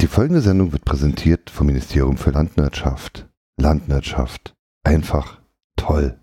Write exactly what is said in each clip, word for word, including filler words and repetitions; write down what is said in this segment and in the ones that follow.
Die folgende Sendung wird präsentiert vom Ministerium für Landwirtschaft. Landwirtschaft. Einfach toll.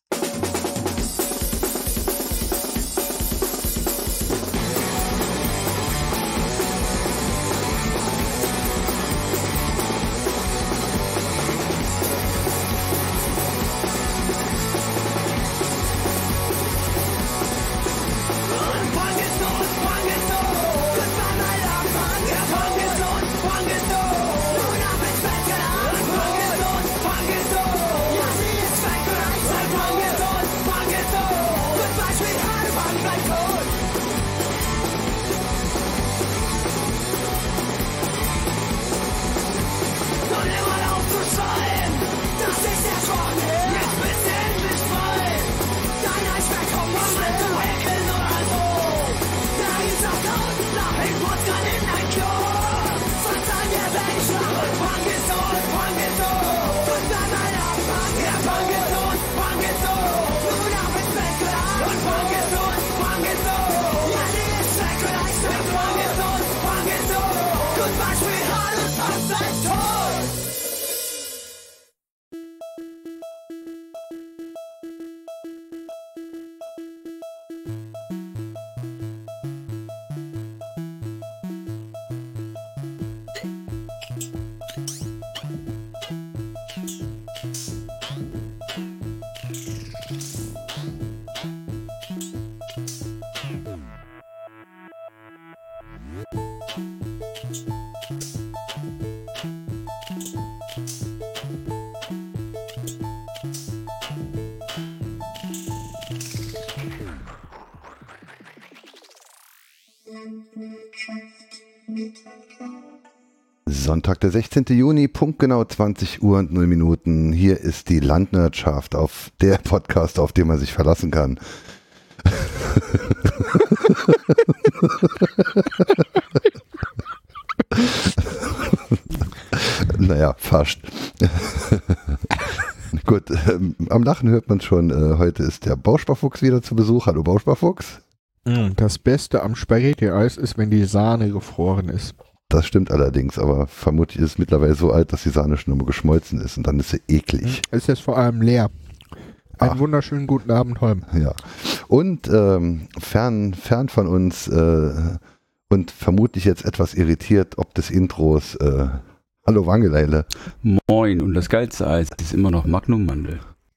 Sonntag, der sechzehnten Juni, punktgenau zwanzig Uhr und null Minuten. Hier ist die Landwirtschaft, auf der Podcast, auf den man sich verlassen kann. Naja, fast. Gut, ähm, am Lachen hört man schon, äh, heute ist der Bausparfuchs wieder zu Besuch. Hallo Bausparfuchs. Das Beste am Spaghetti-Eis ist, wenn die Sahne gefroren ist. Das stimmt allerdings, aber vermutlich ist es mittlerweile so alt, dass die Sahne schon immer geschmolzen ist und dann ist sie eklig. Es ist jetzt vor allem leer. Einen Ach. wunderschönen guten Abend, Holm. Ja. Und ähm, fern, fern von uns äh, und vermutlich jetzt etwas irritiert, ob des Intros. Äh, hallo Wangeleile. Moin, und das geilste Eis ist immer noch Magnum Mandel.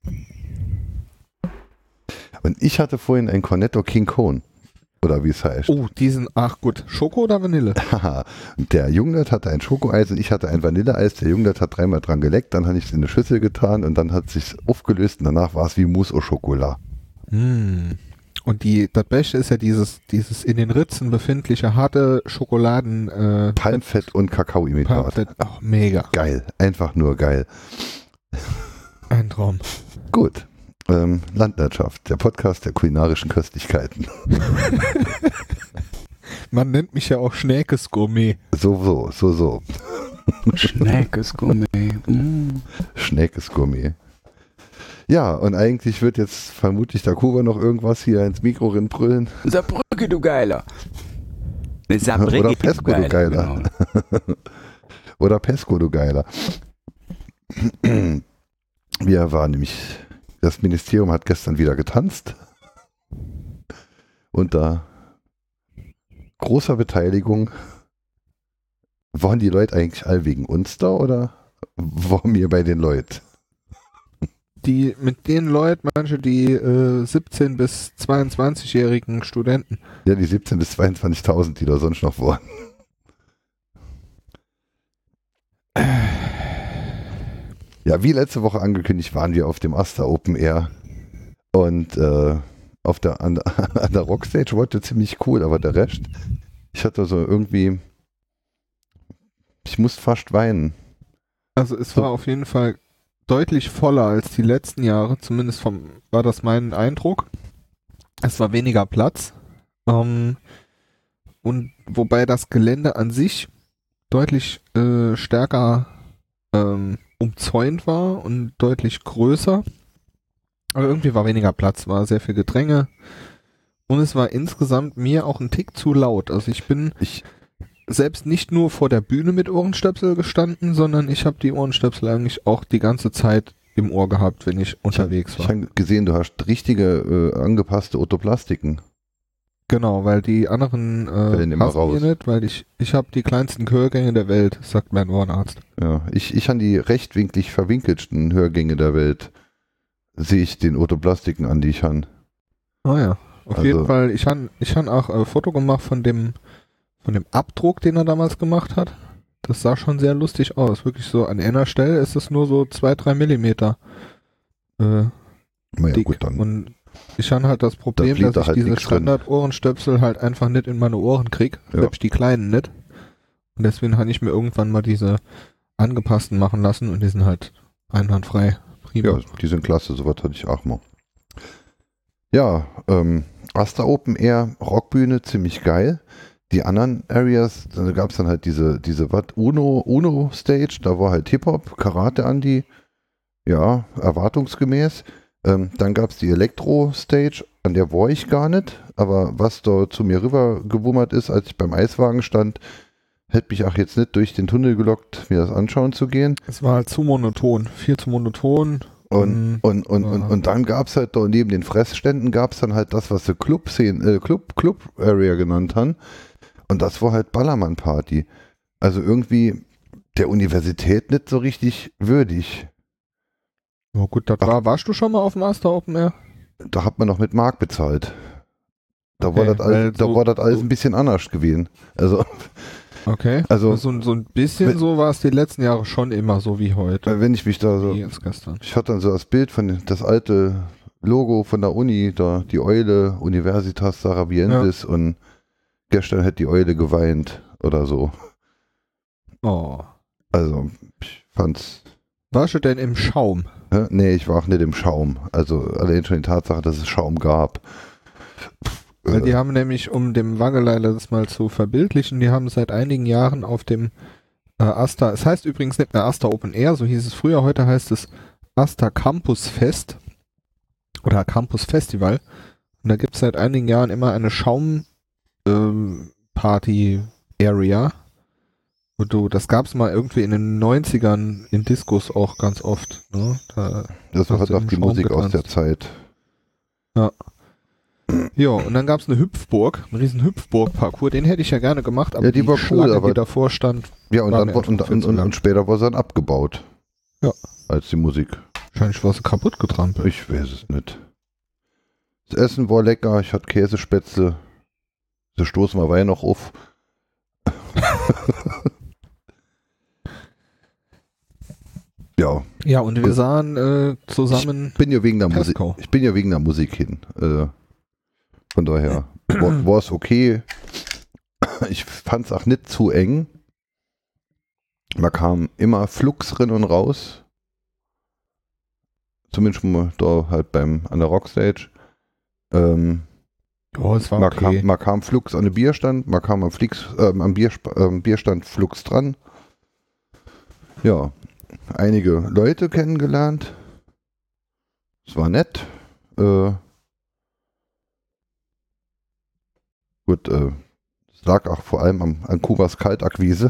Und ich hatte vorhin ein Cornetto King Cone. Oder wie es heißt. Oh, diesen, ach gut, Schoko oder Vanille? Haha, der Jungnert hatte ein Schokoeis und ich hatte ein Vanilleeis. Der Jungnert hat dreimal dran geleckt, dann habe ich es in eine Schüssel getan und dann hat es sich aufgelöst und danach war es wie Mousse au Chocolat. Mm. Und die, das Beste ist ja dieses, dieses in den Ritzen befindliche harte Schokoladen... Äh, Palmfett und Kakaoimitat. Palmfett, ach, mega. Geil, einfach nur geil. Ein Traum. Gut. Ähm, Landwirtschaft, der Podcast der kulinarischen Köstlichkeiten. Man nennt mich ja auch Schnäkes Gourmet. So, so, so, so. Schnäkes Gourmet. Mm. Schnäkes Gourmet. Ja, und eigentlich wird jetzt vermutlich der Kuba noch irgendwas hier ins Mikro rinbrüllen. Saarbrücke, du Geiler. Saarbrücke, Oder Pesco, du Geiler. Genau. Oder Pesco, du Geiler. Wir waren nämlich... Das Ministerium hat gestern wieder getanzt. Unter großer Beteiligung. Waren die Leute eigentlich all wegen uns da oder waren wir bei den Leuten? Die, mit den Leuten, manche die äh, siebzehn- bis zweiundzwanzigjährigen Studenten. Ja, die siebzehntausend bis zweiundzwanzigtausend, die da sonst noch waren. Ja, wie letzte Woche angekündigt, waren wir auf dem Asta Open Air und äh, auf der, an, an der Rockstage wurde ziemlich cool, aber der Rest, ich hatte so irgendwie, ich musste fast weinen. Also es war auf jeden Fall deutlich voller als die letzten Jahre, zumindest vom, war das mein Eindruck. Es war weniger Platz ähm, und wobei das Gelände an sich deutlich äh, stärker ähm, umzäunt war und deutlich größer. Aber irgendwie war weniger Platz, war sehr viel Gedränge. Und es war insgesamt mir auch ein Tick zu laut. Also ich bin Ich, selbst nicht nur vor der Bühne mit Ohrenstöpsel gestanden, sondern ich habe die Ohrenstöpsel eigentlich auch die ganze Zeit im Ohr gehabt, wenn ich unterwegs ich war. Ich habe gesehen, du hast richtige äh, angepasste Otoplastiken. Genau, weil die anderen äh, immer passen raus. mir nicht, weil ich ich habe die kleinsten Gehörgänge der Welt, sagt mein Ohrenarzt. Ja, ich, ich habe die rechtwinklig verwinkelsten Hörgänge der Welt. Sehe ich den Otoplastiken an, die ich habe. Ah ja, auf Also- jeden Fall. Ich habe ich hab auch ein Foto gemacht von dem von dem Abdruck, den er damals gemacht hat. Das sah schon sehr lustig aus. Wirklich so an einer Stelle ist es nur so zwei, drei Millimeter äh, Na ja, dick. gut, dann. Und ich habe halt das Problem, fliegt dass da ich halt diese nix drin. Standard-Ohrenstöpsel halt einfach nicht in meine Ohren krieg. Ja. Selbst die kleinen nicht. Und deswegen habe ich mir irgendwann mal diese angepassten machen lassen und die sind halt einwandfrei. Prima. Ja, die sind klasse, sowas hatte ich auch mal. Ja, ähm, Asta Open Air, Rockbühne, ziemlich geil. Die anderen Areas, da gab es dann halt diese, diese was, Uno, Uno Stage, da war halt Hip-Hop, Karate Andi, ja, erwartungsgemäß. Ähm, dann gab es die Elektro Stage, an der war ich gar nicht, aber was da zu mir rüber gewummert ist, als ich beim Eiswagen stand, hätte mich auch jetzt nicht durch den Tunnel gelockt, mir das anschauen zu gehen. Es war halt zu monoton, viel zu monoton. Und, und, und, und, ja. und dann gab es halt da neben den Fressständen gab es dann halt das, was sie Club, äh, Club, Club Area genannt haben. Und das war halt Ballermann-Party. Also irgendwie der Universität nicht so richtig würdig. Oh gut, das Ach. war, warst du schon mal auf dem Asta Open Air? Da hat man noch mit Mark bezahlt. Da Okay, war das weil alles, da so- war das alles so- ein bisschen anders gewesen. Also, Okay. also So, so ein bisschen wenn- so war es die letzten Jahre schon immer so wie heute. wenn ich mich da so, Wie jetzt gestern. ich hatte dann so das Bild von das alte Logo von der Uni, da die Eule, Universitas Saraviensis und gestern hätte die Eule geweint oder so. Oh. Also, ich fand's. Warst du denn im Schaum? Hä? Nee, ich war auch nicht im Schaum. Also allein schon die Tatsache, dass es Schaum gab. Weil die Äh, haben nämlich, um dem Wangeleiler das mal zu verbildlichen, die haben seit einigen Jahren auf dem äh, Asta, es heißt übrigens nicht mehr Asta Open Air, so hieß es früher, heute heißt es Asta Campus Fest oder Campus Festival. Und da gibt es seit einigen Jahren immer eine Schaum ähm, Party Area. Wo du, das gab es mal irgendwie in den neunzigern in Discos auch ganz oft. Ne? Da, das war hast halt du auch im die Schaum Musik aus getanzt. der Zeit. ja, und dann gab es eine Hüpfburg, einen riesen Hüpfburg-Parcours, den hätte ich ja gerne gemacht, aber Ja, die war cool, Schlange, aber- die davor stand, Ja, und War dann mir war, einfach und, viel und, zu und, lang. und später war sie dann abgebaut. Ja. Als die Musik. wahrscheinlich war sie kaputt getrampelt. Ich weiß es nicht. Das Essen war lecker, ich hatte Käsespätzle. Da stoßen wir Wein noch auf. Ja, Ja, und wir sahen äh, zusammen bin ja wegen der Musik. Pasco. Ich bin ja wegen der Musik hin. Äh, von daher war es okay. Ich fand es auch nicht zu eng. Man kam immer flugs drin und raus. Zumindest schon mal da halt beim an der Rockstage. Ähm, Ja, es war man, okay. kam, man kam flugs an den Bierstand, man kam am, Flix, ähm, am Biersp ähm, Bierstand flugs dran. Ja, einige Leute kennengelernt. Es war nett. Äh, gut, äh, es lag auch vor allem am, an Kubas Kaltakquise.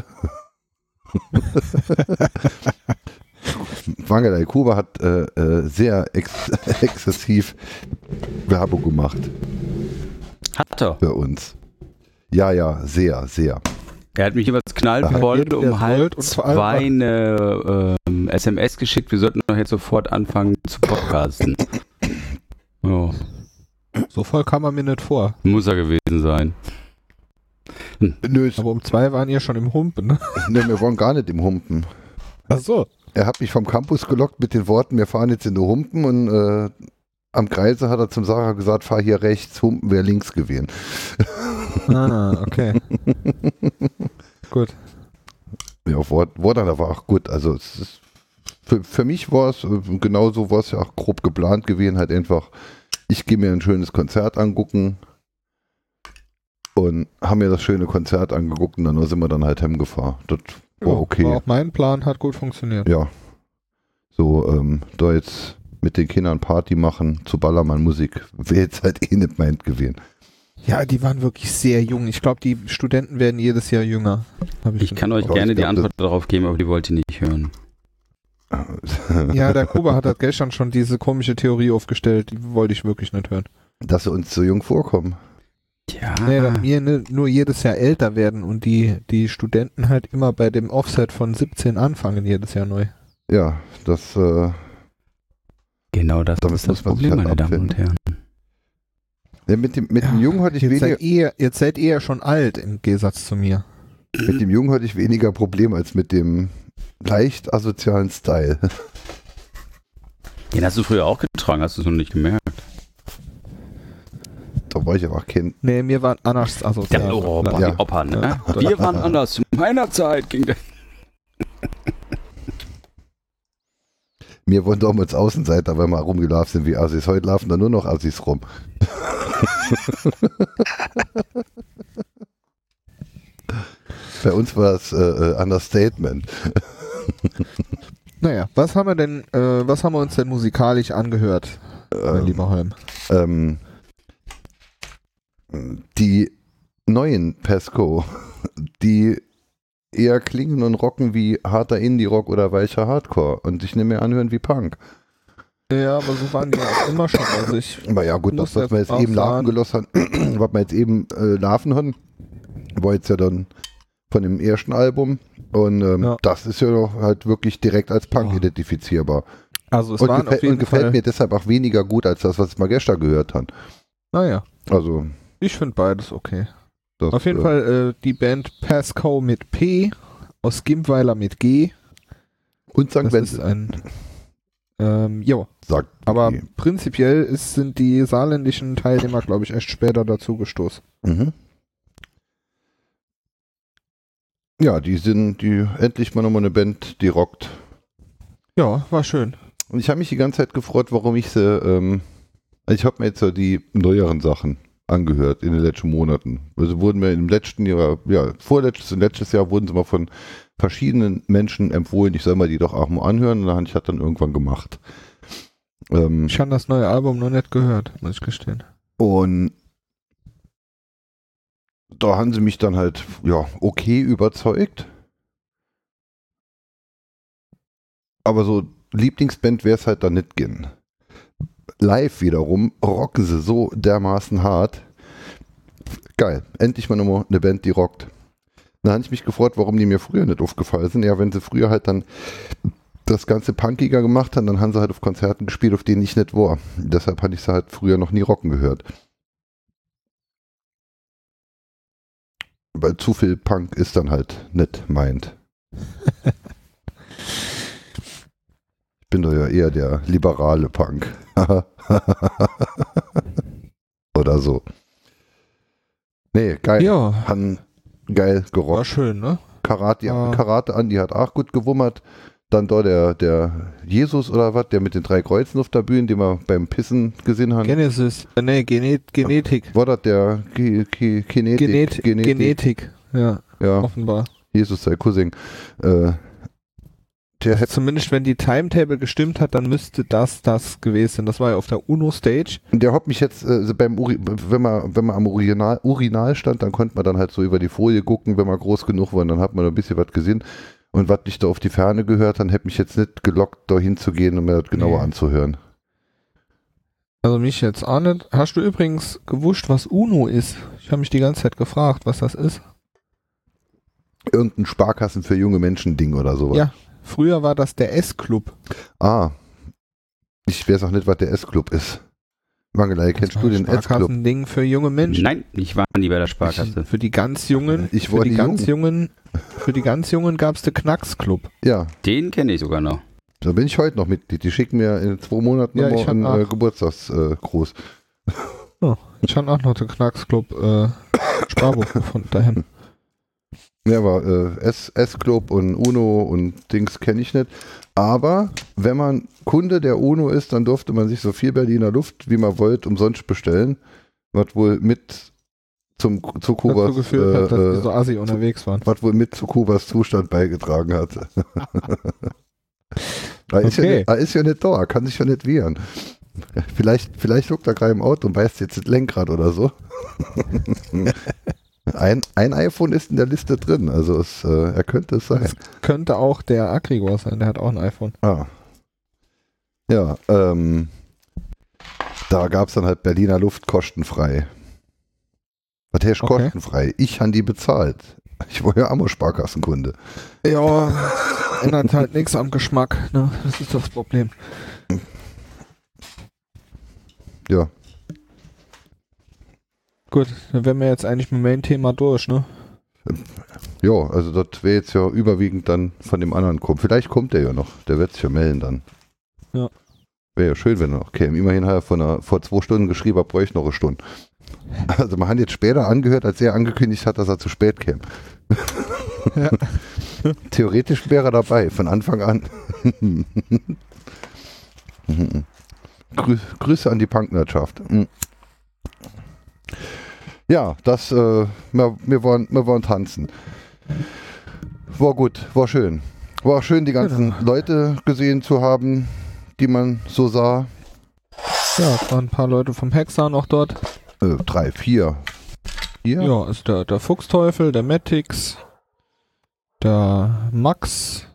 Wangerlei Kuba hat äh, äh, sehr ex exzessiv Werbung gemacht Hat er. für uns. Ja, ja, sehr, sehr. Er hat mich jeweils knallvoll Jeder, der um es halb wollt und vor allem zwei eine ähm, S M S geschickt. Wir sollten doch jetzt sofort anfangen zu podcasten. Oh, So voll kam er mir nicht vor. muss er gewesen sein. Nö, es- Aber um zwei waren ihr schon im Humpen, ne? ne, wir waren gar nicht im Humpen. Ach so. Er hat mich vom Campus gelockt mit den Worten, wir fahren jetzt in die Humpen und äh, am Kreise hat er zum Sarah gesagt, fahr hier rechts, Humpen wäre links gewesen. Ah, okay. Gut. Ja, war, war dann aber auch gut. Also es ist, für, für mich war es, äh, genauso war es ja auch grob geplant gewesen, halt einfach, ich gehe mir ein schönes Konzert angucken und haben mir das schöne Konzert angeguckt und dann sind wir dann halt heimgefahren. Das war Ja, okay. War auch mein Plan, hat gut funktioniert. Ja. So, ähm, da jetzt mit den Kindern Party machen zu Ballermann Musik, wäre jetzt halt eh nicht meint gewesen. Ja, die waren wirklich sehr jung. Ich glaube, die Studenten werden jedes Jahr jünger. Ich, ich kann euch gerne die Antwort darauf geben, aber die wollt ihr nicht hören. Ja, der Kuba hat halt gestern schon diese komische Theorie aufgestellt, die wollte ich wirklich nicht hören. Dass sie uns so jung vorkommen. Ja. Nee, dass wir ne, nur jedes Jahr älter werden und die, die Studenten halt immer bei dem Offset von siebzehn anfangen jedes Jahr neu. Ja, das äh, genau das damit ist das muss man sich Problem, halt meine Damen und abfinden. Herren. Ja, mit dem, mit Ja, dem Jungen hatte ich Jetzt weniger, seid, ihr, jetzt seid ihr ja schon alt im Gegensatz zu mir. mit dem Jungen hatte ich weniger Probleme als mit dem leicht asozialen Style. Den hast du früher auch getragen, hast du es noch nicht gemerkt. Da war ich aber auch Kind. Nee, mir war anders asozial. Der Opa, Ja. die Opa, ne? Ja. Wir waren anders. Zu meiner Zeit ging das. Wir wurden damals Außenseiter, weil wir rumgelaufen sind wie Assis. Heute laufen da nur noch Assis rum. Bei uns war es äh, äh, Understatement. Naja, was haben wir denn, äh, was haben wir uns denn musikalisch angehört, mein Ähm, lieber Holm? ähm, die neuen Pesco, die eher klingen und rocken wie harter Indie-Rock oder weicher Hardcore und sich nicht mehr anhören wie Punk. Ja, aber so waren die auch immer schon. Also ich Aber ja gut, muss das, was wir jetzt auch eben sagen- laufen gelassen haben, was wir jetzt eben äh, laufen haben, war jetzt ja dann von dem ersten Album und ähm, Ja. das ist ja doch halt wirklich direkt als Punk Oh. identifizierbar. Also es Und, waren gefällt, auf jeden und gefällt Fall, mir deshalb auch weniger gut als das, was wir gestern gehört haben. naja, Also ich finde beides okay. das, Auf jeden äh, Fall äh, die Band Pasco mit P, aus Gimpweiler mit G. und Sankt Das ist Vincent ein, ähm, jo, sagt. aber okay. prinzipiell ist, sind die saarländischen Teilnehmer, glaube ich, erst später dazu gestoßen. Mhm. Ja, die sind die endlich mal nochmal eine Band, die rockt. Ja, war schön. Und ich habe mich die ganze Zeit gefreut, warum ich sie, ähm, ich habe mir jetzt so die neueren Sachen angehört in den letzten Monaten. Also wurden mir im letzten Jahr, ja, vorletztes und letztes Jahr wurden sie mal von verschiedenen Menschen empfohlen, ich soll mal die doch auch mal anhören und dann habe ich das dann irgendwann gemacht. Ähm, Ich habe das neue Album noch nicht gehört, muss ich gestehen. und da haben sie mich dann halt, ja, okay überzeugt. Aber so Lieblingsband wäre es halt dann nicht gehen. Live wiederum rocken sie so dermaßen hart. Geil, endlich mal nochmal eine Band, die rockt. Dann habe ich mich gefreut, warum die mir früher nicht aufgefallen sind. Ja, wenn sie früher halt dann das Ganze punkiger gemacht haben, dann haben sie halt auf Konzerten gespielt, auf denen ich nicht war. Deshalb hatte ich sie halt früher noch nie rocken gehört. Weil zu viel Punk ist dann halt nicht meint. Ich bin doch ja eher der liberale Punk. Oder so. Nee, geil. Ja, Han, geil war gerockt. schön, ne? Karate, Ah. Karate Andi hat auch gut gewummert. Dann da der, der Jesus oder was, der mit den drei Kreuzen auf der Bühne, den wir beim Pissen gesehen haben. Genesis, äh, nee, Genet, Genetik. War das der Ki- Ki- Kinetik? Genet, Genetik, ja, Ja, offenbar. Jesus sei Cousin. Äh, der hätte Zumindest wenn die Timetable gestimmt hat, dann müsste das das gewesen sein. Das war ja auf der UNO-Stage. Der hat mich jetzt, äh, beim Uri, wenn man, wenn man am Urinal, Urinal stand, dann konnte man dann halt so über die Folie gucken, wenn man groß genug war, und dann hat man ein bisschen was gesehen. Und was ich da auf die Ferne gehört, dann hätte mich jetzt nicht gelockt, da hinzugehen und mir das genauer Nee. anzuhören. Also mich jetzt auch nicht. Hast du übrigens gewusst, was UNO ist? Ich habe mich die ganze Zeit gefragt, was das ist. Irgendein Sparkassen für junge Menschen Ding oder sowas. Ja. Früher war das der S-Club. Ah. Ich weiß auch nicht, was der S-Club ist. Wangelei, kennst du den S-Club? Sparkassen-Ding für junge Menschen. Nein, ich war nie bei der Sparkasse. Für die ganz Jungen. Ich für war die die ganz Jungen. Jungen. Für die ganz Jungen gab es den Knacks-Club. Ja, Den kenne ich sogar noch. da bin ich heute noch Mitglied. Die schicken mir in zwei Monaten Ja, nochmal ich hab einen äh, auch. Geburtstagsgruß. Ich habe auch noch den Knacks-Club äh, Sparbuch gefunden dahin. Ja, aber äh, S- S-Club und UNO und Dings kenne ich nicht. Aber wenn man Kunde der UNO ist, dann durfte man sich so viel Berliner Luft, wie man wollte, umsonst bestellen. Was wohl mit zum, zu Kubas, Dazu geführt hat, dass äh, die so assi unterwegs waren. was wohl mit zu Kubas Zustand beigetragen hat. er, ist ja Okay. nicht, er ist ja nicht da, er kann sich ja nicht wehren. Vielleicht, vielleicht huckt er gerade im Auto und beißt jetzt das Lenkrad oder so. ein, ein iPhone ist in der Liste drin, also es, äh, er könnte es sein. Das könnte auch der Agrigor sein, der hat auch ein iPhone. Ah. Ja, ähm, da gab es dann halt Berliner Luft kostenfrei. Was heißt Okay. kostenfrei? Ich habe die bezahlt. Ich war ja Ammo-Sparkassenkunde. Ja, ändert halt nichts am Geschmack, ne? Das ist das Problem. Ja, Gut, dann wären wir jetzt eigentlich mit dem Main-Thema durch, ne? ja, also das wäre jetzt ja überwiegend dann von dem anderen kommen. Vielleicht kommt der ja noch, der wird sich ja melden dann. Ja. Wäre ja schön, wenn er noch käme. Immerhin hat er von einer, vor zwei Stunden geschrieben, er bräuchte noch eine Stunde. Also man hat jetzt später angehört, als er angekündigt hat, dass er zu spät käme. Ja. Theoretisch wäre er dabei, von Anfang an. Grü Grüße an die Punkwirtschaft. Ja, das, äh, wir, wir, waren, wir waren tanzen. War gut, war schön. War schön, die ganzen Genau. Leute gesehen zu haben, die man so sah. Ja, es waren ein paar Leute vom Hexer noch dort. Äh, drei, vier. Vier? Ja, also der, der Fuchsteufel, der Matix, der Max.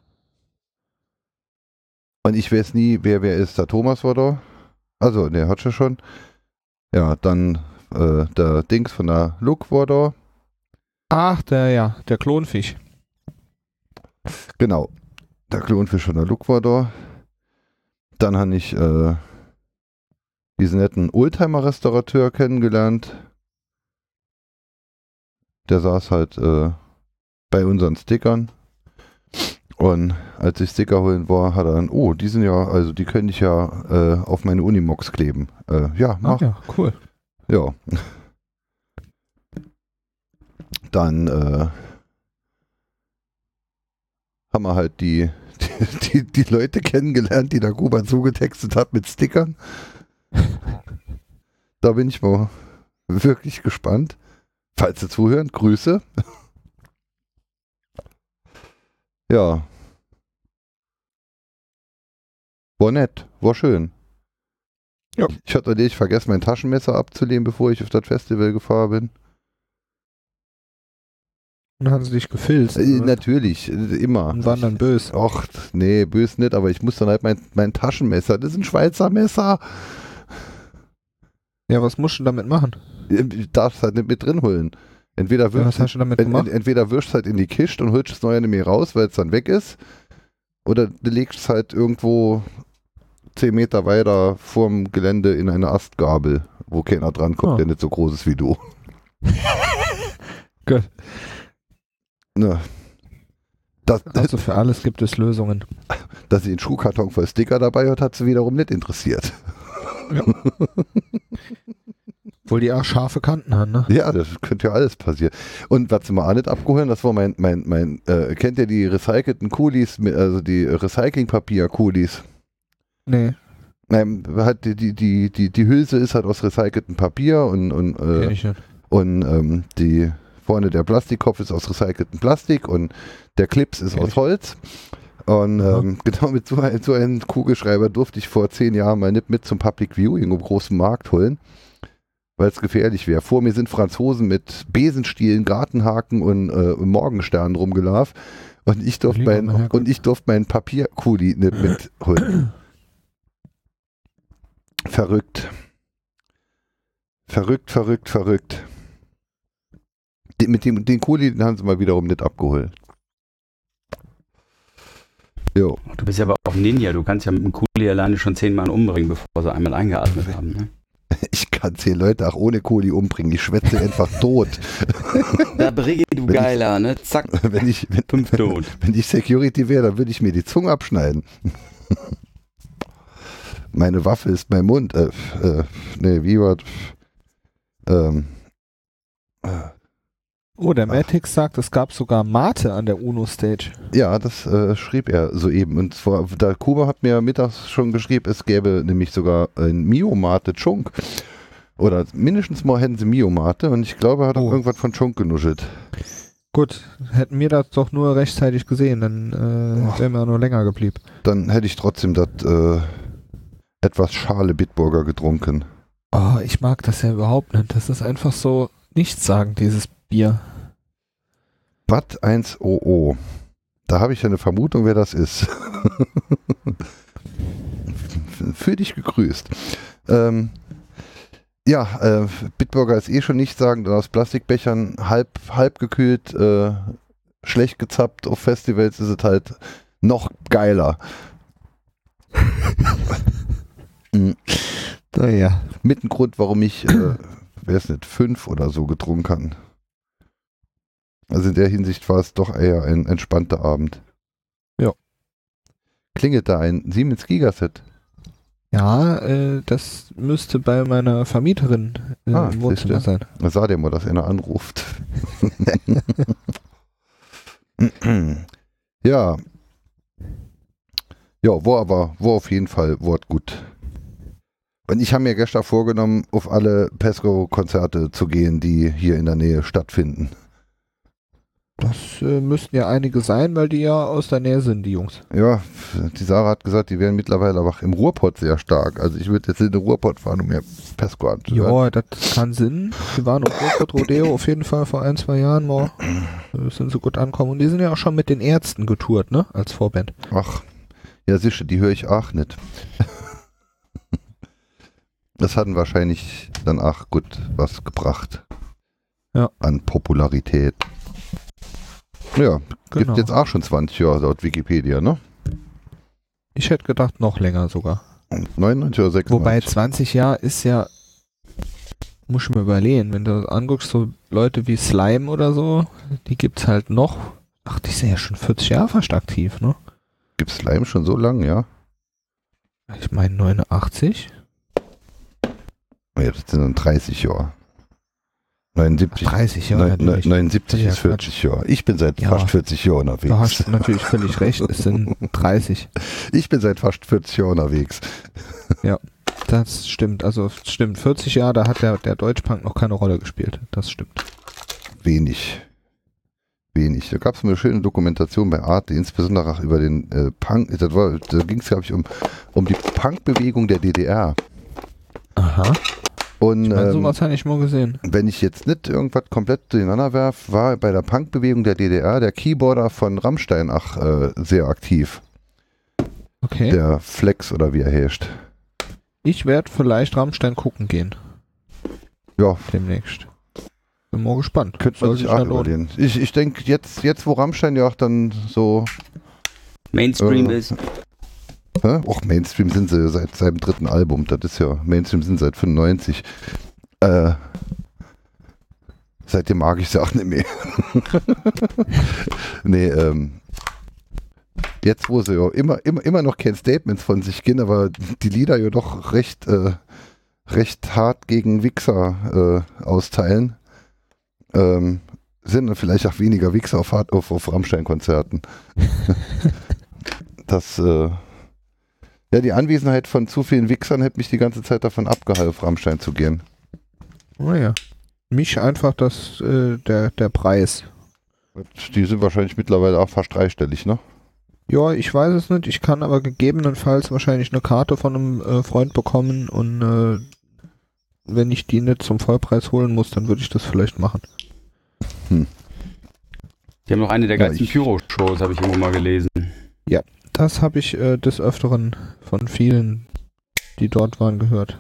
Und ich weiß nie, wer wer ist. Der Thomas war da. Also, ne, hat schon schon. Ja, dann äh, der Dings von der Look war da. Ach, der, ja, der Klonfisch. Genau. Der Klonfisch von der Look war da. Dann habe ich äh, diesen netten Oldtimer-Restaurateur kennengelernt. Der saß halt äh, bei unseren Stickern. Und als ich Sticker holen war, hat er dann, oh, die sind ja, also die könnte ich ja äh, auf meine Unimox kleben. Äh, ja, mach. Ach ja, cool. Ja. Dann äh, haben wir halt die, die, die, die Leute kennengelernt, die der Kuba zugetextet hat mit Stickern. Da bin ich mal wirklich gespannt. Falls Sie zuhören, Grüße. Ja. War nett, war schön. Ja. Ich hatte nicht vergessen, mein Taschenmesser abzulehnen, bevor ich auf das Festival gefahren bin. Und dann haben sie dich gefilzt. Äh, oder? natürlich, äh, immer. Und waren dann böse. Och, nee, bös nicht, aber ich muss dann halt mein, mein Taschenmesser, das ist ein Schweizer Messer. Ja, was musst du damit machen? Ich darf es halt nicht mit drin holen. Entweder Ja, wirfst was hast du damit ent, gemacht? ent, entweder wirfst du es halt in die Kiste und holst es neu nicht mehr raus, weil es dann weg ist. Oder du legst es halt irgendwo zehn Meter weiter vorm Gelände in eine Astgabel, wo keiner dran kommt, Ah. der nicht so groß ist wie du. Gut. Ne. Das, Also für alles gibt es Lösungen. dass sie einen Schuhkarton voll Sticker dabei hat, hat sie wiederum nicht interessiert. Obwohl die auch scharfe Kanten haben, ne? Ja, das könnte ja alles passieren. Und was sie mal auch nicht abgeholt, das war mein, mein, mein, äh, kennt ihr die recycelten Kulis, mit- also die Recyclingpapier-Kulis? Nee, Nein, halt die, die, die, die, die Hülse ist halt aus recyceltem Papier und, und, kenn äh, ich nicht. und ähm, die vorne der Plastikkopf ist aus recyceltem Plastik und der Clips ist Kenn aus ich. Holz. Und Aha. ähm, genau mit so, ein, so einem Kugelschreiber durfte ich vor zehn Jahren mal nicht mit zum Public Viewing im großen Markt holen, weil es gefährlich wäre. Vor mir sind Franzosen mit Besenstielen, Gartenhaken und äh, Morgensternen rumgelaufen und ich durfte Lieber mein, mein Herrgott. und ich durfte meinen Papierkuli nicht mitholen. Verrückt. Verrückt, verrückt, verrückt. Den, mit dem, den Kuli, den haben sie mal wiederum nicht abgeholt. Jo. Du bist ja aber auch Ninja, du kannst ja mit dem Kuli alleine schon zehnmal umbringen, bevor sie einmal eingeatmet haben. Ne? Ich kann zehn Leute auch ohne Kuli umbringen. Ich schwätze einfach tot. Da Briggi, du Wenn ich- Geiler, ne? Zack, Wenn ich, wenn, fünf tot. wenn ich Security wäre, dann würde ich mir die Zunge abschneiden. Meine Waffe ist mein Mund. Äh, äh, nee, wie war ähm, Oh, der Matix sagt, es gab sogar Mate an der UNO-Stage. Ja, das äh, schrieb er soeben. Und zwar, der Kuba hat mir mittags schon geschrieben, es gäbe nämlich sogar ein Mio-Mate Chunk. Oder mindestens mal hätten sie Mio-Mate und ich glaube, er hat auch Oh. irgendwas von Chunk genuschelt. Gut, hätten wir das doch nur rechtzeitig gesehen, dann äh, Ach. wären wir nur länger geblieben. Dann hätte ich trotzdem das äh, etwas schale Bitburger getrunken. Oh, ich mag das ja überhaupt nicht. Das ist einfach so nichtssagend, dieses Bier. Watt eins O O. Da habe ich ja eine Vermutung, wer das ist. Für dich gegrüßt. Ähm, ja, äh, Bitburger ist eh schon nichtssagend. Aus Plastikbechern halb, halb gekühlt, äh, schlecht gezappt. Auf Festivals ist es halt noch geiler. Naja. Mit ein Grund, warum ich, äh, wer ist nicht, fünf oder so getrunken kann. Also in der Hinsicht war es doch eher ein entspannter Abend. Ja. Klingelt da ein Siemens Gigaset? Ja, äh, das müsste bei meiner Vermieterin äh, Ah, im Wohnzimmer siehste. sein. Da sah der mal, dass einer anruft. Ja. Ja, war aber, war auf jeden Fall Wort gut. Und ich habe mir gestern vorgenommen, auf alle Pesco-Konzerte zu gehen, die hier in der Nähe stattfinden. Das äh, müssten ja einige sein, weil die ja aus der Nähe sind, die Jungs. Ja, die Sarah hat gesagt, die wären mittlerweile aber auch im Ruhrpott sehr stark. Also ich würde jetzt in den Ruhrpott fahren, um mir Pesco anzuhören. Ja, das kann Sinn. Wir waren auf Ruhrpott Rodeo auf jeden Fall vor ein, zwei Jahren mal. Äh, sind so gut ankommen. Und die sind ja auch schon mit den Ärzten getourt, ne? Als Vorband. Ach, ja sicher, die höre ich auch nicht. Das hatten wahrscheinlich dann auch gut was gebracht. Ja. An Popularität. Ja, Genau. gibt jetzt auch schon zwanzig Jahre laut Wikipedia, ne? Ich hätte gedacht, noch länger sogar. neunundneunzig oder sechsundneunzig? Wobei zwanzig Jahre ist ja, muss ich mir überlegen, wenn du anguckst, so Leute wie Slime oder so, die gibt's halt noch. Ach, die sind ja schon vierzig Jahre fast aktiv, ne? Gibt Slime schon so lang, ja? Ich meine neunundachtzig. Ja, das sind dann dreißig Jahre. neunundsiebzig. dreißig Jahre. Neun- neun- neunundsiebzig Ja, ist vierzig Jahre. Ich bin seit Ja. fast vierzig Jahren unterwegs. Du hast natürlich völlig recht, es sind dreißig. Ich bin seit fast vierzig Jahren unterwegs. Das stimmt, also stimmt, vierzig Jahre, da hat der, der Deutschpunk noch keine Rolle gespielt. Das stimmt. Wenig. Wenig. Da gab es eine schöne Dokumentation bei Arte, insbesondere auch über den äh, Punk. Das war, da ging es, glaube ich, um, um die Punkbewegung der D D R. Aha. Und Ich meine, ähm, sowas habe ich mal gesehen. wenn ich jetzt nicht irgendwas komplett durcheinander werfe, war bei der Punkbewegung der D D R der Keyboarder von Rammstein auch äh, sehr aktiv. Okay. Der Flex oder wie er heißt. Ich werde vielleicht Rammstein gucken gehen. Ja, Demnächst. Bin mal gespannt. könnte man Soll sich sich auch ja lohnen. überlegen. Ich, ich denke, jetzt, jetzt wo Rammstein ja auch dann so Mainstream Äh, ist. Hä? Och, Mainstream sind sie seit seinem dritten Album. Das ist ja, Mainstream sind seit fünfundneunzig. Äh, seitdem mag ich sie auch nicht mehr. nee, ähm, jetzt wo sie ja immer, immer, immer noch kein Statements von sich gehen, aber die Lieder ja doch recht, äh, recht hart gegen Wichser äh, austeilen, ähm, sind dann vielleicht auch weniger Wichser auf, auf, auf Rammstein-Konzerten. das, äh, Ja, die Anwesenheit von zu vielen Wichsern hätte mich die ganze Zeit davon abgehalten, auf Rammstein zu gehen. Oh ja. Mich einfach das, äh, der, der Preis. Die sind wahrscheinlich mittlerweile auch fast dreistellig, ne? Ja, ich weiß es nicht. Ich kann aber gegebenenfalls wahrscheinlich eine Karte von einem äh, Freund bekommen und äh, wenn ich die nicht zum Vollpreis holen muss, dann würde ich das vielleicht machen. Hm. Die haben noch eine der Ja, geilsten ich- Pyro-Shows, habe ich irgendwo mal gelesen. Das habe ich äh, des Öfteren von vielen, die dort waren, gehört.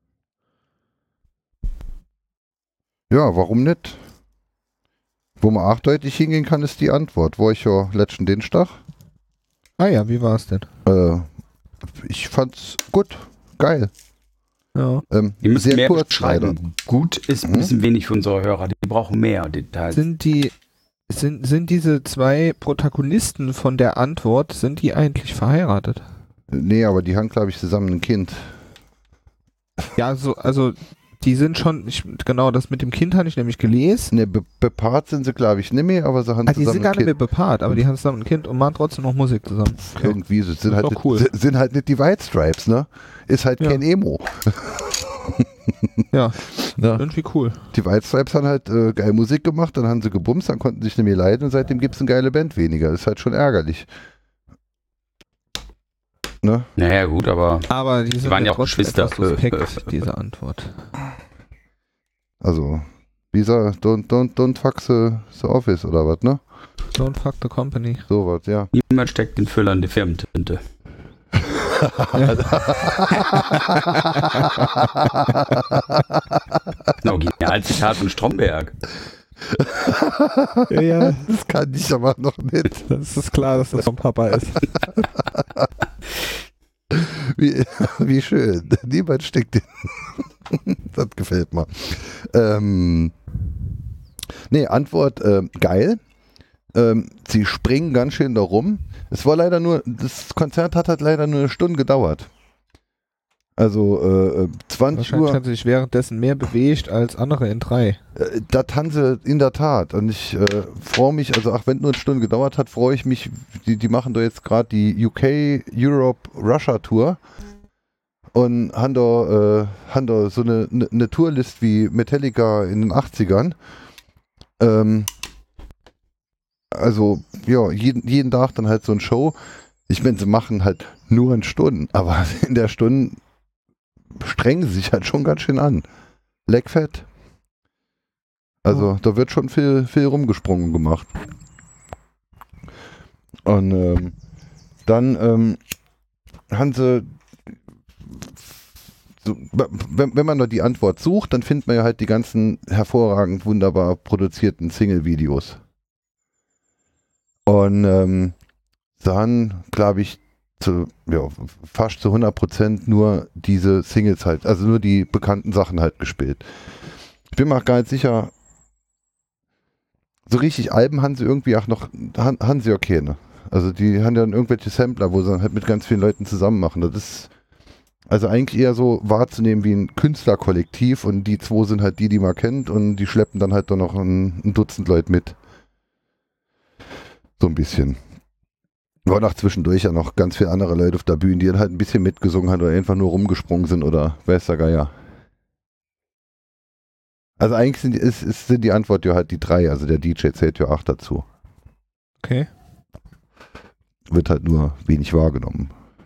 Ja, warum nicht? Wo man auch deutlich hingehen kann, ist die Antwort. War ich ja letzten Dienstag. Ah ja, wie war es denn? Äh, ich fand's gut, geil. Ja. Ähm, Die müssen sehr mehr kurz leider. beschreiben. Gut ist ein Mhm. bisschen wenig für unsere Hörer. Die brauchen mehr Details. Sind die, sind, sind diese zwei Protagonisten von der Antwort, sind die eigentlich verheiratet? Nee, aber die haben, glaube ich, zusammen ein Kind. Ja, so, also die sind schon, ich, genau, das mit dem Kind habe ich nämlich gelesen. Ne, be bepaart sind sie, glaube ich, nicht mehr, aber sie haben Ah, die zusammen sind gar ein nicht mehr Kind. bepaart, aber die haben zusammen ein Kind und machen trotzdem noch Musik zusammen. Okay. Irgendwie, sie sind ist halt, doch nicht, cool. sind- sind halt nicht die White Stripes, ne? Ist halt Ja. kein Emo. Ja, Ja. irgendwie cool. Die White Stripes haben halt äh, geil Musik gemacht, dann haben sie gebumst, dann konnten sich nicht mehr leiden und seitdem gibt es eine geile Band weniger. Ist halt schon ärgerlich. Ne? Naja, gut, aber. Aber die sind waren ja ja auch trotzdem Geschwister. etwas suspekt, diese Antwort. Also, dieser Don't, don't, don't fuck the, the office oder was, ne? Don't fuck the company. So was, ja. Niemand steckt den Füller in die Firmentinte. No, Genialzitat von Stromberg. Ja, ja, Das kann ich aber noch nicht. das ist klar, dass das vom Papa ist. Wie, wie schön. Niemand steckt den. Das gefällt mir. Ähm, nee, Antwort, äh, geil. Ähm, sie springen ganz schön da rum. Es war leider nur, das Konzert hat halt leider nur eine Stunde gedauert. Also äh, zwanzig Wahrscheinlich Uhr. hat sie sich währenddessen mehr bewegt als andere in drei. Äh, das haben sie in der Tat. Und ich äh, freue mich, also auch wenn nur eine Stunde gedauert hat, freue ich mich, die, die machen da jetzt gerade die U K, Europe, Russia Tour. Und haben da, äh, haben da so eine, eine, eine Tourlist wie Metallica in den achtzigern. Ähm, also, ja, jeden, jeden Tag dann halt so ein Show. Ich meine, sie machen halt nur eine Stunde, aber in der Stunde strengen sie sich halt schon ganz schön an. Leckfett. Also, da wird schon viel, viel rumgesprungen gemacht. Und ähm, dann ähm, haben sie so, wenn, wenn man nur die Antwort sucht, dann findet man ja halt die ganzen hervorragend wunderbar produzierten Single-Videos. Und ähm, dann, glaube ich, zu, ja, fast zu hundert Prozent nur diese Singles halt, also nur die bekannten Sachen halt gespielt. Ich bin mir auch gar nicht sicher, so richtig Alben haben sie irgendwie auch noch, haben, haben sie okay, ne? Also die haben dann irgendwelche Sampler, wo sie dann halt mit ganz vielen Leuten zusammen machen. Das ist also eigentlich eher so wahrzunehmen wie ein Künstlerkollektiv und die zwei sind halt die, die man kennt und die schleppen dann halt doch noch ein, ein Dutzend Leute mit. So ein bisschen. War auch zwischendurch ja noch ganz viele andere Leute auf der Bühne, die dann halt ein bisschen mitgesungen haben oder einfach nur rumgesprungen sind oder weiß der Geier. Also eigentlich sind die, ist, ist, sind die Antwort ja halt die drei, also der D J zählt ja auch dazu. Okay. Wird halt nur wenig wahrgenommen.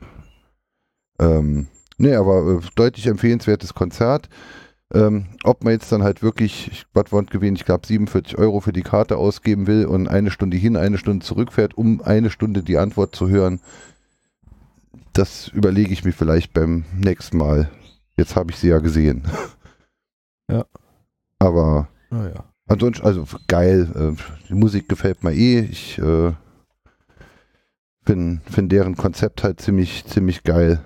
Ähm, nee, aber äh, deutlich empfehlenswertes Konzert. Ähm, ob man jetzt dann halt wirklich, ich, was wollte gewesen, ich glaube siebenundvierzig Euro für die Karte ausgeben will und eine Stunde hin, eine Stunde zurückfährt, um eine Stunde die Antwort zu hören, das überlege ich mir vielleicht beim nächsten Mal. Jetzt habe ich sie ja gesehen. Ja. Aber Oh ja. ansonsten, also geil, äh, die Musik gefällt mir eh. Ich äh, finde find deren Konzept halt ziemlich, ziemlich geil.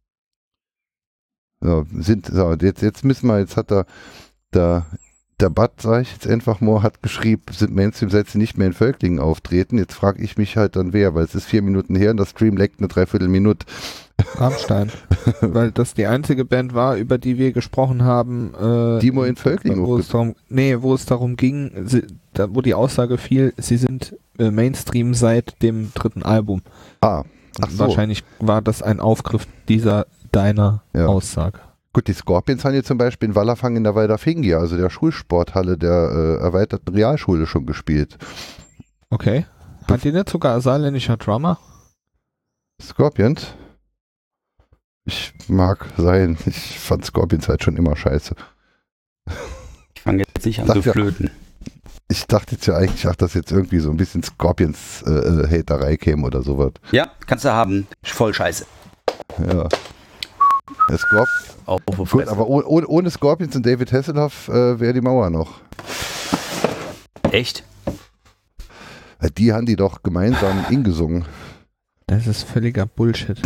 So, sind, so, jetzt, jetzt müssen wir, jetzt hat der, der, der Bud, sag ich jetzt einfach mal, hat geschrieben, sind Mainstream-Sätze nicht mehr in Völklingen auftreten. Jetzt frage ich mich halt dann wer, weil es ist vier Minuten her und das Stream leckt eine Dreiviertelminute. Rammstein. Weil das die einzige Band war, über die wir gesprochen haben. Äh, Die mal in Völklingen wo es darum, Nee, wo es darum ging, sie, da, wo die Aussage fiel, sie sind äh, Mainstream seit dem dritten Album. Ah, ach so. Wahrscheinlich war das ein Aufgriff dieser deiner Ja. Aussage. Gut, die Scorpions haben jetzt zum Beispiel in Wallerfang in der Walderfingia, also der Schulsporthalle der äh, erweiterten Realschule schon gespielt. Okay. Hat die nicht sogar ein saarländischer Drummer? Scorpions? Ich mag sein. Ich fand Scorpions halt schon immer scheiße. Ich fange jetzt nicht an Sag zu ja. flöten. Ich dachte jetzt ja eigentlich, ach, dass jetzt irgendwie so ein bisschen Scorpions-Haterei äh, käme oder sowas. Ja, kannst du haben. Voll scheiße. Ja. Der Scorp Auf die Gut, Fresse. aber oh, oh, ohne Scorpions und David Hasselhoff äh, wäre die Mauer noch. Echt? Äh, Die haben die doch gemeinsam ingesungen. Das ist völliger Bullshit.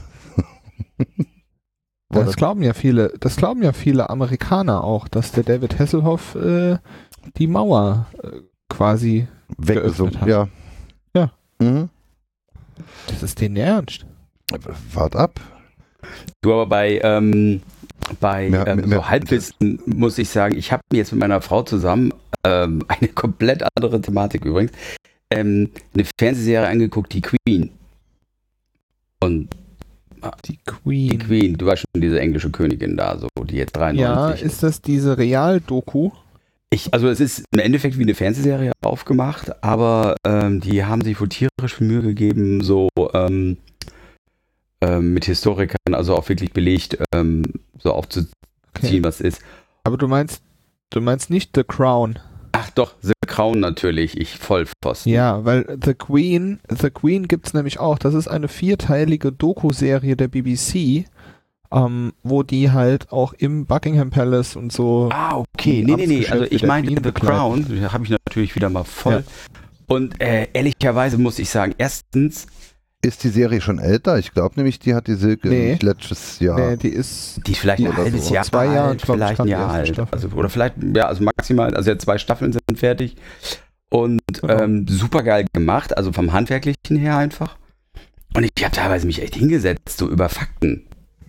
War Das das- glauben ja viele, das glauben ja viele Amerikaner auch, dass der David Hasselhoff äh, die Mauer äh, quasi Weggesungen. geöffnet hat. Ja. Ja. Mhm. Das ist denen ernst. Wart ab. Du aber bei, ähm, bei Mehr- ähm, mehr- so Halbwissen muss ich sagen, ich habe mir jetzt mit meiner Frau zusammen ähm, eine komplett andere Thematik übrigens, ähm, eine Fernsehserie angeguckt, die Queen. Und Die die Queen. Queen, du warst schon diese englische Königin da, so die jetzt Ja, dreiundneunzig. ist das diese Real-Doku? Ich, also es ist im Endeffekt wie eine Fernsehserie aufgemacht, aber ähm, die haben sich wohl tierisch viel Mühe gegeben, so ähm, ähm, mit Historikern, also auch wirklich belegt, ähm, so aufzuziehen, Okay. was ist. Aber du meinst, du meinst nicht The Crown. Ach doch, The Crown natürlich, ich Vollpfosten. Ja, weil The Queen, The Queen gibt's nämlich auch. Das ist eine vierteilige Doku-Serie der B B C, ähm, wo die halt auch im Buckingham Palace und so. Ah, okay, nee, nee, nee, also ich der meinte Queen The begleiten. Crown, da habe ich natürlich wieder mal voll. Ja. Und äh, ehrlicherweise muss ich sagen, erstens, Ist die Serie schon älter? Ich glaube nämlich, die hat die Silke Nee. nicht letztes Jahr. Nee, die ist. die ist vielleicht Die ein oder halbes so. Jahr Zwei Jahre, alt, glaub ich, vielleicht kam ein die Jahr erste alt. Staffel. Also, oder vielleicht, ja, also maximal, also ja, zwei Staffeln sind fertig. Und Genau. ähm, super geil gemacht, also vom Handwerklichen her einfach. Und ich habe teilweise mich echt hingesetzt, so über Fakten.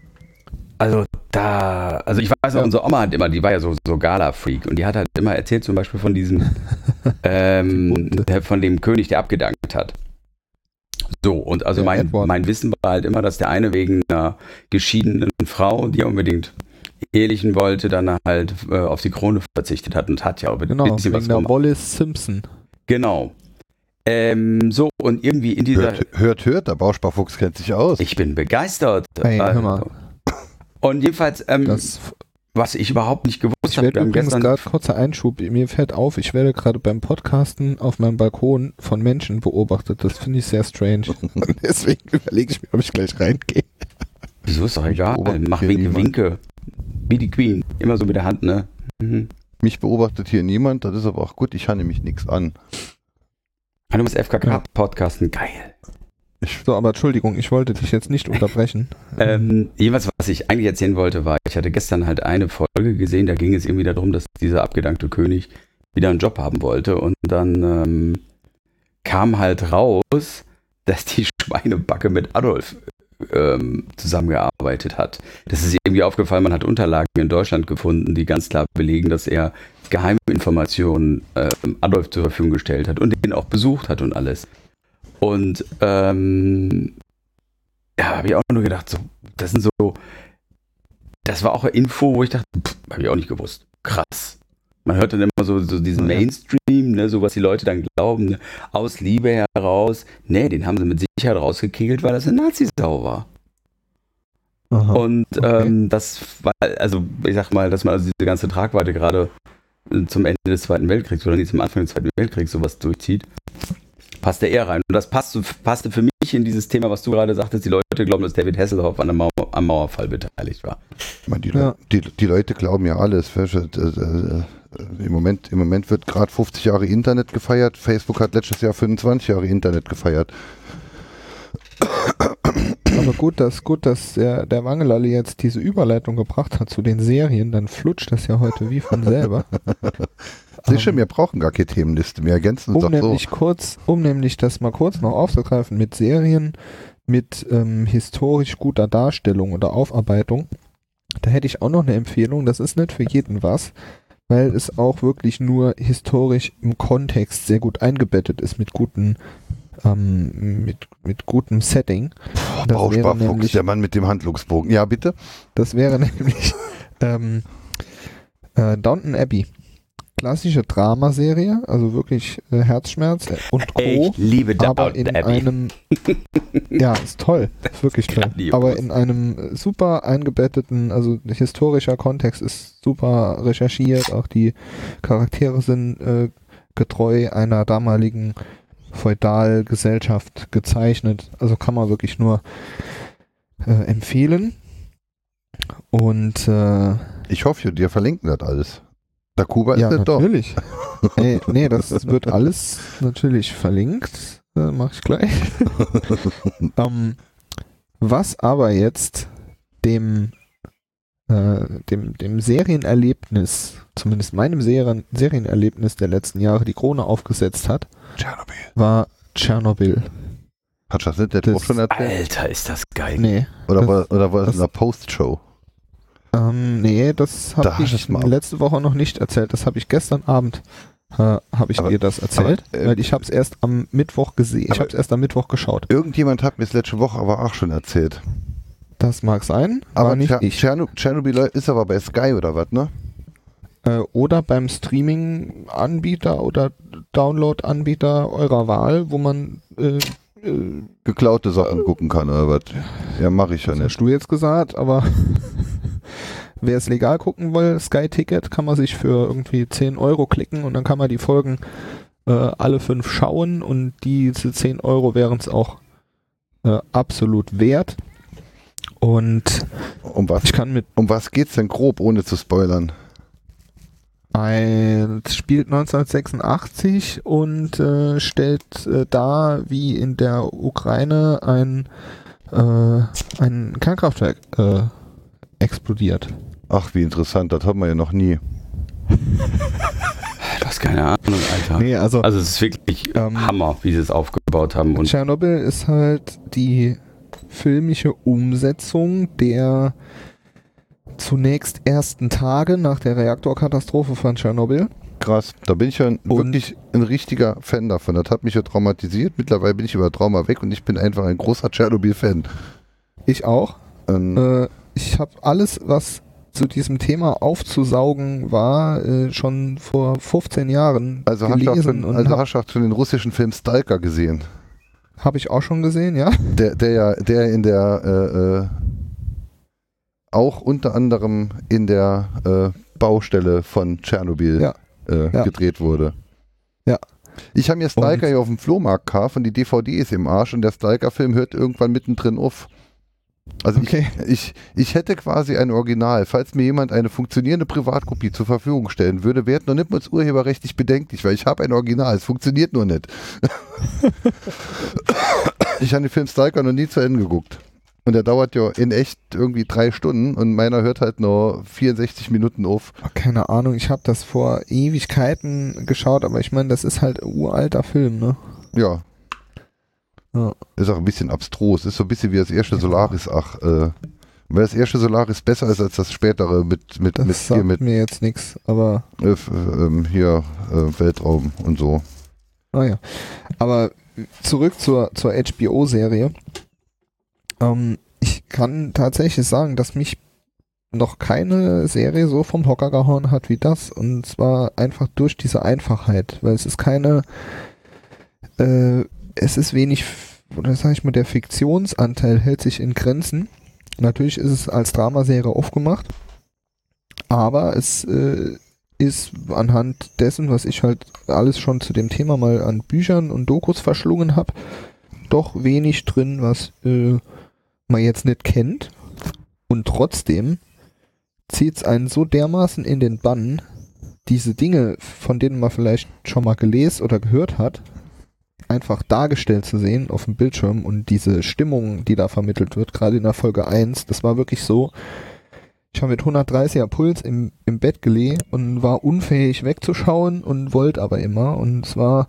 Also da, also ich weiß noch, Ja. unsere Oma hat immer, die war ja so, so Gala-Freak und die hat halt immer erzählt zum Beispiel von diesem, ähm, der, von dem König, der abgedankt hat. So, und also Der mein, Edward. mein Wissen war halt immer, dass der eine wegen einer geschiedenen Frau, die er unbedingt ehelichen wollte, dann halt äh, auf die Krone verzichtet hat und hat ja auch ein Genau, bisschen was wegen der gemacht. Wallace Simpson. Genau. Ähm, so, und irgendwie in dieser, Hört, hört, hört, der Bausparfuchs kennt sich aus. ich bin begeistert. Hey, hör mal. Und jedenfalls, ähm, Das, was ich überhaupt nicht gewusst ich habe, werde wir haben übrigens gestern, gerade kurzer Einschub. Mir fällt auf, ich werde gerade beim Podcasten auf meinem Balkon von Menschen beobachtet. Das finde ich sehr strange. Und deswegen überlege ich mir, ob ich gleich reingehe. wieso ist doch egal, beobachte mach hier Winke, niemand. Winke. Wie die Queen, immer so mit der Hand, ne? Mhm. Mich beobachtet hier niemand, das ist aber auch gut, ich habe nämlich nichts an. Ah, du musst F K K Ja. podcasten, geil. Ich, So, aber Entschuldigung, ich wollte dich jetzt nicht unterbrechen. Ähm, jeweils, was ich eigentlich erzählen wollte, war, ich hatte gestern halt eine Folge gesehen, da ging es irgendwie darum, dass dieser abgedankte König wieder einen Job haben wollte und dann ähm, kam halt raus, dass die Schweinebacke mit Adolf ähm, zusammengearbeitet hat. Das ist irgendwie aufgefallen, man hat Unterlagen in Deutschland gefunden, die ganz klar belegen, dass er Geheiminformationen ähm, Adolf zur Verfügung gestellt hat und den auch besucht hat und alles. Und ähm, ja, habe ich auch nur gedacht, so, das sind so, das war auch eine Info, wo ich dachte, habe ich auch nicht gewusst. Krass. Man hört dann immer so, so diesen Ja. Mainstream, ne, so was die Leute dann glauben, ne, aus Liebe heraus. Nee, den haben sie mit Sicherheit rausgekegelt, weil das eine Nazi-Sau war. Aha. Und okay. ähm, das war, also ich sag mal, dass man also diese ganze Tragweite gerade äh, zum Ende des Zweiten Weltkriegs oder nicht zum Anfang des Zweiten Weltkriegs sowas durchzieht, passt eher rein. Und das passt, passte für mich in dieses Thema, was du gerade sagtest, die Leute glauben, dass David Hasselhoff an der Mauer, am Mauerfall beteiligt war. ich meine, die, Ja. die, die Leute glauben ja alles. Weißt du, äh, äh, Im Moment, im Moment wird gerade fünfzig Jahre Internet gefeiert. Facebook hat letztes Jahr fünfundzwanzig Jahre Internet gefeiert. Aber gut, dass gut, dass der, der Wangelale jetzt diese Überleitung gebracht hat zu den Serien, dann flutscht das ja heute wie von selber. Sicher, Ähm, wir brauchen gar keine Themenliste. Wir ergänzen uns um doch so. nämlich kurz, um nämlich das mal kurz noch aufzugreifen mit Serien, mit ähm, historisch guter Darstellung oder Aufarbeitung, da hätte ich auch noch eine Empfehlung, das ist nicht für jeden was, weil es auch wirklich nur historisch im Kontext sehr gut eingebettet ist mit guten ähm, mit, mit gutem Setting. Das wäre Bausparfuchs, nämlich, der Mann mit dem Handlungsbogen. Ja, bitte? das wäre nämlich ähm, äh, Downton Abbey. Klassische Dramaserie, also wirklich äh, Herzschmerz und Co. Ich liebe aber Downton in Abbey. einem, ja, ist toll, ist wirklich toll, Grandios. aber in einem super eingebetteten, also historischer Kontext ist super recherchiert, auch die Charaktere sind äh, getreu einer damaligen Feudalgesellschaft gezeichnet, also kann man wirklich nur äh, empfehlen und äh, Ich hoffe, dir verlinken das alles. Der Kuba ist ja, nicht doch. natürlich. Ey, nee, das wird alles natürlich verlinkt. Äh, mach ich gleich. ähm, was aber jetzt dem, äh, dem, dem Serienerlebnis, zumindest meinem Serien, Serienerlebnis der letzten Jahre die Krone aufgesetzt hat, Tschernobyl. war Tschernobyl. Hat das nicht der Das- auch schon erzählt? Alter, ist das geil. Nee. Oder das- war, oder war es das- in der Postshow? Ähm, nee, das Da habe hast ich du's mal- letzte Woche noch nicht erzählt. Das habe ich gestern Abend, äh, habe ich Aber- dir das erzählt, aber, äh, weil ich habe es erst am Mittwoch gesehen. Ich aber- habe es erst am Mittwoch geschaut. Irgendjemand hat mir es letzte Woche aber auch schon erzählt. Das mag sein, aber Aber nicht Tscher- ich. Tscherno- Tschernobyl ist aber bei Sky oder was, ne? Äh, oder beim Streaming-Anbieter oder Download-Anbieter eurer Wahl, wo man äh, äh, Geklaute Sachen gucken kann oder was? Ja, mache ich ja Das nicht. hast du jetzt gesagt, aber wer es legal gucken will, Sky Ticket, kann man sich für irgendwie zehn Euro klicken und dann kann man die Folgen äh, alle fünf schauen und diese zehn Euro wären es auch äh, absolut wert. Und Um was, ich kann mit um was geht's denn grob, ohne zu spoilern? ein, es spielt neunzehnhundertsechsundachtzig und äh, stellt äh, dar, wie in der Ukraine ein, äh, ein Kernkraftwerk äh, explodiert. Ach, wie interessant, das haben wir ja noch nie. Du hast keine Ahnung, Alter. Nee, also, Also es ist wirklich ähm, Hammer, wie sie es aufgebaut haben. Und Tschernobyl ist halt die filmische Umsetzung der zunächst ersten Tage nach der Reaktorkatastrophe von Tschernobyl. Krass, da bin ich ja ein, Und- wirklich ein richtiger Fan davon. Das hat mich ja traumatisiert. Mittlerweile bin ich über Trauma weg und ich bin einfach ein großer Tschernobyl-Fan. Ich auch. Ähm, Äh, ich habe alles, was zu diesem Thema aufzusaugen war, äh, schon vor fünfzehn Jahren also hast du auch gelesen schon, und also habe hast du auch schon den russischen Film Stalker gesehen? hab ich auch schon gesehen, ja. Der, der ja, der in der äh, äh, auch unter anderem in der äh, Baustelle von Tschernobyl Ja. Äh, Ja. gedreht wurde. Ja. Ich habe mir Stalker Und- ja auf dem Flohmarkt gekauft und die D V D ist im Arsch und der Stalker-Film hört irgendwann mittendrin auf. Also Okay. ich, ich, ich hätte quasi ein Original. Falls mir jemand eine funktionierende Privatkopie zur Verfügung stellen würde, wäre noch nicht mal das urheberrechtlich bedenklich, weil ich habe ein Original. Es funktioniert nur nicht. Ich habe den Film Stalker noch nie zu Ende geguckt. Und der dauert ja in echt irgendwie drei Stunden und meiner hört halt nur vierundsechzig Minuten auf. Keine Ahnung, ich habe das vor Ewigkeiten geschaut, aber ich meine, das ist halt ein uralter Film, ne? Ja. Ja. Ist auch ein bisschen abstrus. Ist so ein bisschen wie das erste Solaris. Ach, äh, weil das erste Solaris besser ist als das spätere mit, mit, Das mit, sagt hier, mit mir jetzt nichts, aber äh, f- ähm, hier äh, Weltraum und so. naja. Aber zurück zur, zur H B O-Serie. Ähm, ich kann tatsächlich sagen, dass mich noch keine Serie so vom Hocker gehauen hat wie das. Und zwar einfach durch diese Einfachheit. Weil es ist keine, äh, es ist wenig, oder sag ich mal, der Fiktionsanteil hält sich in Grenzen. Natürlich ist es als Dramaserie aufgemacht. Aber es äh, ist anhand dessen, was ich halt alles schon zu dem Thema mal an Büchern und Dokus verschlungen habe, doch wenig drin, was äh, man jetzt nicht kennt. Und trotzdem zieht es einen so dermaßen in den Bann, diese Dinge, von denen man vielleicht schon mal gelesen oder gehört hat, einfach dargestellt zu sehen auf dem Bildschirm und diese Stimmung, die da vermittelt wird, gerade in der Folge eins, das war wirklich so, ich habe mit hundertdreißiger Puls im, im Bett gelegen und war unfähig wegzuschauen und wollte aber immer und es war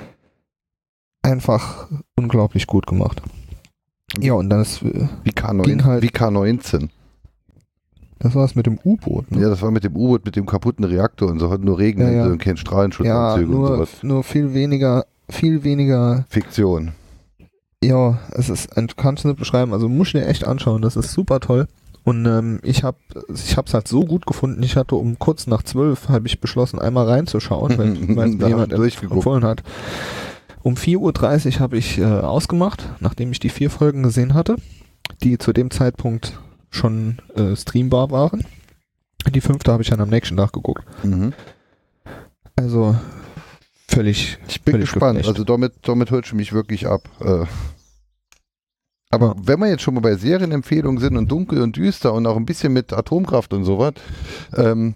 einfach unglaublich gut gemacht. Ja, und das, äh, Wie K neun, Ging halt- wie K neunzehn. das war es mit dem U-Boot. Ne? Ja, das war mit dem U-Boot, mit dem kaputten Reaktor und so, hat nur Regen Ja, ja. und kein Ja, Strahlenschutzanzüge und nur, sowas. nur viel weniger, viel weniger, Fiktion. ja, es ist, du kannst es nicht beschreiben, also musst du dir echt anschauen, das ist super toll. Und ähm, ich habe ich habe es halt so gut gefunden, ich hatte um kurz nach zwölf, habe ich beschlossen, einmal reinzuschauen, weil weil es Da mir jemand hast du durchgeguckt. empfohlen hat. Um vier Uhr dreißig habe ich äh, ausgemacht, nachdem ich die vier Folgen gesehen hatte, die zu dem Zeitpunkt schon äh, streambar waren. Die fünfte habe ich dann am nächsten Tag geguckt. Mhm. Also völlig, Ich bin völlig gespannt. geflasht. Also damit, damit hört mich wirklich ab. Äh, aber wenn wir jetzt schon mal bei Serienempfehlungen sind und dunkel und düster und auch ein bisschen mit Atomkraft und sowas, ähm,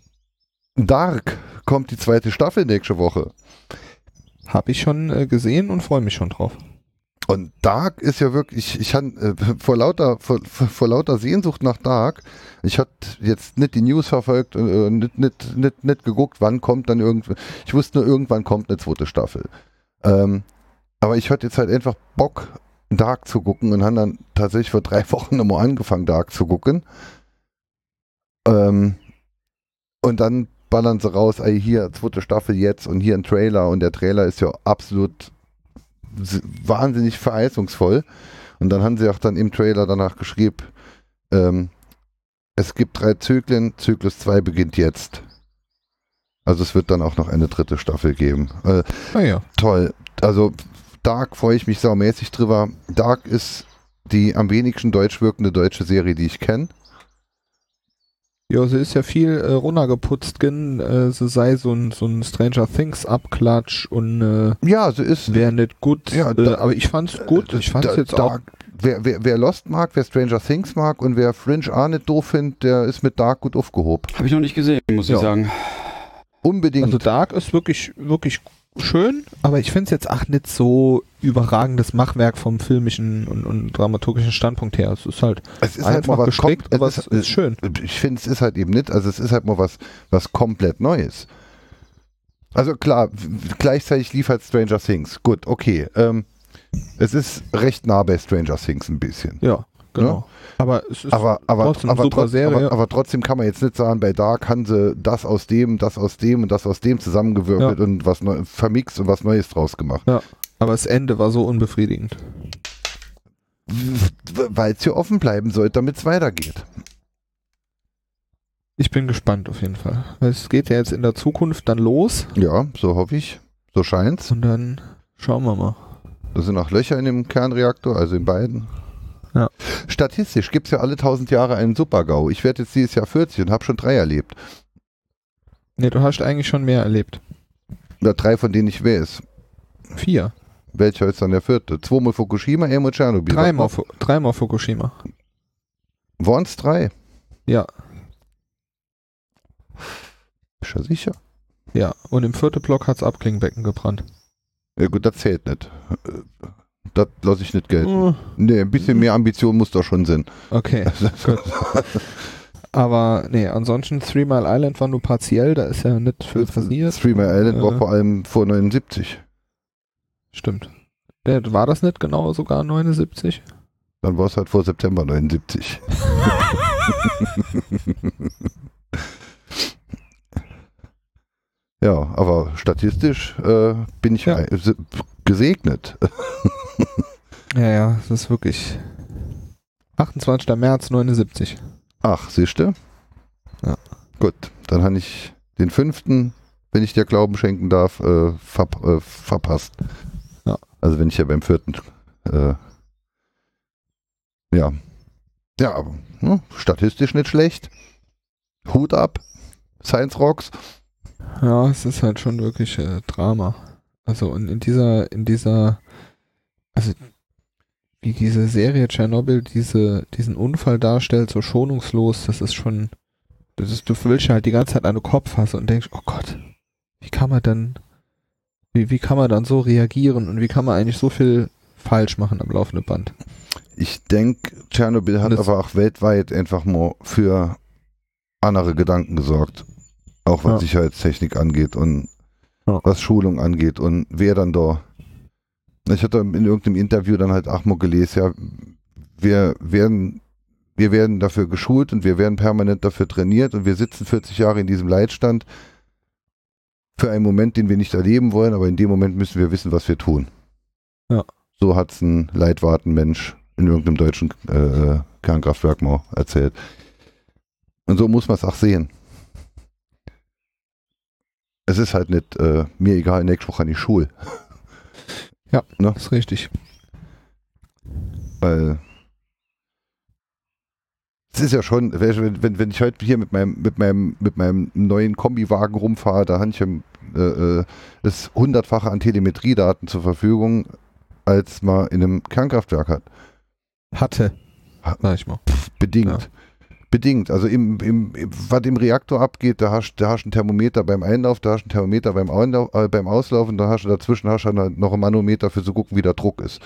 Dark kommt die zweite Staffel nächste Woche. Habe ich schon äh, gesehen und freue mich schon drauf. Und Dark ist ja wirklich, ich hatte äh, vor lauter vor, vor lauter Sehnsucht nach Dark, ich hatte jetzt nicht die News verfolgt, äh, nicht, nicht, nicht, nicht geguckt, wann kommt dann irgendwann, ich wusste nur, irgendwann kommt eine zweite Staffel. Ähm, aber ich hatte jetzt halt einfach Bock, Dark zu gucken und haben dann tatsächlich vor drei Wochen nochmal angefangen, Dark zu gucken. Ähm, und dann ballern sie raus, ey, hier, zweite Staffel jetzt und hier ein Trailer und der Trailer ist ja absolut wahnsinnig verheißungsvoll. Und dann haben sie auch dann im Trailer danach geschrieben, ähm, es gibt drei Zyklen, Zyklus zwei beginnt jetzt. Also es wird dann auch noch eine dritte Staffel geben. Äh, Ah ja. toll. Also Dark freue ich mich saumäßig drüber. Dark ist die am wenigsten deutsch wirkende deutsche Serie, die ich kenne. Ja, sie ist ja viel äh, runtergeputzt, gen, äh, sie sei so ein, so ein Stranger Things Abklatsch und äh, Ja, sie ist. wäre nicht gut, Ja, äh, da- aber ich fand's gut, ich fand's da, jetzt da, auch, Wer, wer, wer Lost mag, wer Stranger Things mag und wer Fringe auch nicht doof findet, der ist mit Dark gut aufgehoben. Habe ich noch nicht gesehen, muss Ja. ich sagen. Unbedingt. also Dark ist wirklich, wirklich schön, aber ich find's jetzt auch nicht so überragendes Machwerk vom filmischen und, und dramaturgischen Standpunkt her. Es ist halt es ist halt einfach mal was gestrickt, kom- aber es es ist schön. Ich finde, es ist halt eben nicht, also es ist halt mal was, was komplett Neues. Also klar, w- gleichzeitig lief halt Stranger Things. Gut, okay. Ähm, es ist recht nah bei Stranger Things ein bisschen. Ja, genau. Aber es ist Aber, aber, trotzdem aber, super trotz- Serie. aber, aber trotzdem kann man jetzt nicht sagen, bei Dark haben sie das aus dem, das aus dem und das aus dem zusammengewürfelt Ja. und was neu, vermixt und was Neues draus gemacht. aber das Ende war so unbefriedigend. Weil es hier offen bleiben sollte, damit es weitergeht. Ich bin gespannt auf jeden Fall. Weil es geht ja jetzt in der Zukunft dann los Ja, so hoffe ich. So scheint's. und dann schauen wir mal. Da sind auch Löcher in dem Kernreaktor, also in beiden. Ja. Statistisch gibt es ja alle tausend Jahre einen Super-GAU. Ich werde jetzt dieses Jahr vierzig und habe schon drei erlebt. Ne, du hast eigentlich schon mehr erlebt. Oder drei, von denen ich weiß. Vier. Welcher ist dann der vierte? Zweimal Fukushima, einmal Tschernobyl. Dreimal, Fu- dreimal Fukushima. Waren es drei? Ja. Ist ja sicher. Ja. Und im vierten Block hat's Abklingbecken gebrannt. Ja gut, das zählt nicht. Das lasse ich nicht gelten. Oh, Nee, ein bisschen mehr Ambition muss doch schon sein. okay. Gut. Aber nee, ansonsten Three Mile Island war nur partiell, da ist ja nicht viel passiert. Three Mile Island war Äh. vor allem vor neunundsiebzig. Stimmt. Ja, war das nicht genau sogar neunundsiebzig? Dann war es halt vor September neunundsiebzig. Ja, aber statistisch äh, bin ich Ja. ein- se- gesegnet. Ja, ja, das ist wirklich achtundzwanzigster März neunundsiebzig. Ach, siehste? Ja. Gut, dann habe ich den fünften, wenn ich dir Glauben schenken darf, äh, verp äh, verpasst. Ja. Also wenn ich ja beim vierten äh, ja. Ja, aber ne, statistisch nicht schlecht. Hut ab. Science Rocks. Ja, es ist halt schon wirklich äh, Drama. Also und in dieser, in dieser, also wie diese Serie Tschernobyl diese, diesen Unfall darstellt, so schonungslos, das ist schon, das ist, du willst halt die ganze Zeit an den Kopf fassen und denkst, oh Gott, wie kann man denn, wie, wie kann man dann so reagieren und wie kann man eigentlich so viel falsch machen am laufenden Band? Ich denke, Tschernobyl hat Und das- aber auch weltweit einfach mal für andere Gedanken gesorgt. Auch was Ja. Sicherheitstechnik angeht und Ja. was Schulung angeht und wer dann da. Ich hatte in irgendeinem Interview dann halt auch mal gelesen, ja, wir werden, wir werden dafür geschult und wir werden permanent dafür trainiert und wir sitzen vierzig Jahre in diesem Leitstand für einen Moment, den wir nicht erleben wollen, aber in dem Moment müssen wir wissen, was wir tun. Ja. So hat es ein Leitwartenmensch in irgendeinem deutschen äh, Kernkraftwerk mal erzählt. Und so muss man es auch sehen. Es ist halt nicht äh, mir egal, nächste Woche an die Schule. Ja, Ne? das ist richtig. Weil es ist ja schon, wenn, wenn, wenn ich heute hier mit meinem, mit meinem, mit meinem neuen Kombiwagen rumfahre, da habe ich ja, äh, äh, das hundertfache an Telemetriedaten zur Verfügung, als man in einem Kernkraftwerk hat. Hatte, Ha- sag ich mal. Bedingt. Ja. Bedingt. Also im, im, im, was im Reaktor abgeht, da hast da hast du ein Thermometer beim Einlauf, da hast du ein Thermometer beim, Einlauf, äh, beim Auslauf und da hast du dazwischen hast du dann noch ein Manometer für zu gucken, wie der Druck ist.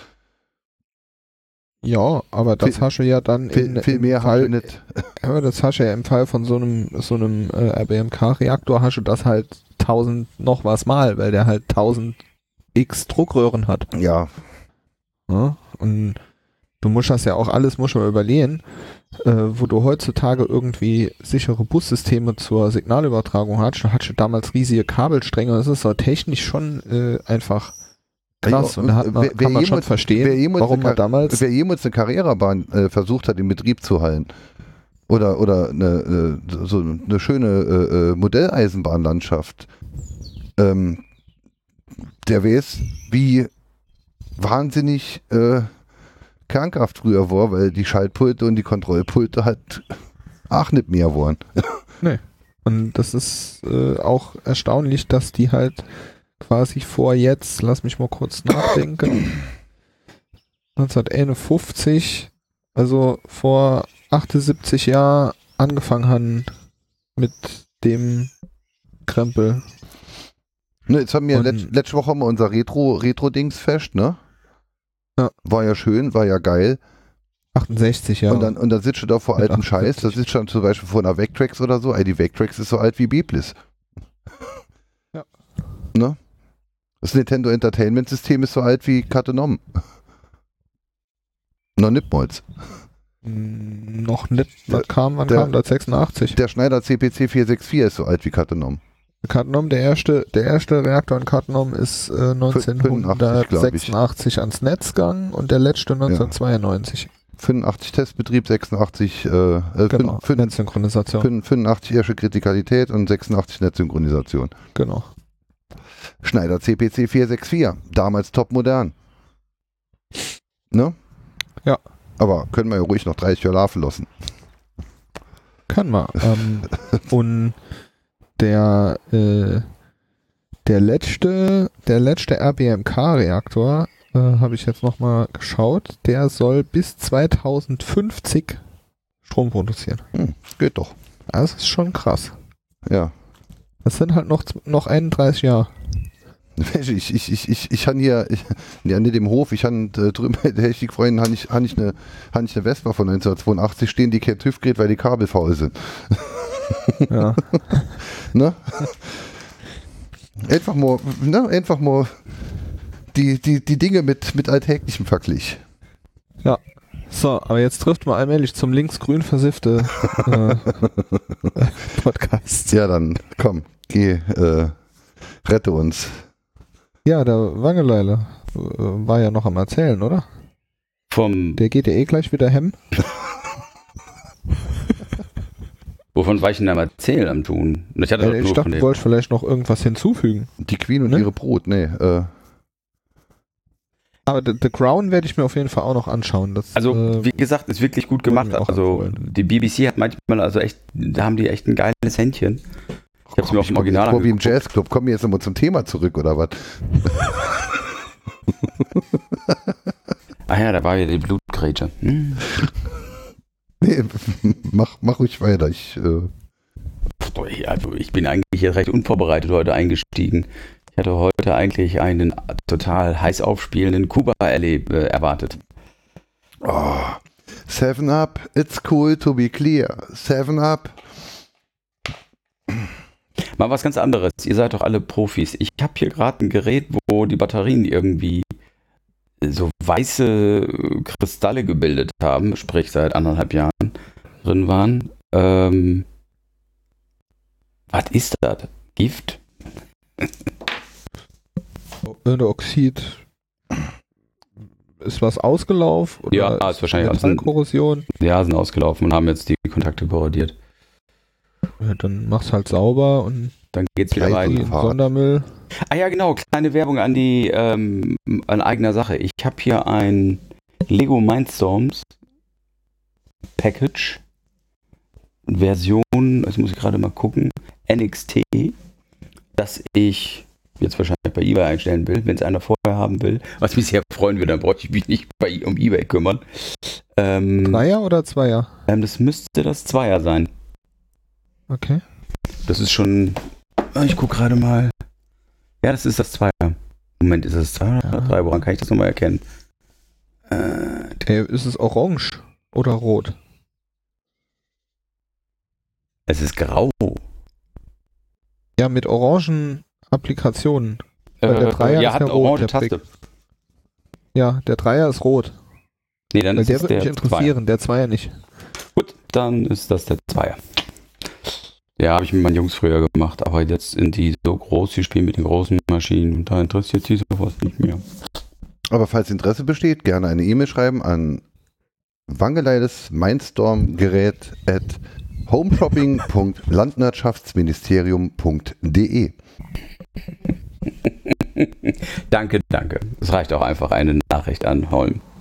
Ja, aber das Viel- hast du ja dann Viel, in, viel im mehr hast Fall, du nicht. aber das hast du ja im Fall von so einem, so einem äh, R B M K-Reaktor hast du das halt tausend noch was mal, weil der halt tausend x Druckröhren hat. Ja, Ja? Und du musst das ja auch alles, musst du mal überlegen, äh, wo du heutzutage irgendwie sichere Bussysteme zur Signalübertragung hast, da hast du damals riesige Kabelstränge, das ist so technisch schon äh, einfach krass. Ja, Und da hat man, wer- wer kann man schon jemals- verstehen, wer jemals warum eine man Kar- damals wer jemals eine Carrera-Bahn äh, versucht hat, in Betrieb zu halten oder, oder eine, äh, so eine schöne äh, äh, Modelleisenbahnlandschaft, ähm, der weiß, wie wahnsinnig äh, Kernkraft früher war, weil die Schaltpulte und die Kontrollpulte halt auch nicht mehr waren. Nee. Und das ist äh, auch erstaunlich, dass die halt quasi vor jetzt, lass mich mal kurz nachdenken, neunzehnhunderteinundfünfzig, also vor achtundsiebzig Jahren angefangen haben mit dem Krempel. Ne, jetzt haben wir Und- let, letzte Woche haben wir unser Retro, Retro-Dings fest, ne? Ja. War ja schön, war ja geil. achtundsechzig, ja. Und dann, und dann sitzt du da vor Mit altem Scheiß, da achtundsiebzig. sitzt du dann zum Beispiel vor einer Vectrex oder so. Ey, die Vectrex ist so alt wie Biblis. Ja. Ne? Das Nintendo Entertainment System ist so alt wie Cattenom. Noch nippmals. Mm, noch nicht, was Der- kam, wann der- kam das? sechsundachtzig. Der Schneider C P C vier sechs vier ist so alt wie Cattenom. Cattenom, der erste, der erste Reaktor in Cattenom ist äh, neunzehnhundertsechsundachtzig ans Netz gegangen und der letzte neunzehnhundertzweiundneunzig. fünfundachtzig Testbetrieb, sechsundachtzig, äh, äh, Genau, fün- fün- Netzsynchronisation. fün- fünfundachtzig erste Kritikalität und sechsundachtzig Netzsynchronisation. Genau. Schneider C P C vier sechs vier, damals top modern. Ne? Ja. Aber können wir ja ruhig noch dreißig Jahre laufen lassen. Kann man. ähm, und der, äh, der letzte, der letzte R B M K-Reaktor, äh, habe ich jetzt nochmal geschaut, der soll bis zweitausendfünfzig Strom produzieren. Hm, geht doch. Das ist schon krass. Ja. Das sind halt noch, noch einunddreißig Jahre. Ich, ich, ich, ich, ich habe hier, ich, ja, nicht im Hof, ich habe äh, drüben bei der Hechtig Freundin, habe ich, hab ich, eine, hab ich eine Vespa von neunzehnhundertzweiundachtzig stehen, die kein TÜV geht, weil die Kabel faul sind. Ja. Ne? Einfach mal, ne? Einfach mal die, die, die Dinge mit, mit Alltäglichem Vergleich. So, aber jetzt trifft man allmählich zum linksgrün versiffte äh, Podcast. Ja, dann komm, geh, äh, rette uns. Ja, der Wangeleile äh, war ja noch am Erzählen, oder? Vom, Der geht ja eh gleich wieder hem. wovon war ich denn am Erzählen am Tun? Ich hatte Äh, doch ich nur dachte, von du dem. wolltest vielleicht noch irgendwas hinzufügen. Die Queen und Ne? ihre Brot, nee, äh, Aber The, The Crown werde ich mir auf jeden Fall auch noch anschauen. Das, Also, äh, wie gesagt, ist wirklich gut gemacht. mir auch Also, empfohlen. die B B C hat manchmal, also echt, da haben die echt ein geiles Händchen. Ich hab's mir auf dem Original vor wie im angeguckt. Jazzclub. Kommen wir jetzt nochmal zum Thema zurück, oder was? Ah ja, da war ja die Blutgrätsche. Hm. Nee, mach, mach ruhig weiter. Ich, äh, Also, ich bin eigentlich hier recht unvorbereitet heute eingestiegen. Ich hatte heute eigentlich einen total heiß aufspielenden Kuba erleb, äh, erwartet. oh, Seven Up, it's cool to be clear. Seven Up. Mal was ganz anderes. Ihr seid doch alle Profis. Ich habe hier gerade ein Gerät, wo die Batterien irgendwie so weiße Kristalle gebildet haben, sprich seit anderthalb Jahren drin waren. Ähm, was ist das? Gift? Oxid. Ist was ausgelaufen? Oder Ja, ist wahrscheinlich alles ein- Metallkorrosion. Ja, sind ausgelaufen und haben jetzt die Kontakte korrodiert. Ja, dann mach's halt sauber und Dann geht's wieder Gleich weiter. die in Fahrrad. Sondermüll. Ah ja, genau, kleine Werbung an die ähm, an eigener Sache. Ich habe hier ein Lego Mindstorms Package Version, das muss ich gerade mal gucken, N X T, das ich jetzt wahrscheinlich bei eBay einstellen will, wenn es einer vorher haben will. Was mich sehr freuen würde, dann bräuchte ich mich nicht bei um eBay kümmern. Ähm, Dreier oder Zweier? ähm, das müsste das Zweier sein. Okay. Das ist schon. Ich gucke gerade mal. Ja, das ist das Zweier. Moment, ist das Zweier oder Ja. drei? Woran kann ich das nochmal erkennen? Äh, Ey, ist es orange oder rot? es ist grau. Ja, mit orangen Applikationen. Weil der Dreier ja, ist hat ja eine rot, orange der Brick. Taste. Ja, der Dreier ist rot. Nee, dann Weil ist der es würde mich der Zweier. interessieren, der Zweier nicht. Gut, dann ist das der Zweier. Ja, habe ich mit meinen Jungs früher gemacht, aber jetzt sind die so groß, die spielen mit den großen Maschinen und da interessiert sie sowas nicht mehr. Aber falls Interesse besteht, gerne eine E-Mail schreiben an wangeleides Mindstorm-Gerät at homeshopping punkt landwirtschaftsministerium punkt de. Danke, danke. Es reicht auch einfach eine Nachricht an Holm.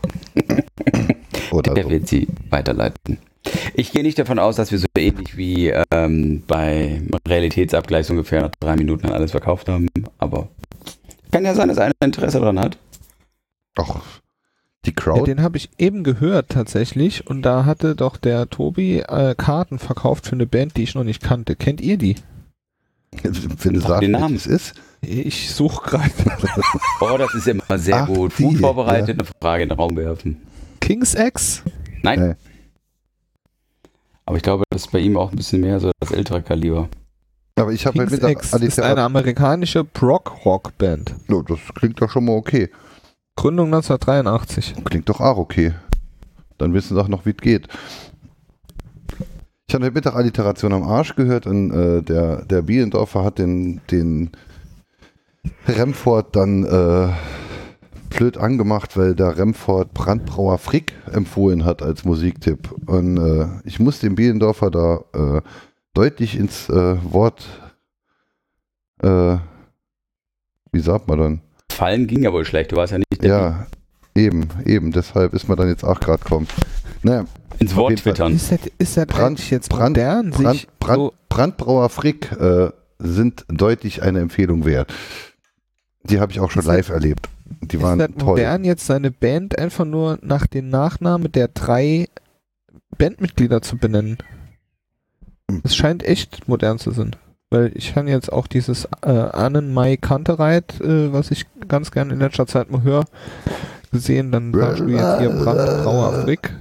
Oder Der so. wird sie weiterleiten. Ich gehe nicht davon aus, dass wir so ähnlich wie ähm, bei Realitätsabgleich so ungefähr nach drei Minuten alles verkauft haben, aber kann ja sein, dass einer Interesse daran hat. Ach, die Ja, Crowd. den habe ich eben gehört tatsächlich und da hatte doch der Tobi äh, Karten verkauft für eine Band, die ich noch nicht kannte. Kennt ihr die? Wenn du Sag sagst, den Namen. welches ist. Ich suche gerade. Oh, das ist immer sehr Ach, gut. die, Gut vorbereitet, eine Frage in den Raum werfen. King's X? Nein, Nee. aber ich glaube, das ist bei ihm auch ein bisschen mehr so das ältere Kaliber. Aber ich habe halt King's mit X der ist eine amerikanische Prog-Rock-Band. Oh, das klingt doch schon mal okay. Gründung neunzehnhundertdreiundachtzig. Klingt doch auch okay. Dann wissen sie auch noch, wie es geht. Ich habe heute Mittag Alliteration am Arsch gehört und äh, der, der Bielendorfer hat den, den Remford dann äh, blöd angemacht, weil der Remford Brandbrauer Frick empfohlen hat als Musiktipp. Und äh, ich muss dem Bielendorfer da äh, deutlich ins äh, Wort, äh, wie sagt man dann? Fallen ging ja wohl schlecht, du warst ja nicht Ja, eben, eben. Deshalb ist man dann jetzt auch gerade kommen. Naja, ins auf Wort jeden Fall. twittern. Ist das, ist das Brand- eigentlich jetzt Brand- modern, Brand, sich Brand, so Brandbrauer Frick äh, sind deutlich eine Empfehlung wert. Die habe ich auch schon Ist das- live erlebt. Die Ist waren das toll. modern, jetzt seine Band einfach nur nach den Nachnamen der drei Bandmitglieder zu benennen? Das scheint echt modern zu sein. Weil ich habe jetzt auch dieses äh, Annen-Mai Kantereit, äh, was ich ganz gern in letzter Zeit mal höre, gesehen. Dann sagst du jetzt hier Brandbrauer Frick.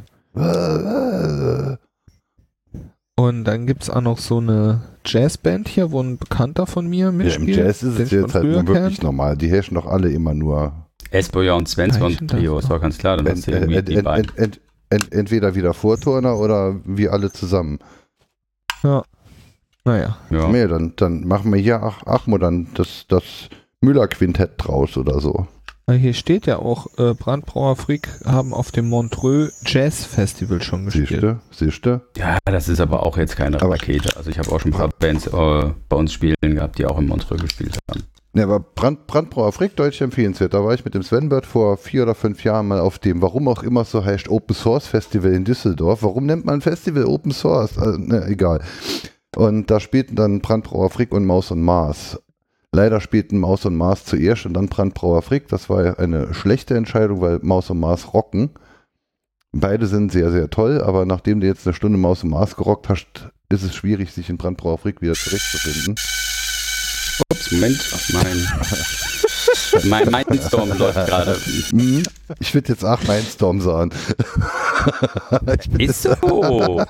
Und dann gibt es auch noch so eine Jazzband hier, wo ein Bekannter von mir Ja, im mitspielt. Jazz ist den es ich jetzt von halt früher nur wirklich kenn. normal. Die herrschen doch alle immer nur Esboja und Svensson Reichen und Trio, das ist doch ganz klar. Dann ent, hast du ent, irgendwie ent, die ent, beiden. ent, ent, ent, entweder wieder Vorturner oder wir alle zusammen. Ja. Naja. Ja. Nee, dann, dann machen wir hier ach, Achmo dann das, das Müller-Quintett draus oder so. Weil hier steht ja auch, äh, Brandbrauer Frick haben auf dem Montreux Jazz Festival schon gespielt. Siehste, siehste. ja, das ist aber auch jetzt keine Aber- Rakete. Also ich habe auch schon ein paar Bands äh, bei uns spielen gehabt, die auch in Montreux gespielt haben. Ne, aber Brand, Brandbrauer Frick, deutlich empfehlenswert. Da war ich mit dem Svenbert vor vier oder fünf Jahren mal auf dem, warum auch immer es so heißt, Open Source Festival in Düsseldorf. Warum nennt man ein Festival Open Source? Also, ne, egal. Und da spielten dann Brandbrauer Frick und Maus und Mars. Leider spielten Maus und Mars zuerst und dann Brandbrauer Frick. Das war eine schlechte Entscheidung, weil Maus und Mars rocken. Beide sind sehr, sehr toll, aber nachdem du jetzt eine Stunde Maus und Mars gerockt hast, ist es schwierig, sich in Brandbrauer Frick wieder zurechtzufinden. Ups, Moment, mein, mein Mindstorm läuft gerade. Mhm. Ich würde jetzt auch Mindstorm sagen. Ich bin Ist so.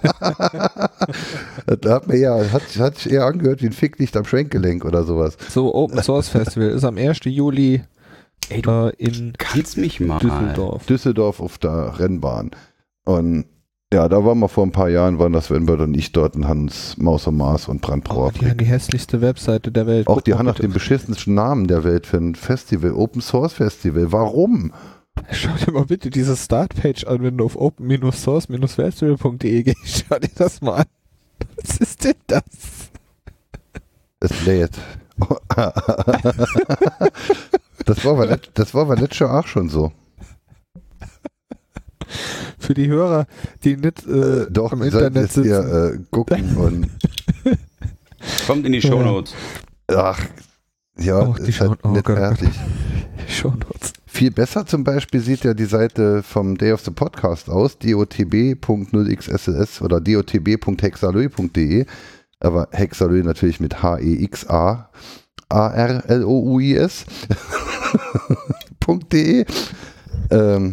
Da hat mir ja, hat, hat sich eher angehört wie ein Ficklicht am Schwenkgelenk oder sowas. So, Open Source Festival ist am ersten Juli Ey, du äh, in kannst mich mal. Düsseldorf. Düsseldorf auf der Rennbahn. Und ja, da waren wir vor ein paar Jahren, waren das Svenbert und ich dort und Hans Maus und Mars und Brandbrauer Oh, die haben Frick. die hässlichste Webseite der Welt. Auch Guck die mal haben nach bitte. dem beschissensten Namen der Welt für ein Festival, Open Source Festival. Warum? Schau dir mal bitte diese Startpage an, wenn du auf open source festival punkt de gehst. Schau dir das mal an. Was ist denn das? Es lädt. Das war aber nicht, das war aber nicht schon auch schon so. Für die Hörer, die nicht äh, Doch, am ihr solltet Internet jetzt sitzen. hier äh, gucken und Kommt in die Shownotes. ach, ja, Oh, die ist halt Show- oh nicht Gott. fertig. Shownotes. Viel besser zum Beispiel sieht ja die Seite vom Day of the Podcast aus, dotb punkt null x s l s oder dotb punkt hexalui punkt de, aber Hexalui natürlich mit H E X A A R L O U I S .de. Ähm,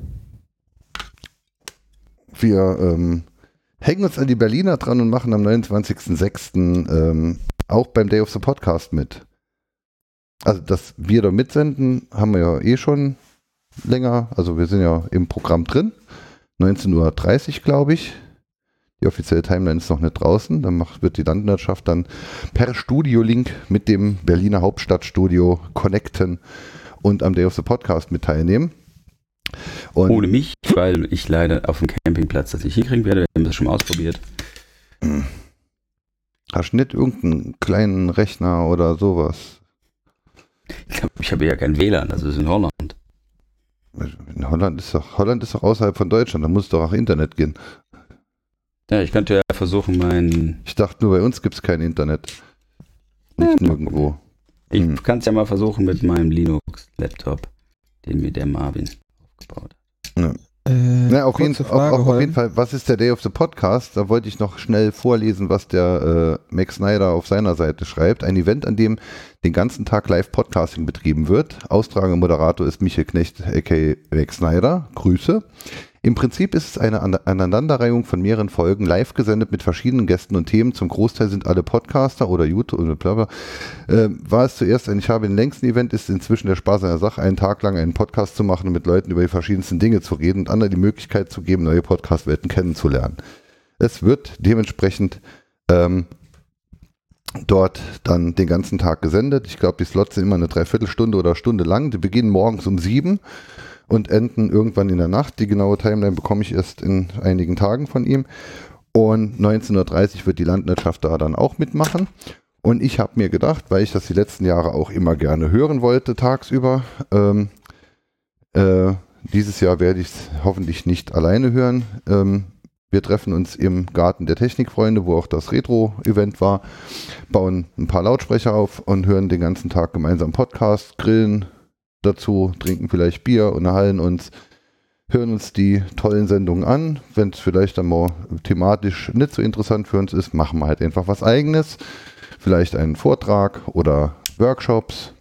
wir ähm, hängen uns an die Berliner dran und machen am neunundzwanzigsten sechsten Ähm, auch beim Day of the Podcast mit. Also, dass wir da mitsenden, haben wir ja eh schon länger. Also, wir sind ja im Programm drin. neunzehn Uhr dreißig, glaube ich. Die offizielle Timeline ist noch nicht draußen. Dann macht, wird die Landwirtschaft dann per Studio-Link mit dem Berliner Hauptstadtstudio connecten und am Day of the Podcast mit teilnehmen. Und Ohne mich, weil ich leider auf dem Campingplatz das nicht hinkriegen werde. Wir haben das schon mal ausprobiert. hast du nicht irgendeinen kleinen Rechner oder sowas? Ich glaube, ich habe ja kein W L A N, das ist in Holland. In Holland ist doch, Holland ist doch außerhalb von Deutschland, da muss es doch auch Internet gehen. Ja, ich könnte ja versuchen, mein... Ich dachte, nur bei uns gibt es kein Internet. Nicht Ja, nirgendwo. Ich Hm. kann es ja mal versuchen mit meinem Linux-Laptop, den mir der Marvin aufgebaut hat. Äh, Na, auf, jeden, kurze auf, Frage, auf, auf Holm. jeden Fall, was ist der Day of the Podcast? Da wollte ich noch schnell vorlesen, was der äh, Max Snyder auf seiner Seite schreibt. Ein Event, an dem den ganzen Tag Live-Podcasting betrieben wird. Austragender Moderator ist Michael Knecht, aka Max Snyder. Grüße. Im Prinzip ist es eine An- Aneinanderreihung von mehreren Folgen, live gesendet mit verschiedenen Gästen und Themen. Zum Großteil sind alle Podcaster oder YouTube oder bla bla. Äh, war es zuerst ein, ich habe den längsten Event, ist inzwischen der Spaß einer Sache, einen Tag lang einen Podcast zu machen und mit Leuten über die verschiedensten Dinge zu reden und anderen die Möglichkeit zu geben, neue Podcast-Welten kennenzulernen. Es wird dementsprechend ähm, dort dann den ganzen Tag gesendet. Ich glaube, die Slots sind immer eine Dreiviertelstunde oder Stunde lang. Die beginnen morgens um sieben und enden irgendwann in der Nacht. Die genaue Timeline bekomme ich erst in einigen Tagen von ihm. Und neunzehn Uhr dreißig wird die Landwirtschaft da dann auch mitmachen. Und ich habe mir gedacht, weil ich das die letzten Jahre auch immer gerne hören wollte, tagsüber, ähm, äh, dieses Jahr werde ich es hoffentlich nicht alleine hören. Ähm, wir treffen uns im Garten der Technikfreunde, wo auch das Retro-Event war, bauen ein paar Lautsprecher auf und hören den ganzen Tag gemeinsam Podcast, grillen dazu, trinken vielleicht Bier, unterhalten uns, hören uns die tollen Sendungen an. Wenn es vielleicht dann mal thematisch nicht so interessant für uns ist, machen wir halt einfach was Eigenes. Vielleicht einen Vortrag oder Workshops.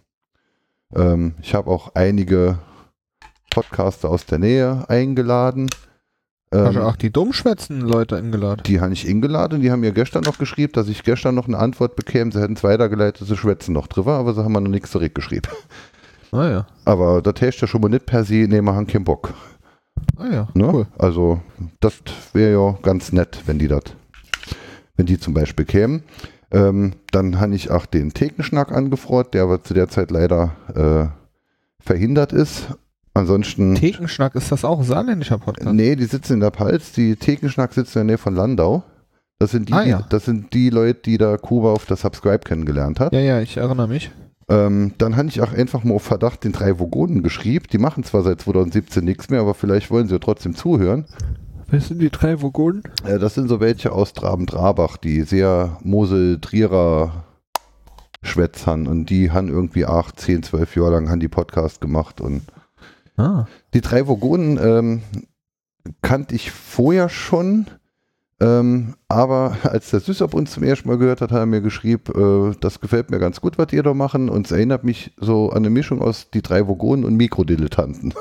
Ähm, ich habe auch einige Podcaster aus der Nähe eingeladen. Ähm, Hast du auch die dummschwätzen Leute eingeladen? die habe ich eingeladen, die haben mir gestern noch geschrieben, dass ich gestern noch eine Antwort bekäme. Sie hätten es weitergeleitet, sie schwätzen noch drüber, aber sie haben mir noch nichts zurückgeschrieben. Ah ja. Aber das heißt ja schon mal nicht per se, nee, wir haben keinen Bock. Ah ja, Ne? cool. Also das wäre ja ganz nett, wenn die das, wenn die zum Beispiel kämen. Ähm, dann habe ich auch den Thekenschnack angefragt, der aber zu der Zeit leider äh, verhindert ist. Ansonsten... Thekenschnack, ist das auch ein saarländischer Podcast? Nee, die sitzen in der Pfalz. Die Thekenschnack sitzen in der Nähe von Landau. Das sind die, Ah, ja. die, das sind die Leute, die da Kuba auf der Subscribe kennengelernt hat. Ja, ja, ich erinnere mich. Ähm, dann habe ich auch einfach mal auf Verdacht den drei Vogonen geschrieben. Die machen zwar seit zwanzig siebzehn nichts mehr, aber vielleicht wollen sie ja trotzdem zuhören. Wer sind die drei Vogonen? Äh, das sind so welche aus Traben-Trabach, die sehr Mosel-Trierer schwätzern und die haben irgendwie acht, zehn, zwölf Jahre lang haben die Podcast gemacht und Ah. die drei Vogonen ähm, kannte ich vorher schon, ähm, aber als der Süßop uns zum ersten Mal gehört hat, hat er mir geschrieben, äh, das gefällt mir ganz gut, was ihr da machen und es erinnert mich so an eine Mischung aus die drei Vogonen und Mikrodilettanten.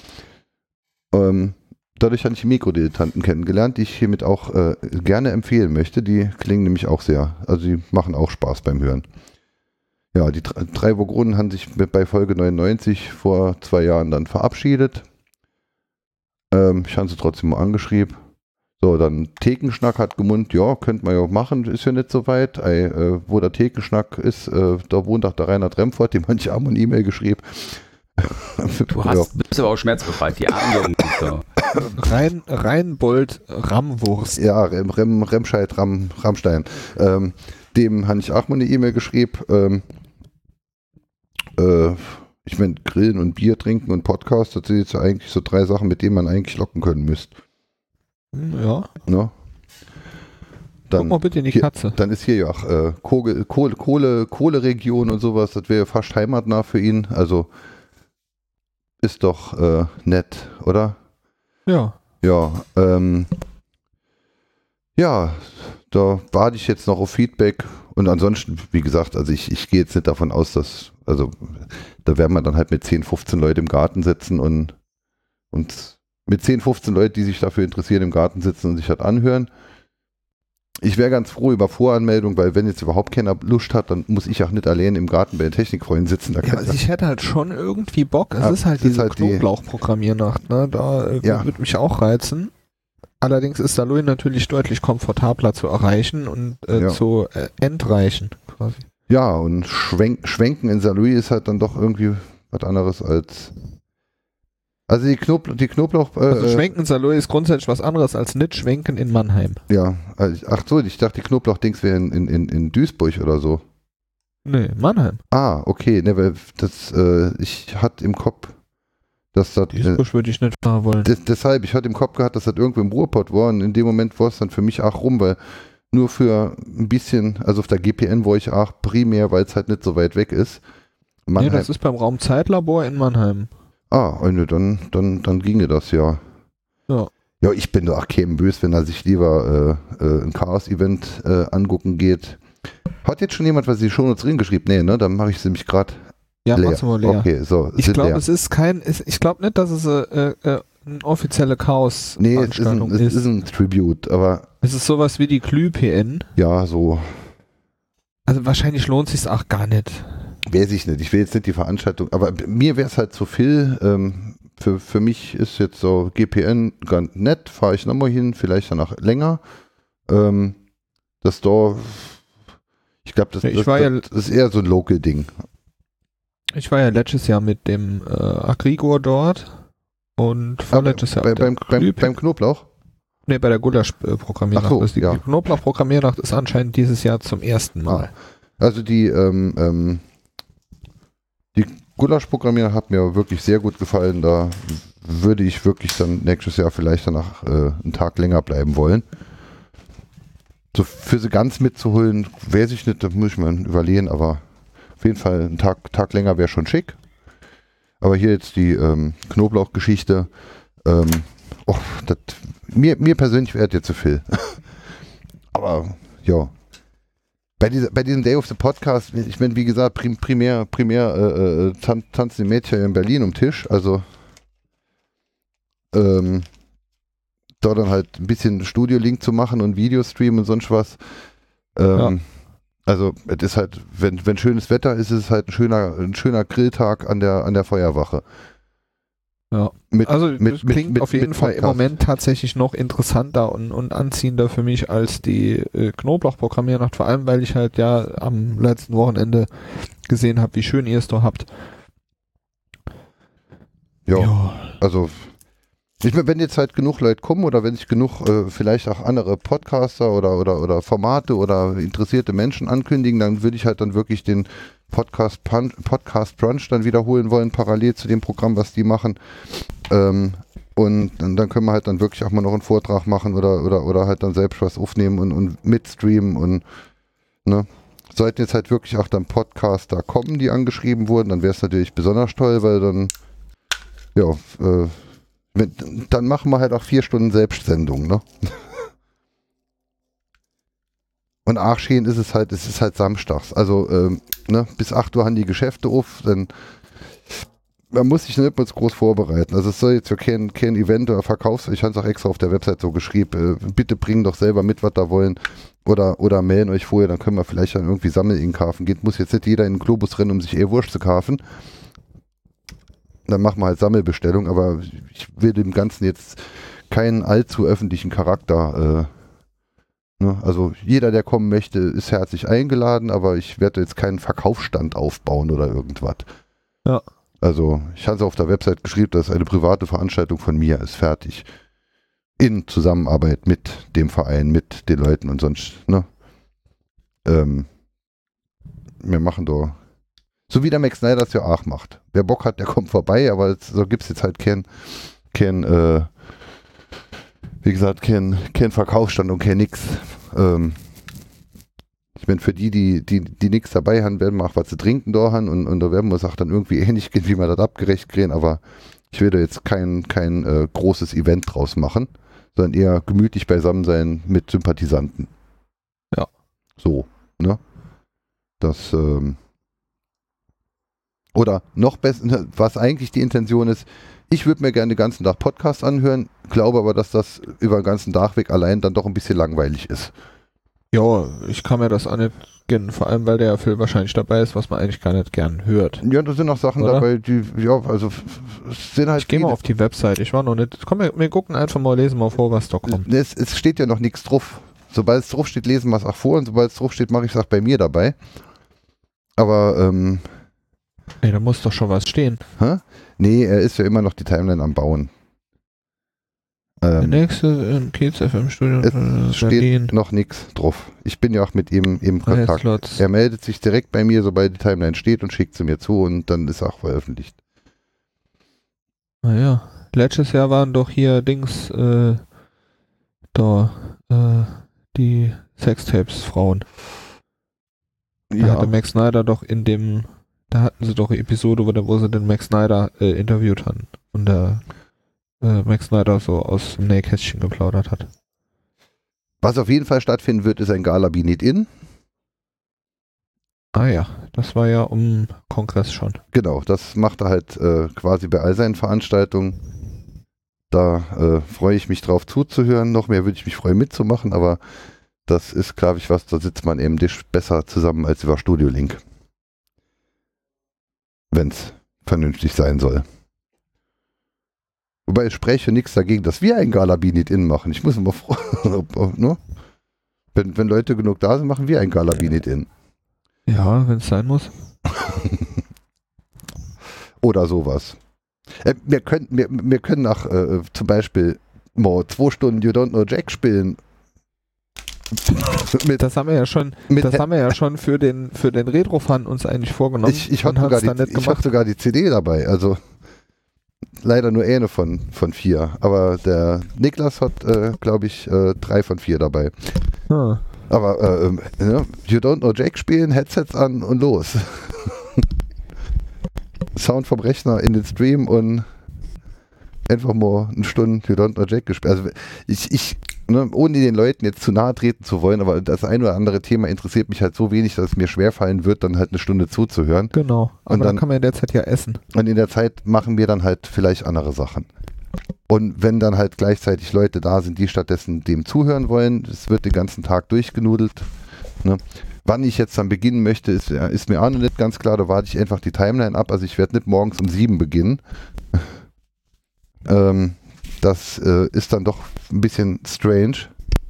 ähm, dadurch habe ich die Mikrodilettanten kennengelernt, die ich hiermit auch äh, gerne empfehlen möchte. Die klingen nämlich auch sehr, also die machen auch Spaß beim Hören. Ja, die drei, drei Vogonen haben sich bei Folge neunundneunzig vor zwei Jahren dann verabschiedet. Ähm, ich habe sie trotzdem mal angeschrieben. So, dann Thekenschnack hat gemeint, ja, könnte man ja auch machen, ist ja nicht so weit. Ei, äh, wo der Thekenschnack ist, äh, da wohnt auch der Rainer Dremfort, dem manche haben eine E-Mail geschrieben. Du hast, bist aber auch schmerzbefreit, die armen Jungen. So. Rein, Reinbold Ramwurst. Ja, Rem, Rem, Remscheid, Ram, Rammstein. Ähm, dem habe ich auch mal eine E-Mail geschrieben. Ähm, äh, ich meine, Grillen und Bier trinken und Podcast, das sind jetzt eigentlich so drei Sachen, mit denen man eigentlich locken können müsste. Ja. Ne? Guck Dann, mal bitte in die hier, Katze. dann ist hier ja auch äh, Kohle, Kohle, Kohle, Kohleregion und sowas, das wäre fast heimatnah für ihn. Also ist doch äh, nett, oder? Ja. Ja, ähm, ja, da warte ich jetzt noch auf Feedback und ansonsten, wie gesagt, also ich, ich gehe jetzt nicht davon aus, dass, also da werden wir dann halt mit zehn, fünfzehn Leuten im Garten sitzen und, und mit zehn, fünfzehn Leuten, die sich dafür interessieren, im Garten sitzen und sich das anhören. Ich wäre ganz froh über Voranmeldung, weil wenn jetzt überhaupt keiner Lust hat, dann muss ich auch nicht allein im Garten bei den Technikfreunden sitzen. Da Ja, kann also ich hätte halt schon irgendwie Bock. Es Ja, ist halt es ist diese halt die- Knoblauch-Programmiernacht, ne? Da äh, Ja. würde mich auch reizen. Allerdings ist Saloy natürlich deutlich komfortabler zu erreichen und äh, Ja. zu äh, entreichen, quasi. Ja, und Schwenk, Schwenken in Saarlouis ist halt dann doch irgendwie was anderes als. Also die, Knob die Knoblauch. Äh, Also Schwenken in Saloy ist grundsätzlich was anderes als nicht Schwenken in Mannheim. Ja, also, ach so, ich dachte, die Knoblauch-Dings wären in, in, in Duisburg oder so. Nee, Mannheim. Ah, okay, ne, weil das, äh, ich hatte im Kopf, Dass das, Duisburg würde ich nicht fahren wollen. des, deshalb, ich hatte im Kopf gehabt, dass das irgendwo im Ruhrpott war und in dem Moment war es dann für mich auch rum, weil nur für ein bisschen, also auf der G P N war ich auch primär, weil es halt nicht so weit weg ist. Nee, das ist beim Raumzeitlabor in Mannheim. Ah, und dann, dann, dann ginge das ja. Ja. Ja, ich bin doch auch kein böse, wenn er sich lieber äh, äh, ein Chaos-Event äh, angucken geht. Hat jetzt schon jemand was in die Shownotes drin geschrieben? Nee, ne? Dann mache ich sie nämlich gerade Ja, leer. machst du mal leer. Okay, so. Ich glaube, es ist kein, es, ich glaube nicht, dass es äh, äh, eine offizielle Nee, es ist, Chaos-Veranstaltung ein, es ist. ist ein Tribute, aber Es ist sowas wie die Glüh-P N. ja, so. Also wahrscheinlich lohnt sich's auch gar nicht. Weiß ich nicht. Ich will jetzt nicht die Veranstaltung, aber mir wäre es halt zu viel. Ähm, für, für mich ist jetzt so G P N ganz nett, fahre ich nochmal hin, vielleicht danach länger. Ähm, das da, ich glaube, das, Ja, ich das, war das, ja- das ist eher so ein Local-Ding. Ich war ja letztes Jahr mit dem äh, Agrigor dort und vorletztes Jahr bei, auf der beim, beim, Glüh-P N. beim Knoblauch? Nee, bei der Gulasch-Programmiernacht. Ach so, Also die ja. die Knoblauch-Programmiernacht ist anscheinend dieses Jahr zum ersten Mal. Also die, ähm, ähm, die Gulasch-Programmierer hat mir wirklich sehr gut gefallen. Da würde ich wirklich dann nächstes Jahr vielleicht danach äh, einen Tag länger bleiben wollen. So für sie ganz mitzuholen, weiß ich nicht, da muss ich mal überlegen, aber auf jeden Fall ein Tag, Tag länger wäre schon schick. Aber hier jetzt die ähm, Knoblauch-Geschichte, ähm, oh, das, mir, mir persönlich wäre das jetzt zu viel. Aber ja. Bei, dieser, bei diesem Day of the Podcast, ich meine, wie gesagt, prim, primär, primär äh, äh, tan tanzen die Mädchen in Berlin um Tisch, also ähm, da dann halt ein bisschen Studio-Link zu machen und Videostream und sonst was. Ähm, Ja. Also es ist halt, wenn, wenn schönes Wetter ist, ist es halt ein schöner, ein schöner Grilltag an der, an der Feuerwache. Ja. Mit, Also mit, das klingt mit, auf jeden mit Fall im Podcast. Moment tatsächlich noch interessanter und, und anziehender für mich als die äh, Knoblauch-Programmiernacht, vor allem weil ich halt ja am letzten Wochenende gesehen habe, wie schön ihr es da habt. Ja, also ich meine, wenn jetzt halt genug Leute kommen oder wenn sich genug äh, vielleicht auch andere Podcaster oder, oder, oder Formate oder interessierte Menschen ankündigen, dann würde ich halt dann wirklich den Podcast, Punch, Podcast Brunch dann wiederholen wollen, parallel zu dem Programm, was die machen. Ähm, und dann, dann können wir halt dann wirklich auch mal noch einen Vortrag machen oder, oder, oder halt dann selbst was aufnehmen und, und mitstreamen und ne. Sollten jetzt halt wirklich auch dann Podcaster kommen, die angeschrieben wurden, dann wäre es natürlich besonders toll, weil dann ja, äh, wenn, dann machen wir halt auch vier Stunden Selbstsendung, ne? Und Arschchen ist es halt, es ist halt samstags. Also, ähm, ne, bis acht Uhr haben die Geschäfte auf, dann man muss sich nicht mehr groß vorbereiten. Also es soll jetzt für kein, kein Event oder Verkaufs, ich habe es auch extra auf der Website so geschrieben, äh, bitte bringen doch selber mit, was da wollen. Oder, oder melden euch vorher, dann können wir vielleicht dann irgendwie Sammel-In kaufen. Geht, muss jetzt nicht jeder in den Globus rennen, um sich eher Wurst zu kaufen. Dann machen wir halt Sammelbestellung, aber ich will dem Ganzen jetzt keinen allzu öffentlichen Charakter. Äh, ne? Also jeder, der kommen möchte, ist herzlich eingeladen, aber ich werde jetzt keinen Verkaufsstand aufbauen oder irgendwas. Ja. Also ich habe es auf der Website geschrieben, dass eine private Veranstaltung von mir ist, fertig. In Zusammenarbeit mit dem Verein, mit den Leuten und sonst, ne? Ähm, wir machen da so wie der Max Snyder es ja auch macht. Wer Bock hat, der kommt vorbei, aber jetzt, so gibt es jetzt halt kein, kein äh, wie gesagt, kein, kein Verkaufsstand und kein nix. Ähm, ich meine, für die, die, die, die nichts dabei haben, werden wir auch was zu trinken da haben und, und da werden wir es auch dann irgendwie ähnlich gehen, wie wir das abgerecht kriegen, aber ich will da jetzt kein, kein äh, großes Event draus machen, sondern eher gemütlich beisammen sein mit Sympathisanten. Ja. So, ne? Das, ähm, oder noch besser, was eigentlich die Intention ist, ich würde mir gerne den ganzen Tag Podcast anhören, glaube aber, dass das über den ganzen Tag weg allein dann doch ein bisschen langweilig ist. Ja, ich kann mir das auch nicht gönnen, vor allem weil der ja Phil wahrscheinlich dabei ist, was man eigentlich gar nicht gern hört. Ja, da sind auch Sachen Oder? dabei, die, ja, also es sind halt Ich gehe mal viele- auf die Website, ich war noch nicht, komm, wir, wir gucken einfach mal, lesen mal vor, was da kommt. Es, es steht ja noch nichts drauf. Sobald es drauf steht, lesen wir es auch vor und sobald es drauf steht, mache ich es auch bei mir dabei. Aber, ähm, Ey, da muss doch schon was stehen. hä? Nee, er ist ja immer noch die Timeline am Bauen. Der Ähm, nächste im Kiez F M Studio es äh, steht Berlin. noch nichts drauf. Ich bin ja auch mit ihm im Freie Kontakt. Slots. Er meldet sich direkt bei mir, sobald die Timeline steht und schickt sie mir zu und dann ist auch veröffentlicht. Naja, letztes Jahr waren doch hier Dings, äh, da, äh, die Sextapes-Frauen. Da Ja, hatte Max Snyder doch in dem, da hatten sie doch eine Episode, wo, der, wo sie den Max Snyder äh, interviewt hatten und der äh, Max Snyder so aus dem Nähkästchen geplaudert hat. was auf jeden Fall stattfinden wird, ist ein Gala Be It In. Ah ja, das war ja um Kongress schon. Genau, das macht er halt äh, quasi bei all seinen Veranstaltungen. Da äh, freue ich mich drauf zuzuhören. Noch mehr würde ich mich freuen mitzumachen, aber das ist, glaube ich, was, da sitzt man eben Tisch besser zusammen als über Studio Link. Wenn es vernünftig sein soll. Wobei ich spreche nichts dagegen, dass wir ein Gala Be It In machen. Ich muss immer freuen, ne? wenn, wenn Leute genug da sind, machen wir ein Gala Be It In. Ja, wenn es sein muss. Oder sowas. Äh, wir, können, wir, wir können nach äh, zum Beispiel mal zwei Stunden You Don't Know Jack spielen. mit, Das haben wir ja schon, mit, das haben wir ja schon für den für den Retro-Fun uns eigentlich vorgenommen. ich ich habe und sogar, hat's dann die- nicht ich hab gemacht. sogar die C D dabei. Also leider nur eine von, von vier. Aber der Niklas hat, äh, glaube ich, äh, drei von vier dabei. Ah. Aber äh, ähm, ne? You Don't Know Jack spielen, Headsets an und los. Sound vom Rechner in den Stream und einfach mal eine Stunde You Don't Know Jack gespielt. Also ich, ich ne, ohne den Leuten jetzt zu nahe treten zu wollen, aber das ein oder andere Thema interessiert mich halt so wenig, dass es mir schwerfallen wird, dann halt eine Stunde zuzuhören. Genau. Aber Und dann, dann- kann man ja derzeit ja essen. Und in der Zeit machen wir dann halt vielleicht andere Sachen. Und wenn dann halt gleichzeitig Leute da sind, die stattdessen dem zuhören wollen, es wird den ganzen Tag durchgenudelt. Ne? Wann ich jetzt dann beginnen möchte, ist, ist mir auch noch nicht ganz klar. Da warte ich einfach die Timeline ab. Also ich werde nicht morgens um sieben beginnen. ähm, das äh, ist dann doch ein bisschen strange.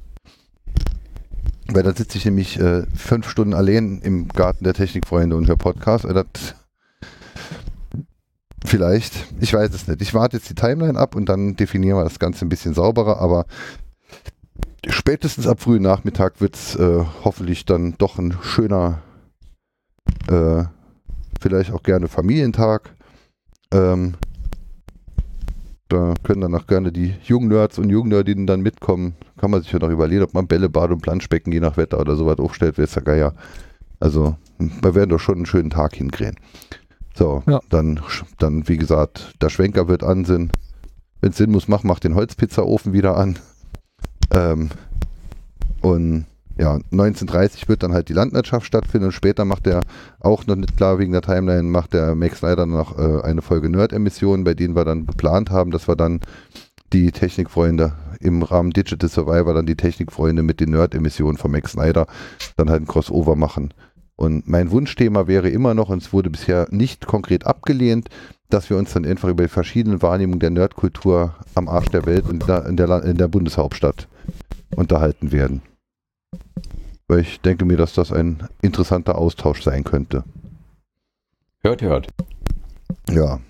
Weil dann sitze ich nämlich äh, fünf Stunden allein im Garten der Technikfreunde und höre Podcast. Äh, das Vielleicht, ich weiß es nicht. Ich warte jetzt die Timeline ab und dann definieren wir das Ganze ein bisschen sauberer, aber spätestens ab frühen Nachmittag wird es äh, hoffentlich dann doch ein schöner, äh, vielleicht auch gerne Familientag. Ähm, da können dann auch gerne die Jungnerds und Jungnerdinnen dann mitkommen. Kann man sich ja noch überlegen, ob man Bälle, Bad und Planschbecken je nach Wetter oder sowas aufstellt, weiß der Geier. Also, wir werden doch schon einen schönen Tag hinkriegen. So, Ja. dann, dann, wie gesagt, der Schwenker wird an sind. Wenn es Sinn muss, mach, mach den Holzpizzaofen wieder an. Ähm, und ja, neunzehn Uhr dreißig wird dann halt die Landwirtschaft stattfinden und später macht der, auch noch nicht klar wegen der Timeline, macht der Max Snyder noch äh, eine Folge Nerd-Emissionen, bei denen wir dann geplant haben, dass wir dann die Technikfreunde im Rahmen Digital Survivor dann die Technikfreunde mit den Nerd-Emissionen von Max Snyder dann halt ein Crossover machen. Und mein Wunschthema wäre immer noch, und es wurde bisher nicht konkret abgelehnt, dass wir uns dann einfach über die verschiedenen Wahrnehmungen der Nerdkultur am Arsch der Welt und in der, in der Bundeshauptstadt unterhalten werden. Weil ich denke mir, dass das ein interessanter Austausch sein könnte. Hört, hört. Ja.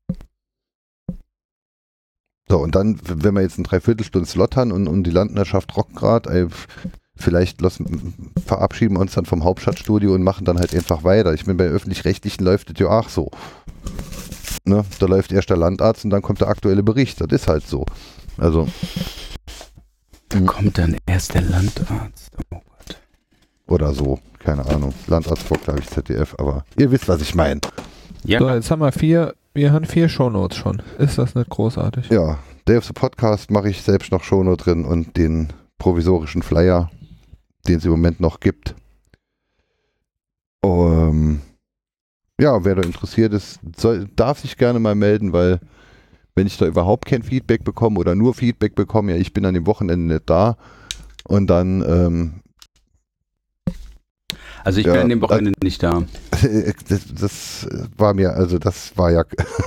So, und dann, wenn wir jetzt einen Dreiviertelstunden Slot haben und, und die Landwirtschaft rockt gerade, vielleicht lassen, verabschieden wir uns dann vom Hauptstadtstudio und machen dann halt einfach weiter. Ich meine, bei Öffentlich-Rechtlichen läuft es ja auch so. Ne? Da läuft erst der Landarzt und dann kommt der aktuelle Bericht. Das ist halt so. Also. Da kommt dann erst der Landarzt. Oh Gott. Oder so. Keine Ahnung. Landarzt vor, glaube ich, Z D F, aber ihr wisst, was ich meine. Ja, So, jetzt haben wir vier, wir haben vier Shownotes schon. Ist das nicht großartig? Ja, Day of the Podcast mache ich selbst noch Shownote drin und den provisorischen Flyer, den es im Moment noch gibt. Um, ja, wer da interessiert ist, soll, darf sich gerne mal melden, weil wenn ich da überhaupt kein Feedback bekomme oder nur Feedback bekomme, ja, ich bin an dem Wochenende nicht da und dann ähm, also ich ja, bin an dem Wochenende nicht da. das, das war mir, also das war ja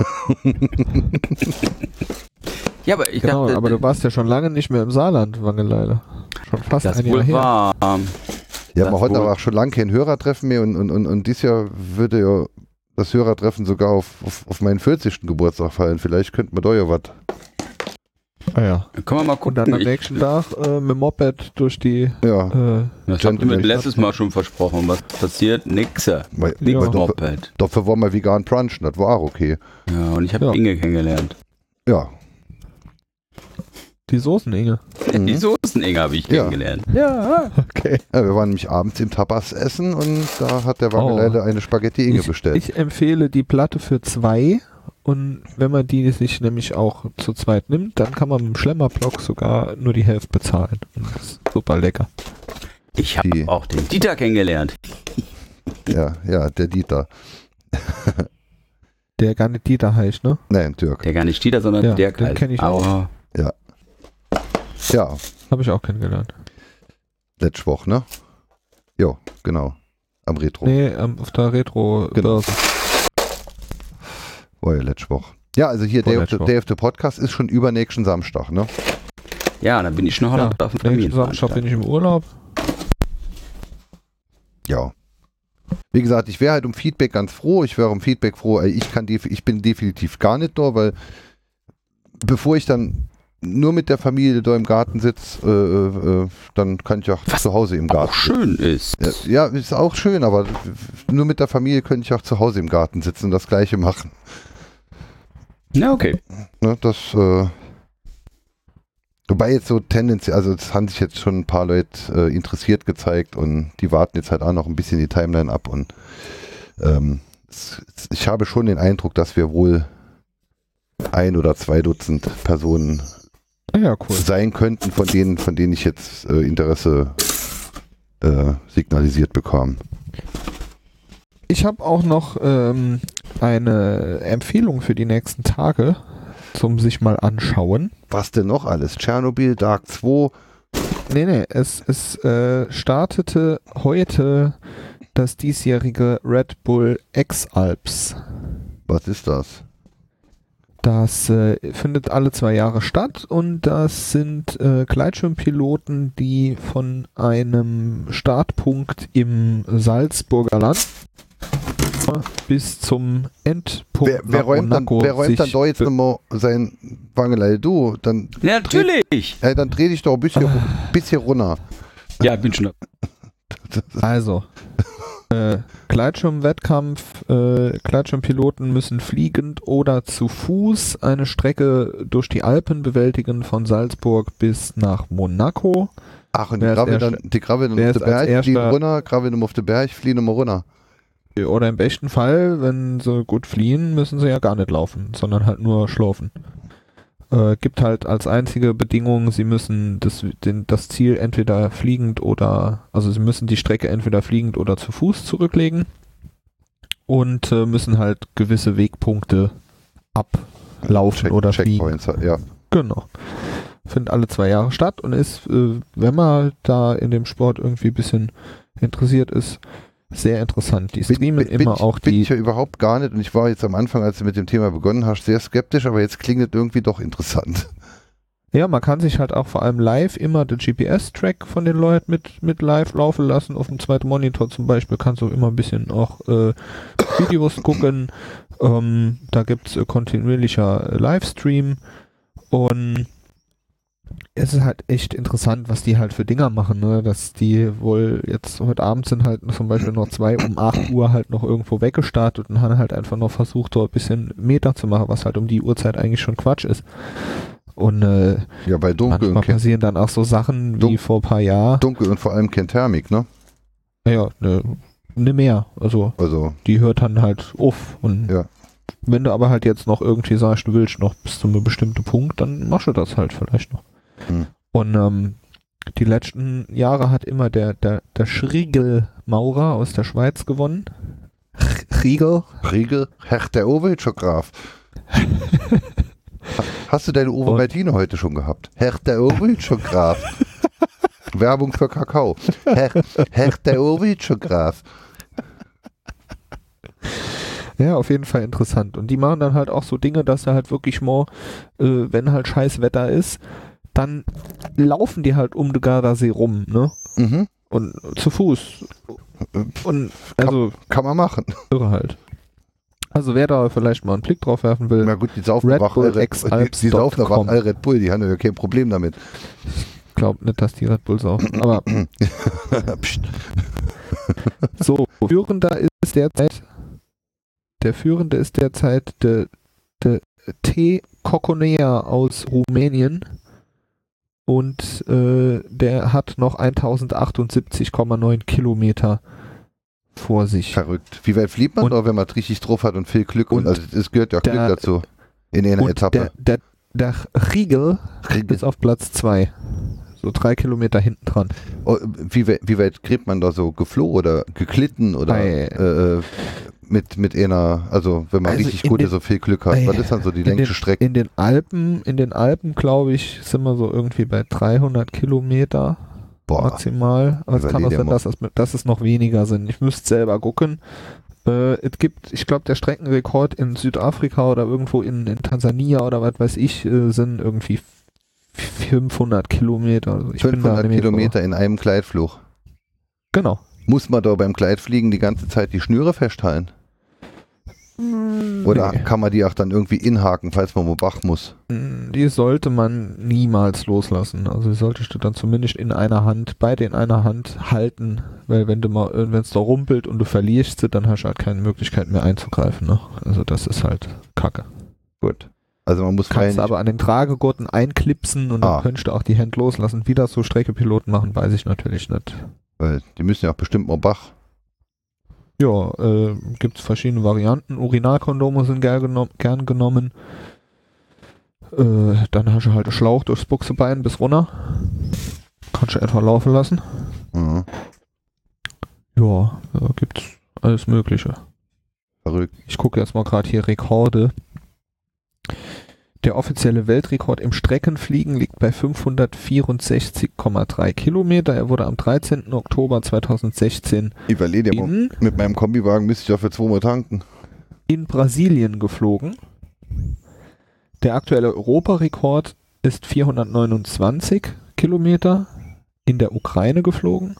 Ja, aber ich Genau, dachte, aber du warst ja schon lange nicht mehr im Saarland, Wangeleile. Schon fast das ein Jahr wohl her. war. Ja, Das man hat wohl. aber auch schon lange kein Hörertreffen mehr und, und, und, und dieses Jahr würde ja das Hörertreffen sogar auf, auf, auf meinen vierzigsten Geburtstag fallen. Vielleicht könnte man da ja was. Ah ja. Können wir mal Und gucken. dann am Ich, nächsten Tag äh, mit dem Moped durch die Ja, äh, das habt ihr mir Gentleman. letztes Mal schon versprochen. Was passiert? Nixe. weil, Ja. weil Nix doch, Moped. dafür wollen wir vegan brunchen, das war auch okay. Ja, und ich habe Ja. Inge kennengelernt. Ja. Die Soßen-Inge. Mhm. Die Soßen-Inge habe ich Ja. kennengelernt. Ja, okay. Ja, wir waren nämlich abends im Tapas essen und da hat der Wange Oh. leider eine Spaghetti Inge Ich, bestellt. ich empfehle die Platte für zwei und wenn man die sich nämlich auch zu zweit nimmt, dann kann man mit dem Schlemmerblock sogar nur die Hälfte bezahlen. Und das ist super lecker. Ich habe Die- auch den Dieter kennengelernt. Ja, ja, der Dieter. Der gar nicht Dieter heißt, ne? Nein, Türk. Der gar nicht Dieter, sondern Ja, der den halt. kenn ich Aber Ja, Habe ich auch kennengelernt. letzte Woche, ne? Jo, genau. Am Retro. Nee, ähm, auf der Retro-Börse. War ja letzte Woche. Ja, also hier Day of, the, Vorletzte Woche. Day of the Podcast ist schon übernächsten Samstag, ne? ja, dann bin ich noch Ja, auf dem nächsten Familienveranstaltung. Samstag bin ich im Urlaub. Ja. Wie gesagt, ich wäre halt um Feedback ganz froh. Ich wäre um Feedback froh. Ich kann def- ich bin definitiv gar nicht da, weil bevor ich dann nur mit der Familie da im Garten sitze, äh, äh, dann kann ich auch Was zu Hause im Garten Auch schön ist. sitzen. Ja, ist auch schön, aber nur mit der Familie könnte ich auch zu Hause im Garten sitzen und das Gleiche machen. Ja, okay. Ne, das, äh, wobei jetzt so tendenziell, also es haben sich jetzt schon ein paar Leute äh, interessiert gezeigt und die warten jetzt halt auch noch ein bisschen die Timeline ab und ähm, es, es, ich habe schon den Eindruck, dass wir wohl ein oder zwei Dutzend Personen Ah ja, cool. sein könnten, von denen, von denen ich jetzt äh, Interesse äh, signalisiert bekam. Ich habe auch noch ähm, eine Empfehlung für die nächsten Tage zum sich mal anschauen. Was denn noch alles? Tschernobyl, Dark zwei, Nee, nee, es, es äh, startete heute das diesjährige Red Bull X-Alps. was ist das? Das äh, findet alle zwei Jahre statt und das sind äh, Gleitschirmpiloten, die von einem Startpunkt im Salzburger Land bis zum Endpunkt Wer, wer nach räumt dann, Monaco wer räumt dann sich da jetzt be- nochmal sein Wangelei? Du, dann Ja, natürlich. Ey, dann dreh dich doch ein bisschen, bisschen runter. Ja, bin schon. Also, äh, Gleitschirmwettkampf, äh, Gleitschirmpiloten müssen fliegend oder zu Fuß eine Strecke durch die Alpen bewältigen von Salzburg bis nach Monaco. Ach, und die Wer ist graben erst- dann, die graben wer dann auf ist den als Berg, fliehen erster- runter, graben auf den Berg, fliehen nochmal runter. Oder im besten Fall, wenn sie gut fliehen, müssen sie ja gar nicht laufen, sondern halt nur schlafen. Äh, gibt halt als einzige Bedingung, sie müssen das, den, das Ziel entweder fliegend oder, also sie müssen die Strecke entweder fliegend oder zu Fuß zurücklegen und äh, müssen halt gewisse Wegpunkte ablaufen Check- oder fliegen. Checkpoints, ja. Genau. Findet alle zwei Jahre statt und ist, äh, wenn man da in dem Sport irgendwie ein bisschen interessiert ist, sehr interessant. Die streamen bin, bin immer ich, auch bin die... ich ja überhaupt gar nicht und ich war jetzt am Anfang, als du mit dem Thema begonnen hast, sehr skeptisch, aber jetzt klingt es irgendwie doch interessant. Ja, man kann sich halt auch vor allem live immer den G P S-Track von den Leuten mit, mit live laufen lassen. Auf dem zweiten Monitor zum Beispiel kannst du immer ein bisschen auch äh, Videos gucken. Ähm, da gibt es äh, kontinuierlicher Livestream und es ist halt echt interessant, was die halt für Dinger machen, ne? Dass die wohl jetzt heute Abend sind halt zum Beispiel noch zwei um acht Uhr halt noch irgendwo weggestartet und haben halt einfach noch versucht, dort ein bisschen Meter zu machen, was halt um die Uhrzeit eigentlich schon Quatsch ist. Und äh, Ja, bei dunkel manchmal und, kein, passieren dann auch so Sachen wie Dun- vor ein paar Jahren. dunkel und vor allem kein Thermik, ne? Ja, ne, ne mehr. Also Also, die hört dann halt auf. Und Ja. wenn du aber halt jetzt noch irgendwie sagst, du willst noch bis zu einem bestimmten Punkt, dann machst du das halt vielleicht noch. Hm. Und ähm, die letzten Jahre hat immer der, der, der Schriegel Maurer aus der Schweiz gewonnen. Schriegel. Riegel, Herr der Ovelchograf. Hast du deine Uwe Und- Bettine heute schon gehabt? Herr der Ovelchograf. Werbung für Kakao. Herr, Herr der Ovelchograf. Ja, auf jeden Fall interessant. Und die machen dann halt auch so Dinge, dass er halt wirklich mal, äh, wenn halt scheiß Wetter ist, dann laufen die halt um den Gardasee rum, ne? Mhm. Und zu Fuß. Und also Kann man machen. irre halt. Also wer da vielleicht mal einen Blick drauf werfen will, Na gut, die saufen Red aber auch Bull alle, X die, Alps die saufen aber auch Punkt com. alle Red Bull, die haben ja kein Problem damit. glaubt nicht, dass die Red Bull saufen. Aber Psst. so, führender ist derzeit, der führende ist derzeit der, der T. Coconea aus Rumänien und äh, der hat noch eintausendachtundsiebenzig Komma neun Kilometer vor sich. Verrückt. Wie weit fliegt man Und- da, wenn man richtig drauf hat und viel Glück? Und, und also es gehört ja Glück der- dazu. In einer Und Etappe. der, der, der Riegel ist auf Platz zwei. So drei Kilometer hinten dran. Oh, wie, we- wie weit kriegt man da so geflogen oder geklitten oder Ei. äh, mit, mit einer, also wenn man Also richtig in gut den- ist, so viel Glück hat. Ei. Was ist dann so die In den, längste Strecke? in den Alpen, in den Alpen, glaube ich, sind wir so irgendwie bei dreihundert Kilometer Boah, maximal. Aber es kann auch überleg dir sein, mal. dass es, dass es noch weniger sind. Ich müsste selber gucken. Äh, es gibt, ich glaube, der Streckenrekord in Südafrika oder irgendwo in, in Tansania oder was weiß ich, äh, sind irgendwie f- fünfhundert Kilometer. Also ich bin da fünfhundert nämlich Kilometer in einem Gleitflug. So, genau. Muss man da beim Gleitfliegen die ganze Zeit die Schnüre festhalten? Oder Nee. kann man die auch dann irgendwie inhaken, falls man mal Bach muss? Die sollte man niemals loslassen. Also die solltest du dann zumindest in einer Hand, beide in einer Hand halten, weil wenn du mal, wenn es da rumpelt und du verlierst sie, dann hast du halt keine Möglichkeit mehr einzugreifen. Ne? Also das ist halt Kacke. Gut. Also man muss Kannst kein, du aber an den Tragegurten einklipsen und Ah. dann könntest du auch die Hände loslassen. Wie das so Streckepiloten machen, weiß ich natürlich nicht. weil die müssen ja auch bestimmt mal Bach. Ja, äh, gibt es verschiedene Varianten. Urinalkondome sind gern, genom gern genommen. Äh, dann hast du halt einen Schlauch durchs Buchsebein bis runter. Kannst du einfach laufen lassen. Mhm. Ja, da gibt's alles Mögliche. Verrückt. Ich gucke jetzt mal gerade hier Rekorde. Der offizielle Weltrekord im Streckenfliegen liegt bei fünfhundertvierundsechzig Komma drei Kilometer. Er wurde am dreizehnten Oktober zweitausendsechzehn Ich überlege dir mal, in, mit meinem Kombiwagen müsste ich dafür zweimal tanken. in Brasilien geflogen. Der aktuelle Europarekord ist vierhundertneunundzwanzig Kilometer in der Ukraine geflogen.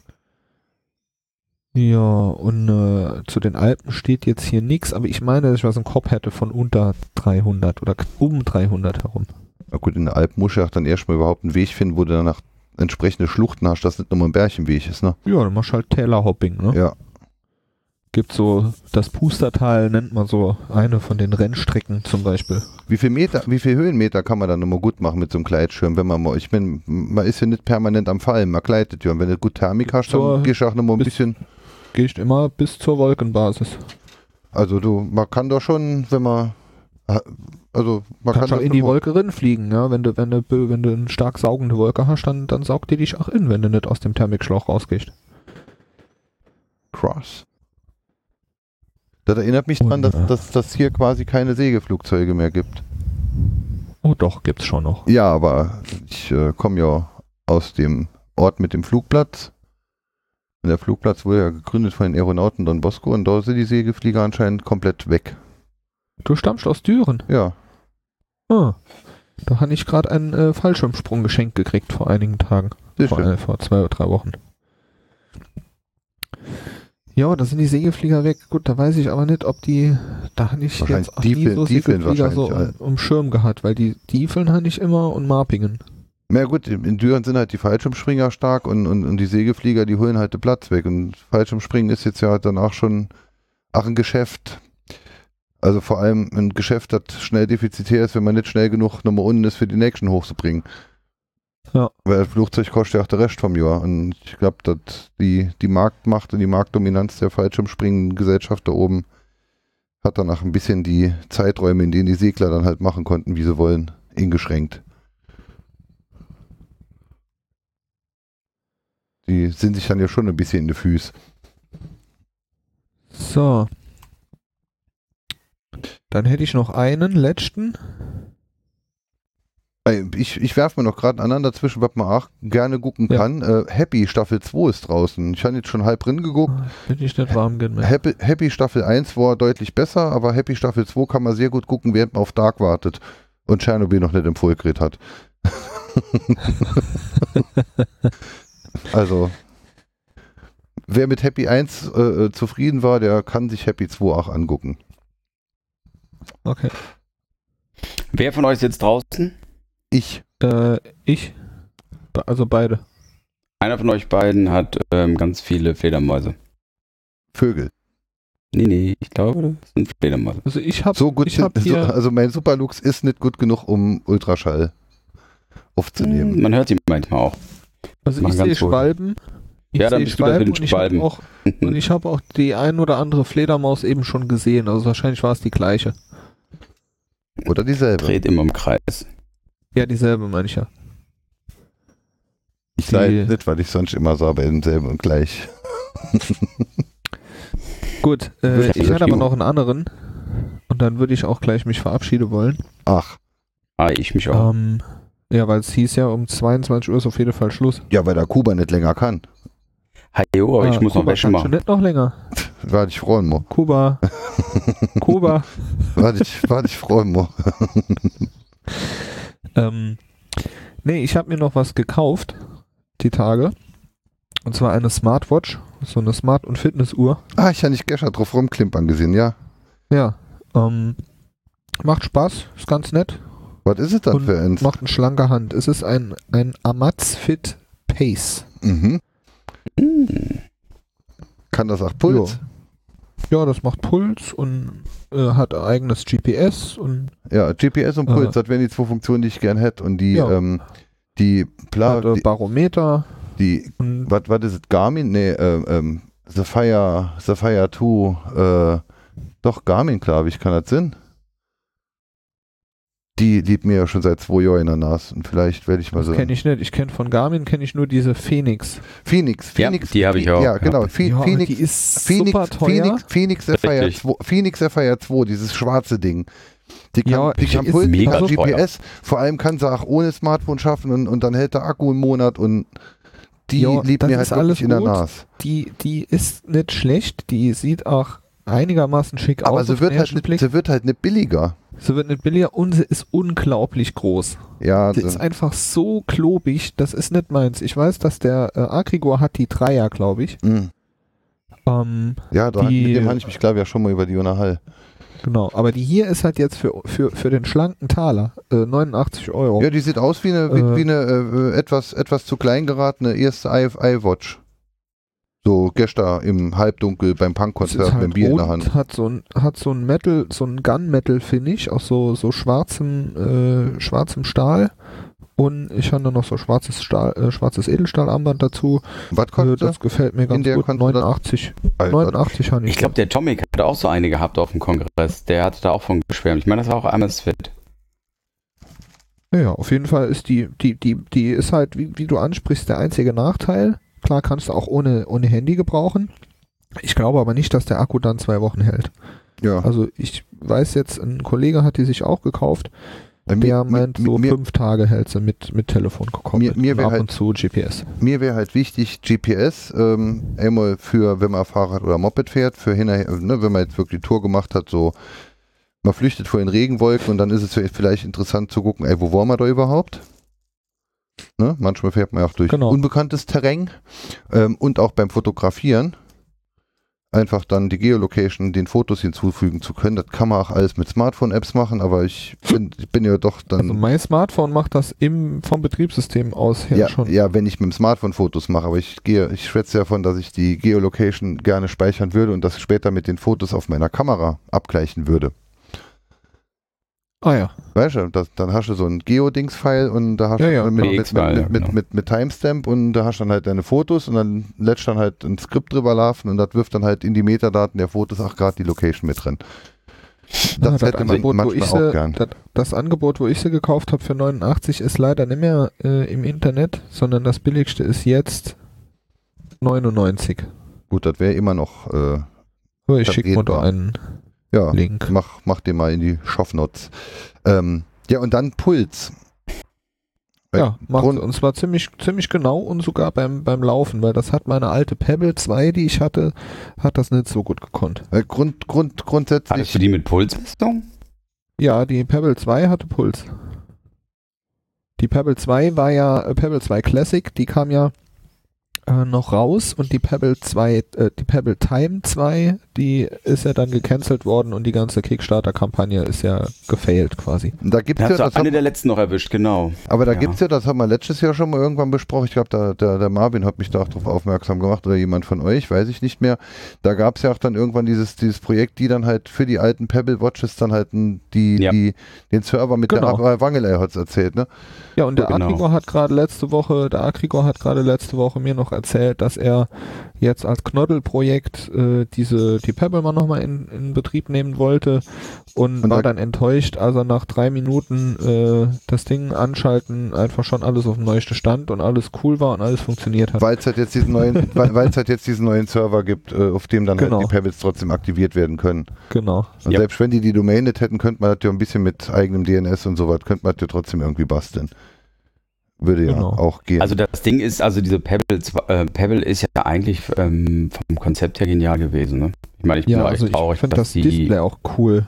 Ja, und äh, zu den Alpen steht jetzt hier nichts, aber ich meine, dass ich was im Kopf hätte von unter dreihundert oder um dreihundert herum. Na gut, in der Alp musst du ja dann erstmal überhaupt einen Weg finden, wo du danach entsprechende Schluchten hast, dass nicht nur ein Bärchenweg ist, ne? Ja, dann machst du halt Tälerhopping, ne? Ja. Gibt so, das Pustertal nennt man so eine von den Rennstrecken zum Beispiel. Wie viel Meter, wie viel Höhenmeter kann man dann immer gut machen mit so einem Gleitschirm, wenn man mal, ich bin, man ist ja nicht permanent am Fallen, man gleitet ja. Und wenn du gut Thermik hast, dann Zur- gehst du auch noch mal ein bis- bisschen, Gehst immer bis zur Wolkenbasis. also du, man kann doch schon, wenn man, also man Kannst kann auch in doch die immer- Wolke rinfliegen, ja. Wenn du, wenn du, wenn du eine stark saugende Wolke hast, dann, dann saugt die dich auch in, wenn du nicht aus dem Thermikschlauch rausgehst. Cross. Das erinnert mich daran, dass Und, äh, dass dass hier quasi keine Segelflugzeuge mehr gibt. Oh doch, gibt's schon noch. Ja, aber ich äh, komme ja aus dem Ort mit dem Flugplatz. Und der Flugplatz wurde ja gegründet von den Aeronauten Don Bosco und da sind die Segelflieger anscheinend komplett weg. Du stammst aus Düren. Ja, Ah, da habe ich gerade einen äh, Fallschirmsprung geschenkt gekriegt vor einigen Tagen. sehr Vor, schön. äh, vor zwei oder drei Wochen. Ja, da sind die Segelflieger weg. Gut, da weiß ich aber nicht, ob die, da habe ich Wahrscheinlich jetzt auch nie Diefeln- so Diefeln Segelflieger so um, wahrscheinlich, um Schirm gehabt, weil die Diefeln habe ich immer und Marpingen. Na gut, in Düren sind halt die Fallschirmspringer stark und, und, und die Segelflieger, die holen halt den Platz weg. Und Fallschirmspringen ist jetzt ja danach schon auch ein Geschäft. Also vor allem ein Geschäft, das schnell defizitär ist, wenn man nicht schnell genug nochmal unten ist, für die nächsten hochzubringen. Ja. Weil das Flugzeug kostet ja auch der Rest vom Jahr. Und ich glaube, dass die, die Marktmacht und die Marktdominanz der Fallschirmspringen-Gesellschaft da oben hat danach ein bisschen die Zeiträume, in denen die Segler dann halt machen konnten, wie sie wollen, eingeschränkt. Die sind sich dann ja schon ein bisschen in die Füße. So. Dann hätte ich noch einen letzten. Ich, ich werfe mir noch gerade einen anderen dazwischen, was man auch gerne gucken Ja. kann. Äh, Happy Staffel zwei ist draußen. Ich habe jetzt schon halb drin geguckt. Bin ich nicht warm gehen mehr. Happy, Happy Staffel eins war deutlich besser, aber Happy Staffel zwei kann man sehr gut gucken, während man auf Dark wartet und Tschernobyl noch nicht im Vollgerät hat. Also, wer mit Happy eins äh, zufrieden war, der kann sich Happy zwei auch angucken. Okay. Wer von euch ist jetzt draußen? Ich. Äh, ich? Be- Also beide. Einer von euch beiden hat ähm, ganz viele Fledermäuse. Vögel. Nee, nee, ich glaube, das sind Fledermäuse. Also ich habe So gut, ich hab so, hier, also mein Superlux ist nicht gut genug, um Ultraschall aufzunehmen. Hm, Man hört sie manchmal auch. also machen ich sehe ganz gut. Schwalben. Ich Ja, dann sehe bist du das mit Schwalben den und ich habe Schwalben. auch, und ich habe auch die ein oder andere Fledermaus eben schon gesehen. Also wahrscheinlich war es die gleiche. Oder dieselbe. Dreht immer im Kreis. Ja, dieselbe meine ich ja. Ich sei die- nicht, weil ich sonst immer so, aber denselben und gleich. Gut, äh, Wird ich ja hatte aber Timo. noch einen anderen. Und dann würde ich auch gleich mich verabschieden wollen. Ach, Ah, ich mich auch. Ähm, ja, weil es hieß ja, um zweiundzwanzig Uhr ist auf jeden Fall Schluss. ja, weil der Kuba nicht länger kann. Hajo, aber ich Ah, muss noch Kuba, Wäsche kannst machen. du nicht noch länger? Warte, ich freuen mo. Kuba. Kuba. Warte, ich, warte, ich freuen mo. Ähm, nee, ich habe mir noch was gekauft, die Tage. Und zwar eine Smartwatch, so eine Smart- und Fitnessuhr. Ah, ich habe nicht gestern drauf rumklimpern gesehen, ja. Ja, ähm, macht Spaß, ist ganz nett Was ist es dann und für eins? macht eine schlanke Hand. Es ist ein, ein Amazfit Pace. Mhm. Hm. Kann das auch Puls? Ja, das macht Puls und äh, hat eigenes G P S und Ja, G P S und Puls, Äh. das wären die zwei Funktionen, die ich gern hätte. Und die, Ja. ähm, die, Pla hat äh, die, Barometer die und was was ist es? Garmin? Nee, ähm, ähm, Sapphire, Sapphire zwei, äh, doch Garmin, glaube ich, kann das Sinn? Die liegt mir ja schon seit zwei Jahren in der Nase und vielleicht werde ich mal das so. kenne ich nicht. Ich kenne von Garmin kenne ich nur diese Phoenix. Phoenix, Ja, Phoenix. die habe ich auch, Ja, ja. genau. Phe- Ja, aber Phoenix, die ist Phoenix, super teuer. Phoenix, Phoenix Sapphire Richtig. zwei, Phoenix Sapphire zwei, dieses schwarze Ding. Die kann, Ja, die kann ist Puls, die mega kann G P teuer. S, vor allem kann sie auch ohne Smartphone schaffen und, und dann hält der Akku einen Monat und die Ja, liebt das mir halt ist wirklich alles in der gut. Nase. Die, die ist nicht schlecht, die sieht auch einigermaßen schick Aber aus. sie auf wird, den halt ersten nicht, Blick. sie wird halt nicht billiger. Sie wird nicht billiger und sie ist unglaublich groß. Ja, Die ist einfach so klobig, das ist nicht meins. Ich weiß, dass der äh, Agrigor hat die Dreier, glaube ich. mh. Ähm, ja da, Die- mit dem habe ich mich, glaube ich, ja schon mal über die Jona Hall. genau, aber die hier ist halt jetzt für, für, für den schlanken Taler äh, neunundachtzig Euro. Ja, die sieht aus wie eine, wie, Äh. wie eine äh, etwas, etwas zu klein geratene erste iWatch. So gestern im Halbdunkel beim Es Punkkonzert ist mit dem halt Bier in rot, der Hand. hat so ein, hat so ein Metal, so ein Gun-Metal-Finish, aus so, so schwarzem, äh, schwarzem Stahl. Und ich habe noch so schwarzes Stahl, äh, schwarzes Edelstahlarmband dazu. Was Äh, kostet das gefällt mir ganz der gut. Konstellation? neunundachtzig. Alter, neunundachtzig habe ich. Ich glaube, der Tomic hatte auch so eine gehabt auf dem Kongress. Der hatte da auch von geschwärmt. Ich meine, das war auch Amazfit. Ja, ja, auf jeden Fall ist die, die, die, die ist halt, wie, wie du ansprichst, der einzige Nachteil. Klar kannst du auch ohne, ohne Handy gebrauchen. Ich glaube aber nicht, dass der Akku dann zwei Wochen hält. ja. Also ich weiß jetzt, ein Kollege hat die sich auch gekauft. Äh, Der mir, meint, so mir, fünf Tage hält sie mit, mit Telefon gekoppelt. Mir- mir und wär ab halt- und zu G P S. mir wäre halt wichtig, G P S, ähm, einmal für, wenn man Fahrrad oder Moped fährt, für hinterher, ne, wenn man jetzt wirklich die Tour gemacht hat, so, man flüchtet vor den Regenwolken und dann ist es vielleicht interessant zu gucken, ey, wo waren wir da überhaupt? Ne? Manchmal fährt man ja auch durch Genau. unbekanntes Terrain ähm, und auch beim Fotografieren einfach dann die Geolocation den Fotos hinzufügen zu können. Das kann man auch alles mit Smartphone-Apps machen, aber ich bin, ich bin ja doch dann... Also mein Smartphone macht das im, vom Betriebssystem aus her Ja, schon. ja, wenn ich mit dem Smartphone Fotos mache, aber ich gehe, ich schwätze davon, dass ich die Geolocation gerne speichern würde und das später mit den Fotos auf meiner Kamera abgleichen würde. Ah ja. Weißt du, das, dann hast du so ein Geodings-File und da hast Ja, du ja, mit, mit, B mit, X-File, mit, ja, mit, genau. mit, mit Timestamp und da hast du dann halt deine Fotos und dann lässt dann halt ein Skript drüber laufen und das wirft dann halt in die Metadaten der Fotos auch gerade die Location mit drin. Das Ah, hätte man Angebot, wo manchmal ich auch sie, gern. Das, das Angebot, wo ich sie gekauft habe für neunundachtzig, ist leider nicht mehr äh, im Internet, sondern das billigste ist jetzt neunundneunzig. Gut, das wäre immer noch, äh, So, ich Das schicke geht mal da noch. einen ja, Link. mach, mach den mal in die Shownotes. Ähm, ja, und dann Puls. Ja, macht Grund- sie. Und zwar ziemlich, ziemlich genau und sogar beim, beim Laufen, weil das hat meine alte Pebble zwei, die ich hatte, hat das nicht so gut gekonnt. Äh, Grund, Grund, grundsätzlich. Hattest du die mit Pulsmessung? Ja, die Pebble zwei hatte Puls. Die Pebble zwei war ja, äh, Pebble zwei Classic, die kam ja äh, noch raus und die Pebble zwei, äh, die Pebble Time zwei, die ist ja dann gecancelt worden und die ganze Kickstarter-Kampagne ist ja gefailt quasi. Da gibt's Hast ja, du das eine hat, der letzten noch erwischt, genau. aber da Ja. gibt's ja, das haben wir letztes Jahr schon mal irgendwann besprochen. Ich glaube, da, der, der Marvin hat mich darauf aufmerksam gemacht oder jemand von euch, weiß ich nicht mehr. Da gab's ja auch dann irgendwann dieses, dieses Projekt, die dann halt für die alten Pebble Watches dann halt die, Ja. die, den Server mit Genau. der Wangelei hat's erzählt, ne? Ja, und der Genau. Agrigor hat gerade letzte Woche, der Agrigor hat gerade letzte Woche mir noch erzählt, dass er jetzt als Knoddelprojekt äh, diese, die Pebble mal nochmal in, in Betrieb nehmen wollte und, Und war da- dann enttäuscht, als er nach drei Minuten äh, das Ding anschalten, einfach schon alles auf dem neuesten Stand und alles cool war und alles funktioniert hat. Weil es halt jetzt diesen neuen, weil weil es halt jetzt diesen neuen Server gibt, äh, auf dem dann Genau. halt die Pebbles trotzdem aktiviert werden können. Genau. Und Ja. selbst wenn die die Domain nicht hätten, könnte man das ja ein bisschen mit eigenem D N S und so was, könnte man das ja trotzdem irgendwie basteln. Würde ja Genau. auch gehen. Also das Ding ist, also diese Pebble, äh, Pebble ist ja eigentlich ähm, vom Konzept her genial gewesen. Ne? Ich meine, ich bin Ja, da also echt ich traurig, finde das dass die... Display auch cool.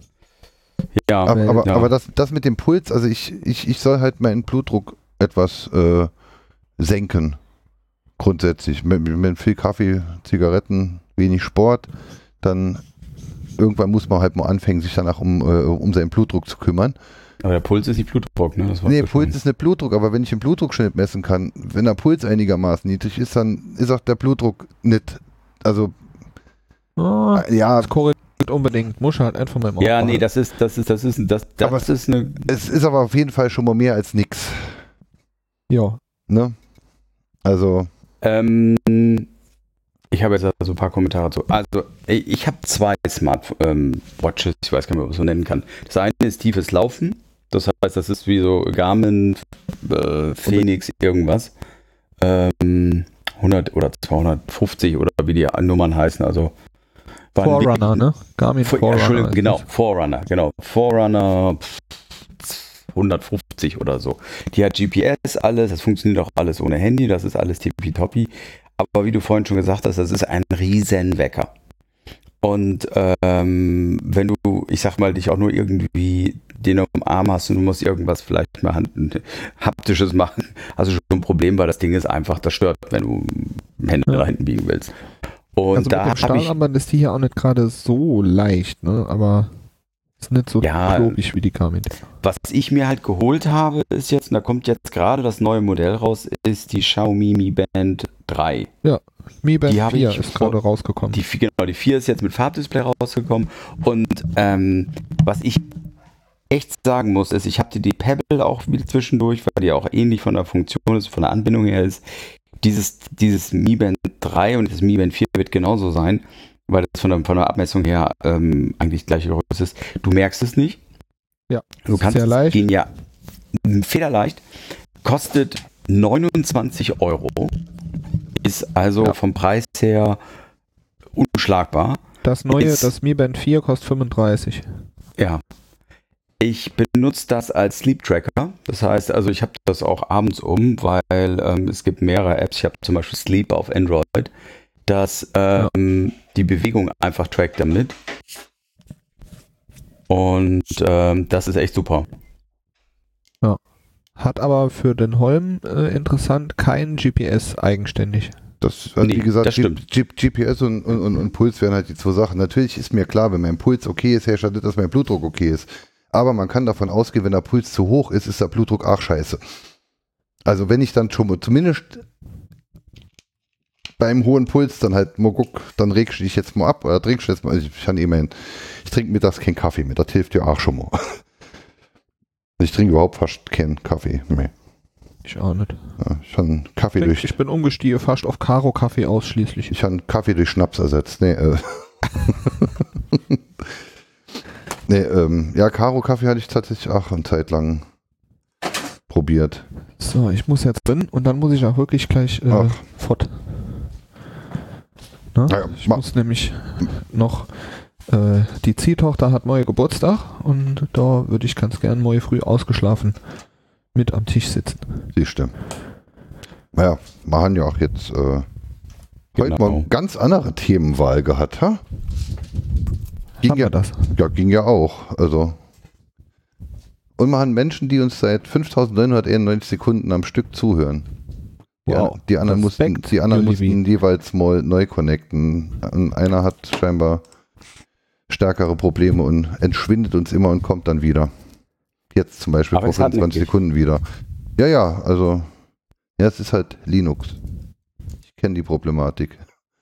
Ja, aber aber, ja. aber das, das mit dem Puls, also ich, ich, ich soll halt meinen Blutdruck etwas äh, senken. Grundsätzlich. Mit, mit viel Kaffee, Zigaretten, wenig Sport, dann irgendwann muss man halt mal anfangen, sich danach um, äh, um seinen Blutdruck zu kümmern. Aber der Puls ist nicht Blutdruck, ne? Das war Nee, das Puls schon. ist nicht Blutdruck, aber wenn ich den Blutdruck schon nicht messen kann, wenn der Puls einigermaßen niedrig ist, dann ist auch der Blutdruck nicht, also Oh, äh, ja, das korreliert unbedingt. Muss halt einfach mal im Ja, Auge nee, haben. das ist, das ist, das ist, das, das Aber- ist eine... es ist aber auf jeden Fall schon mal mehr als nix, Ja. ne? Also, Ähm, ich habe jetzt also ein paar Kommentare zu. Also, ich habe zwei Smart ähm, Watches, ich weiß gar nicht, ob man es so nennen kann. Das eine ist tiefes Laufen. Das heißt, das ist wie so Garmin, äh, Phoenix, irgendwas. Ähm, hundert oder zweihundertfünfzig oder wie die Nummern heißen. Also waren Forerunner, wirklich- ne? Garmin Vor- Forerunner. Entschuldigung, ist genau, das. Forerunner, genau. Forerunner pff, hundertfünfzig oder so. Die hat G P S, alles, das funktioniert auch alles ohne Handy, das ist alles tippitoppi. Aber wie du vorhin schon gesagt hast, das ist ein Riesenwecker. Und ähm, wenn du, ich sag mal, dich auch nur irgendwie den am Arm hast und du musst irgendwas vielleicht mal Hand, haptisches machen, hast du schon ein Problem, weil das Ding ist einfach, das stört, wenn du Hände Ja. da hinten biegen willst. Und Also da mit dem habe ich Stahlarmband ist die hier auch nicht gerade so leicht, ne? Aber ist nicht so Ja. klobig wie die Garmin. Was ich mir halt geholt habe, ist jetzt, und da kommt jetzt gerade das neue Modell raus, ist die Xiaomi Mi Band drei. Mi Band Die habe vier ich ist vor- gerade rausgekommen. Die, vier- genau, die vier ist jetzt mit Farbdisplay rausgekommen. Und ähm, was ich echt sagen muss, ist, ich habe die, die Pebble auch wieder zwischendurch, weil die auch ähnlich von der Funktion ist, von der Anbindung her ist. Dieses, dieses Mi Band drei und das Mi Band vier wird genauso sein, weil das von der, von der Abmessung her ähm, eigentlich gleiche Größe ist. Du merkst es nicht. Ja, Du ist kannst sehr leicht. gehen, ja, federleicht, kostet neunundzwanzig Euro, ist also Ja. vom Preis her unschlagbar. Das neue, ist- das Mi Band vier kostet fünfunddreißig. Ja. Ich benutze das als Sleep Tracker. Das heißt, also ich habe das auch abends um, weil ähm, es gibt mehrere Apps. Ich habe zum Beispiel Sleep auf Android, das ähm, die Bewegung einfach trackt damit. Und ähm, das ist echt super. Hat aber für den Holm äh, interessant kein G P S eigenständig. das, also Nee, wie gesagt, das G- stimmt. G- G P S und, und, und, und Puls wären halt die zwei Sachen. Natürlich ist mir klar, wenn mein Puls okay ist, herrscht nicht, dass mein Blutdruck okay ist. Aber man kann davon ausgehen, wenn der Puls zu hoch ist, ist der Blutdruck auch scheiße. Also wenn ich dann schon mal zumindest beim hohen Puls dann halt mal guck, dann regst du dich jetzt mal ab oder trinkst du jetzt mal, ich, ich, kann immerhin, ich trinke mittags keinen Kaffee mehr, das hilft ja auch schon mal. Ich trinke überhaupt fast keinen Kaffee mehr. Ich auch nicht. Ja, ich habe einen Kaffee durch, Ich bin umgestiegen fast auf Karo-Kaffee ausschließlich. ich habe einen Kaffee durch Schnaps ersetzt. Nee, äh. nee, ähm, ja, Karo-Kaffee hatte ich tatsächlich auch eine Zeit lang probiert. So, ich muss jetzt drin und dann muss ich auch wirklich gleich äh, Ach. fort. Ne? Ja, ja, ich ma- muss nämlich noch, äh, die Ziehtochter hat morgen Geburtstag und da würde ich ganz gern morgen früh ausgeschlafen mit am Tisch sitzen. Siehst du. Naja, wir haben ja auch jetzt äh, heute Genau. mal eine ganz andere Themenwahl gehabt, ha? Ging Haben ja, wir das? ja, ging ja auch. Also. Und wir haben Menschen, die uns seit fünftausendneunhunderteinundneunzig Sekunden am Stück zuhören. Die, Wow. an, die anderen, mussten, Respekt, die anderen Julivi. mussten jeweils mal neu connecten. Und einer hat scheinbar stärkere Probleme und entschwindet uns immer und kommt dann wieder. Jetzt zum Beispiel Aber vor es hat fünfundzwanzig nicht. Sekunden wieder. Ja, ja, also ja, es ist halt Linux. Ich kenne die Problematik.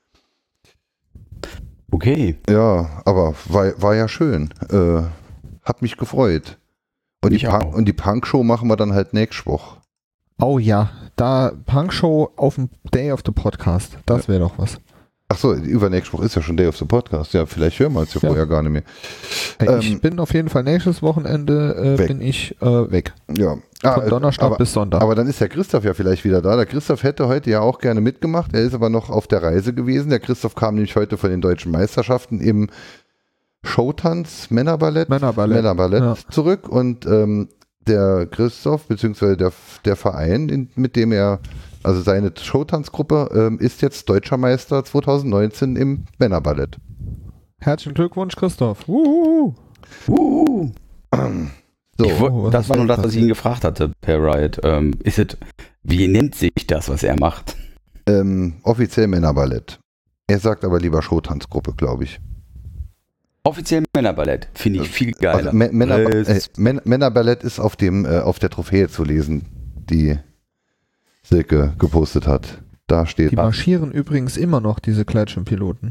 Okay. Ja, aber war, war ja schön. Äh, hab mich gefreut. Und die, Ich Punk, auch. und die Punk-Show machen wir dann halt nächste Woche. Oh ja, da Punk-Show auf dem Day of the Podcast. Das wäre doch was. Achso, übernächste Woche ist ja schon Day of the Podcast. Ja, vielleicht hören wir uns ja, Ja. vorher gar nicht mehr. Hey, Ähm, ich bin auf jeden Fall nächstes Wochenende äh, weg. bin ich äh, weg. Ja. Von Ah, äh, Donnerstag aber, bis Sonntag. aber dann ist der Christoph ja vielleicht wieder da. Der Christoph hätte heute ja auch gerne mitgemacht. Er ist aber noch auf der Reise gewesen. Der Christoph kam nämlich heute von den deutschen Meisterschaften im Showtanz, Männerballett, Männerballett. Männerballett Ja. zurück. Und ähm, der Christoph, beziehungsweise der, der Verein, in, mit dem er, also seine Showtanzgruppe, ähm, ist jetzt Deutscher Meister zwanzig neunzehn im Männerballett. Herzlichen Glückwunsch, Christoph. Uhuhu. Uh, So. ich, wo- Oh, was das ist war nur denn das, was ich ihn gefragt hatte per Riot. Ähm, ist es, wie nennt sich das, was er macht? Ähm, offiziell Männerballett. Er sagt aber lieber Showtanzgruppe, glaube ich. Offiziell Männerballett. Finde ich viel geiler. Also, Mä- Männer, äh, Res- Män- Männerballett ist auf dem äh, auf der Trophäe zu lesen, die Silke gepostet hat. Da steht Die marschieren übrigens immer noch, diese Gleitschirmpiloten.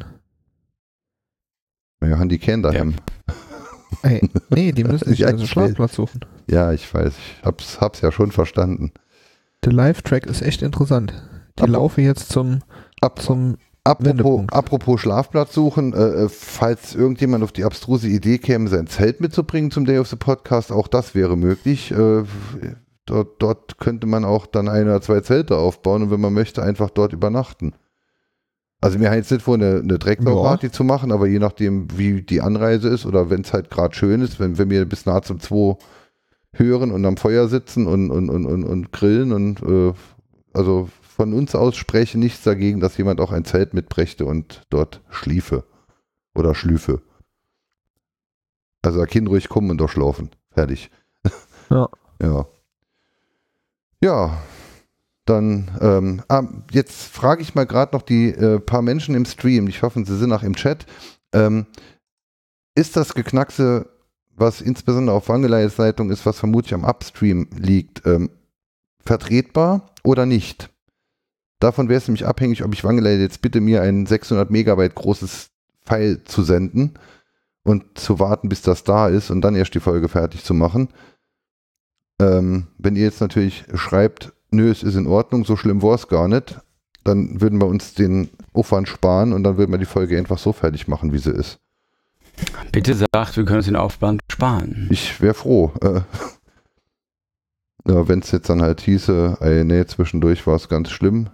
Johann die kennen daheim. Ey, nee, die müssen sich Ja, also ich Schlafplatz suchen. Ja, ich weiß. Ich hab's, hab's ja schon verstanden. Der Live-Track ist echt interessant. Die Apro- laufen jetzt zum, Ab, zum apropos, Wendepunkt. apropos Schlafplatz suchen, äh, äh, falls irgendjemand auf die abstruse Idee käme, sein Zelt mitzubringen zum Day of the Podcast, auch das wäre möglich. Äh, dort, dort könnte man auch dann ein oder zwei Zelte aufbauen und wenn man möchte, einfach dort übernachten. Also mir jetzt nicht vor, eine, eine Drecklau-Party zu machen, aber je nachdem, wie die Anreise ist oder wenn es halt gerade schön ist, wenn, wenn wir bis nahe zum zwei hören und am Feuer sitzen und, und, und, und, und grillen und äh, also von uns aus spreche nichts dagegen, dass jemand auch ein Zelt mitbrächte und dort schliefe oder schlüfe. Also da Kind ruhig kommen und doch schlafen. Fertig. Ja. Ja. Ja. Dann, ähm, ah, jetzt frage ich mal gerade noch die äh, paar Menschen im Stream, ich hoffe, sie sind auch im Chat. Ähm, ist das Geknackse, was insbesondere auf Wangeleies Leitung ist, was vermutlich am Upstream liegt, ähm, vertretbar oder nicht? Davon wäre es nämlich abhängig, ob ich Wangelei jetzt bitte mir ein sechshundert Megabyte großes File zu senden und zu warten, bis das da ist und dann erst die Folge fertig zu machen. Ähm, wenn ihr jetzt natürlich schreibt, nö, es ist in Ordnung, so schlimm war es gar nicht, dann würden wir uns den Aufwand sparen und dann würden wir die Folge einfach so fertig machen, wie sie ist. Bitte sagt, wir können uns den Aufwand sparen. Ich wäre froh. Äh, ja, wenn es jetzt dann halt hieße, ey, nee, zwischendurch war es ganz schlimm.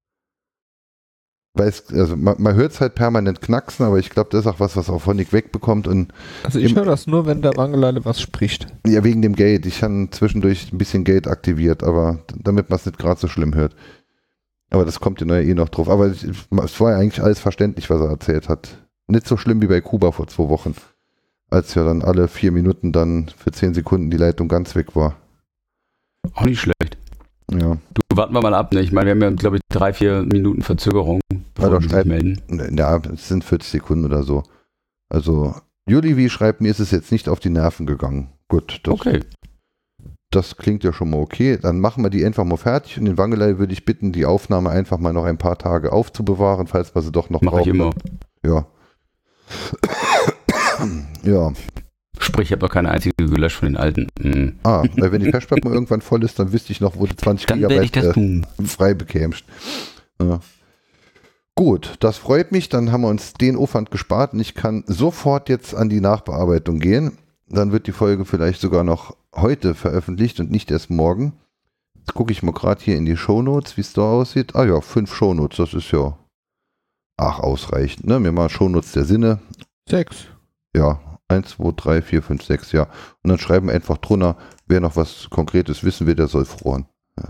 Weil es, also man, man hört es halt permanent knacksen, aber ich glaube, das ist auch was, was auch Honig wegbekommt und Also ich Im- höre das nur, wenn der Wangeleile was spricht. ja, wegen dem Gate. Ich habe zwischendurch ein bisschen Gate aktiviert, aber d- damit man es nicht gerade so schlimm hört. Aber das kommt ja noch eh noch drauf. Aber es es war ja eigentlich alles verständlich, was er erzählt hat. Nicht so schlimm wie bei Kuba vor zwei Wochen, als ja dann alle vier Minuten dann für zehn Sekunden die Leitung ganz weg war. Auch nicht schlecht. Ja, Du, warten wir mal ab. Ne? Ich meine, wir haben ja, glaube ich, drei, vier Minuten Verzögerung, bevor da wir sich schreibt- melden. ja, es sind vierzig Sekunden oder so. Also, Julivi schreibt, mir ist es jetzt nicht auf die Nerven gegangen. Gut, das, Okay. das klingt ja schon mal okay. Dann machen wir die einfach mal fertig und den Wangelei würde ich bitten, die Aufnahme einfach mal noch ein paar Tage aufzubewahren, falls wir sie doch noch Mache ich immer. Ja. Ja. Sprich, ich habe noch keine einzige gelöscht von den alten. Hm. Ah, weil wenn die Festplatte mal irgendwann voll ist, dann wüsste ich noch, wo du zwanzig Dann werde ich Gigabyte das tun. äh, frei bekämst. Ja. Gut, das freut mich. Dann haben wir uns den Aufwand gespart und ich kann sofort jetzt an die Nachbearbeitung gehen. Dann wird die Folge vielleicht sogar noch heute veröffentlicht und nicht erst morgen. Jetzt gucke ich mal gerade hier in die Shownotes, wie es da aussieht. Ah ja, fünf Shownotes, das ist ja ach, ausreichend. Ne? Mir mal Shownotes der Sinne. Sechs. Ja, eins, zwei, drei, vier, fünf, sechs, ja. Und dann schreiben wir einfach drunter, wer noch was Konkretes wissen will, der soll froren.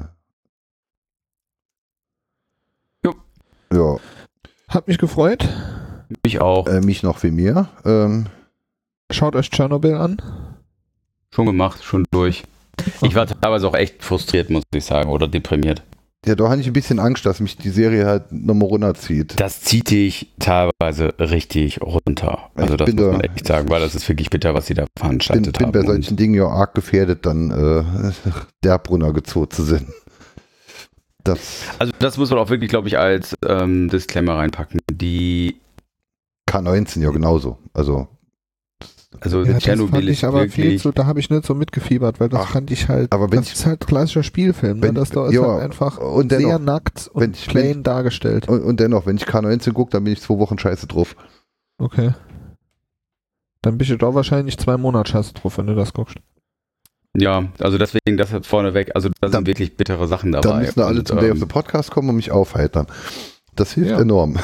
Jo. Ja, Hat mich gefreut. Ich auch. äh, mich noch viel mehr. Ähm, Schaut euch Tschernobyl an. Schon gemacht, schon durch. Ich war teilweise auch echt frustriert, muss ich sagen, oder deprimiert. Ja, da habe ich ein bisschen Angst, dass mich die Serie halt nochmal runterzieht. Das zieht dich teilweise richtig runter. Also Ich das bin muss da- man echt sagen, weil das ist wirklich bitter, was sie da Ich bin, veranstaltet bin haben. bei Und- solchen Dingen ja arg gefährdet, dann äh, derb runtergezogen zu sind. Das Also das muss man auch wirklich, glaube ich, als ähm, Disclaimer reinpacken. Die, K neunzehn ja genauso. Also, also Ja, das Tschernobyl fand ich ist aber viel wirklich, zu, da habe ich nicht so mitgefiebert, weil das Ach, fand ich halt, aber wenn das ich- ist halt klassischer Spielfilm, ne? wenn- Das da ist ja, halt einfach und sehr dennoch, nackt wenn und ich- plain wenn- dargestellt. und, und dennoch, wenn ich K neunzehn gucke, dann bin ich zwei Wochen scheiße drauf. Okay. Dann bist du da wahrscheinlich zwei Monate scheiße drauf, wenn du das guckst. ja, also deswegen das hat vorneweg, also da Dann- sind wirklich bittere Sachen dabei. Dann müssen wir alle Und, zum Day of ähm, the Podcast kommen und mich aufheitern. Das hilft Ja. enorm.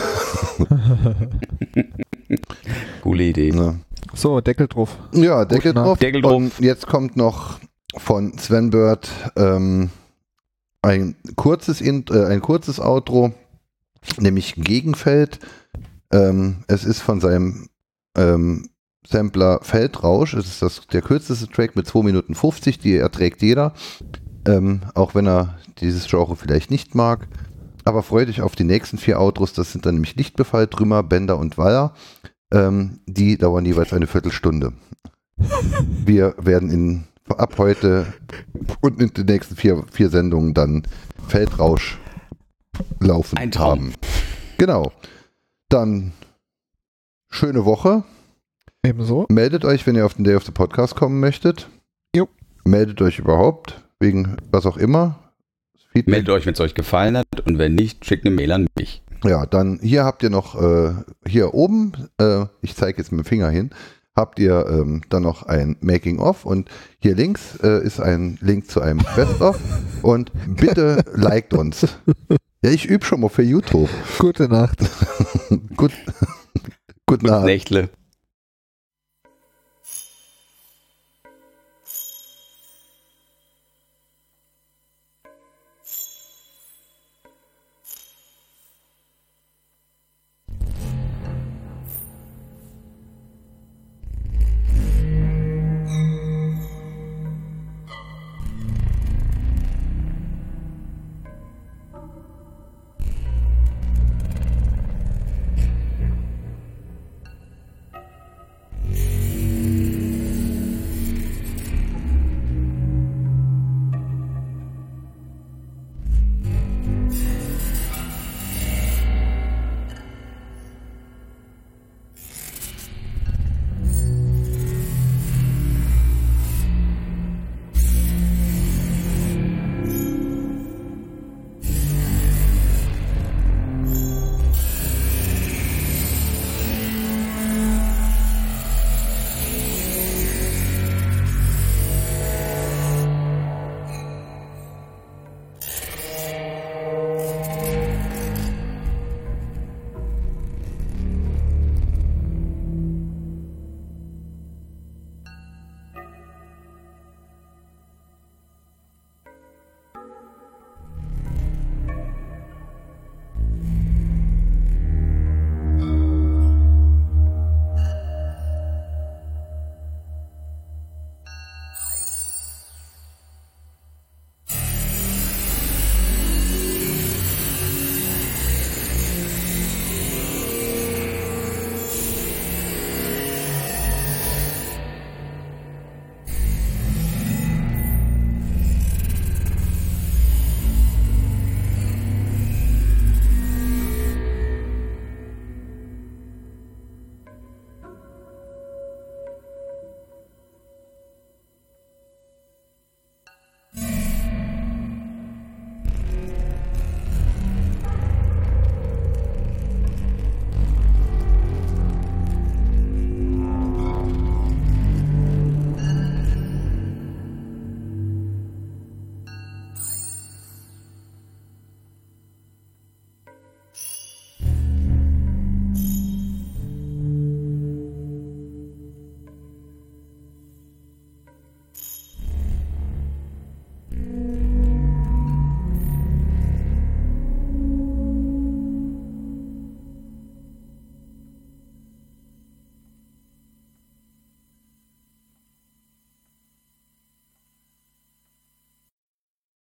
Coole Idee. Ne? So, Deckel drauf. Ja, Deckel Gute drauf. Deckel drauf. Und jetzt kommt noch von Sven Bird ähm, ein kurzes Int äh, ein kurzes Outro, nämlich Gegenfeld. Ähm, es ist von seinem ähm, Sampler Feldrausch. Es ist das, der kürzeste Track mit zwei Minuten fünfzig, die erträgt jeder. Ähm, auch wenn er dieses Genre vielleicht nicht mag. Aber freut euch auf die nächsten vier Outros. Das sind dann nämlich Lichtbefall, Trümmer, Bender und Waller. Ähm, die dauern jeweils eine Viertelstunde. Wir werden in, ab heute und in den nächsten vier, vier Sendungen dann Feldrausch laufen Ein Traum. haben. Genau. Dann schöne Woche. Ebenso. Meldet euch, wenn ihr auf den Day of the Podcast kommen möchtet. Jo. Meldet euch überhaupt, wegen was auch immer. Feedback. Meldet euch, wenn es euch gefallen hat und wenn nicht, schickt eine Mail an mich. Ja, dann hier habt ihr noch, äh, hier oben, äh, ich zeige jetzt mit dem Finger hin, habt ihr ähm, dann noch ein Making-of und hier links äh, ist ein Link zu einem Best-of und bitte liked uns. Ja, ich übe schon mal für YouTube. Gute Nacht. Gut, gute Nacht. Nächtle.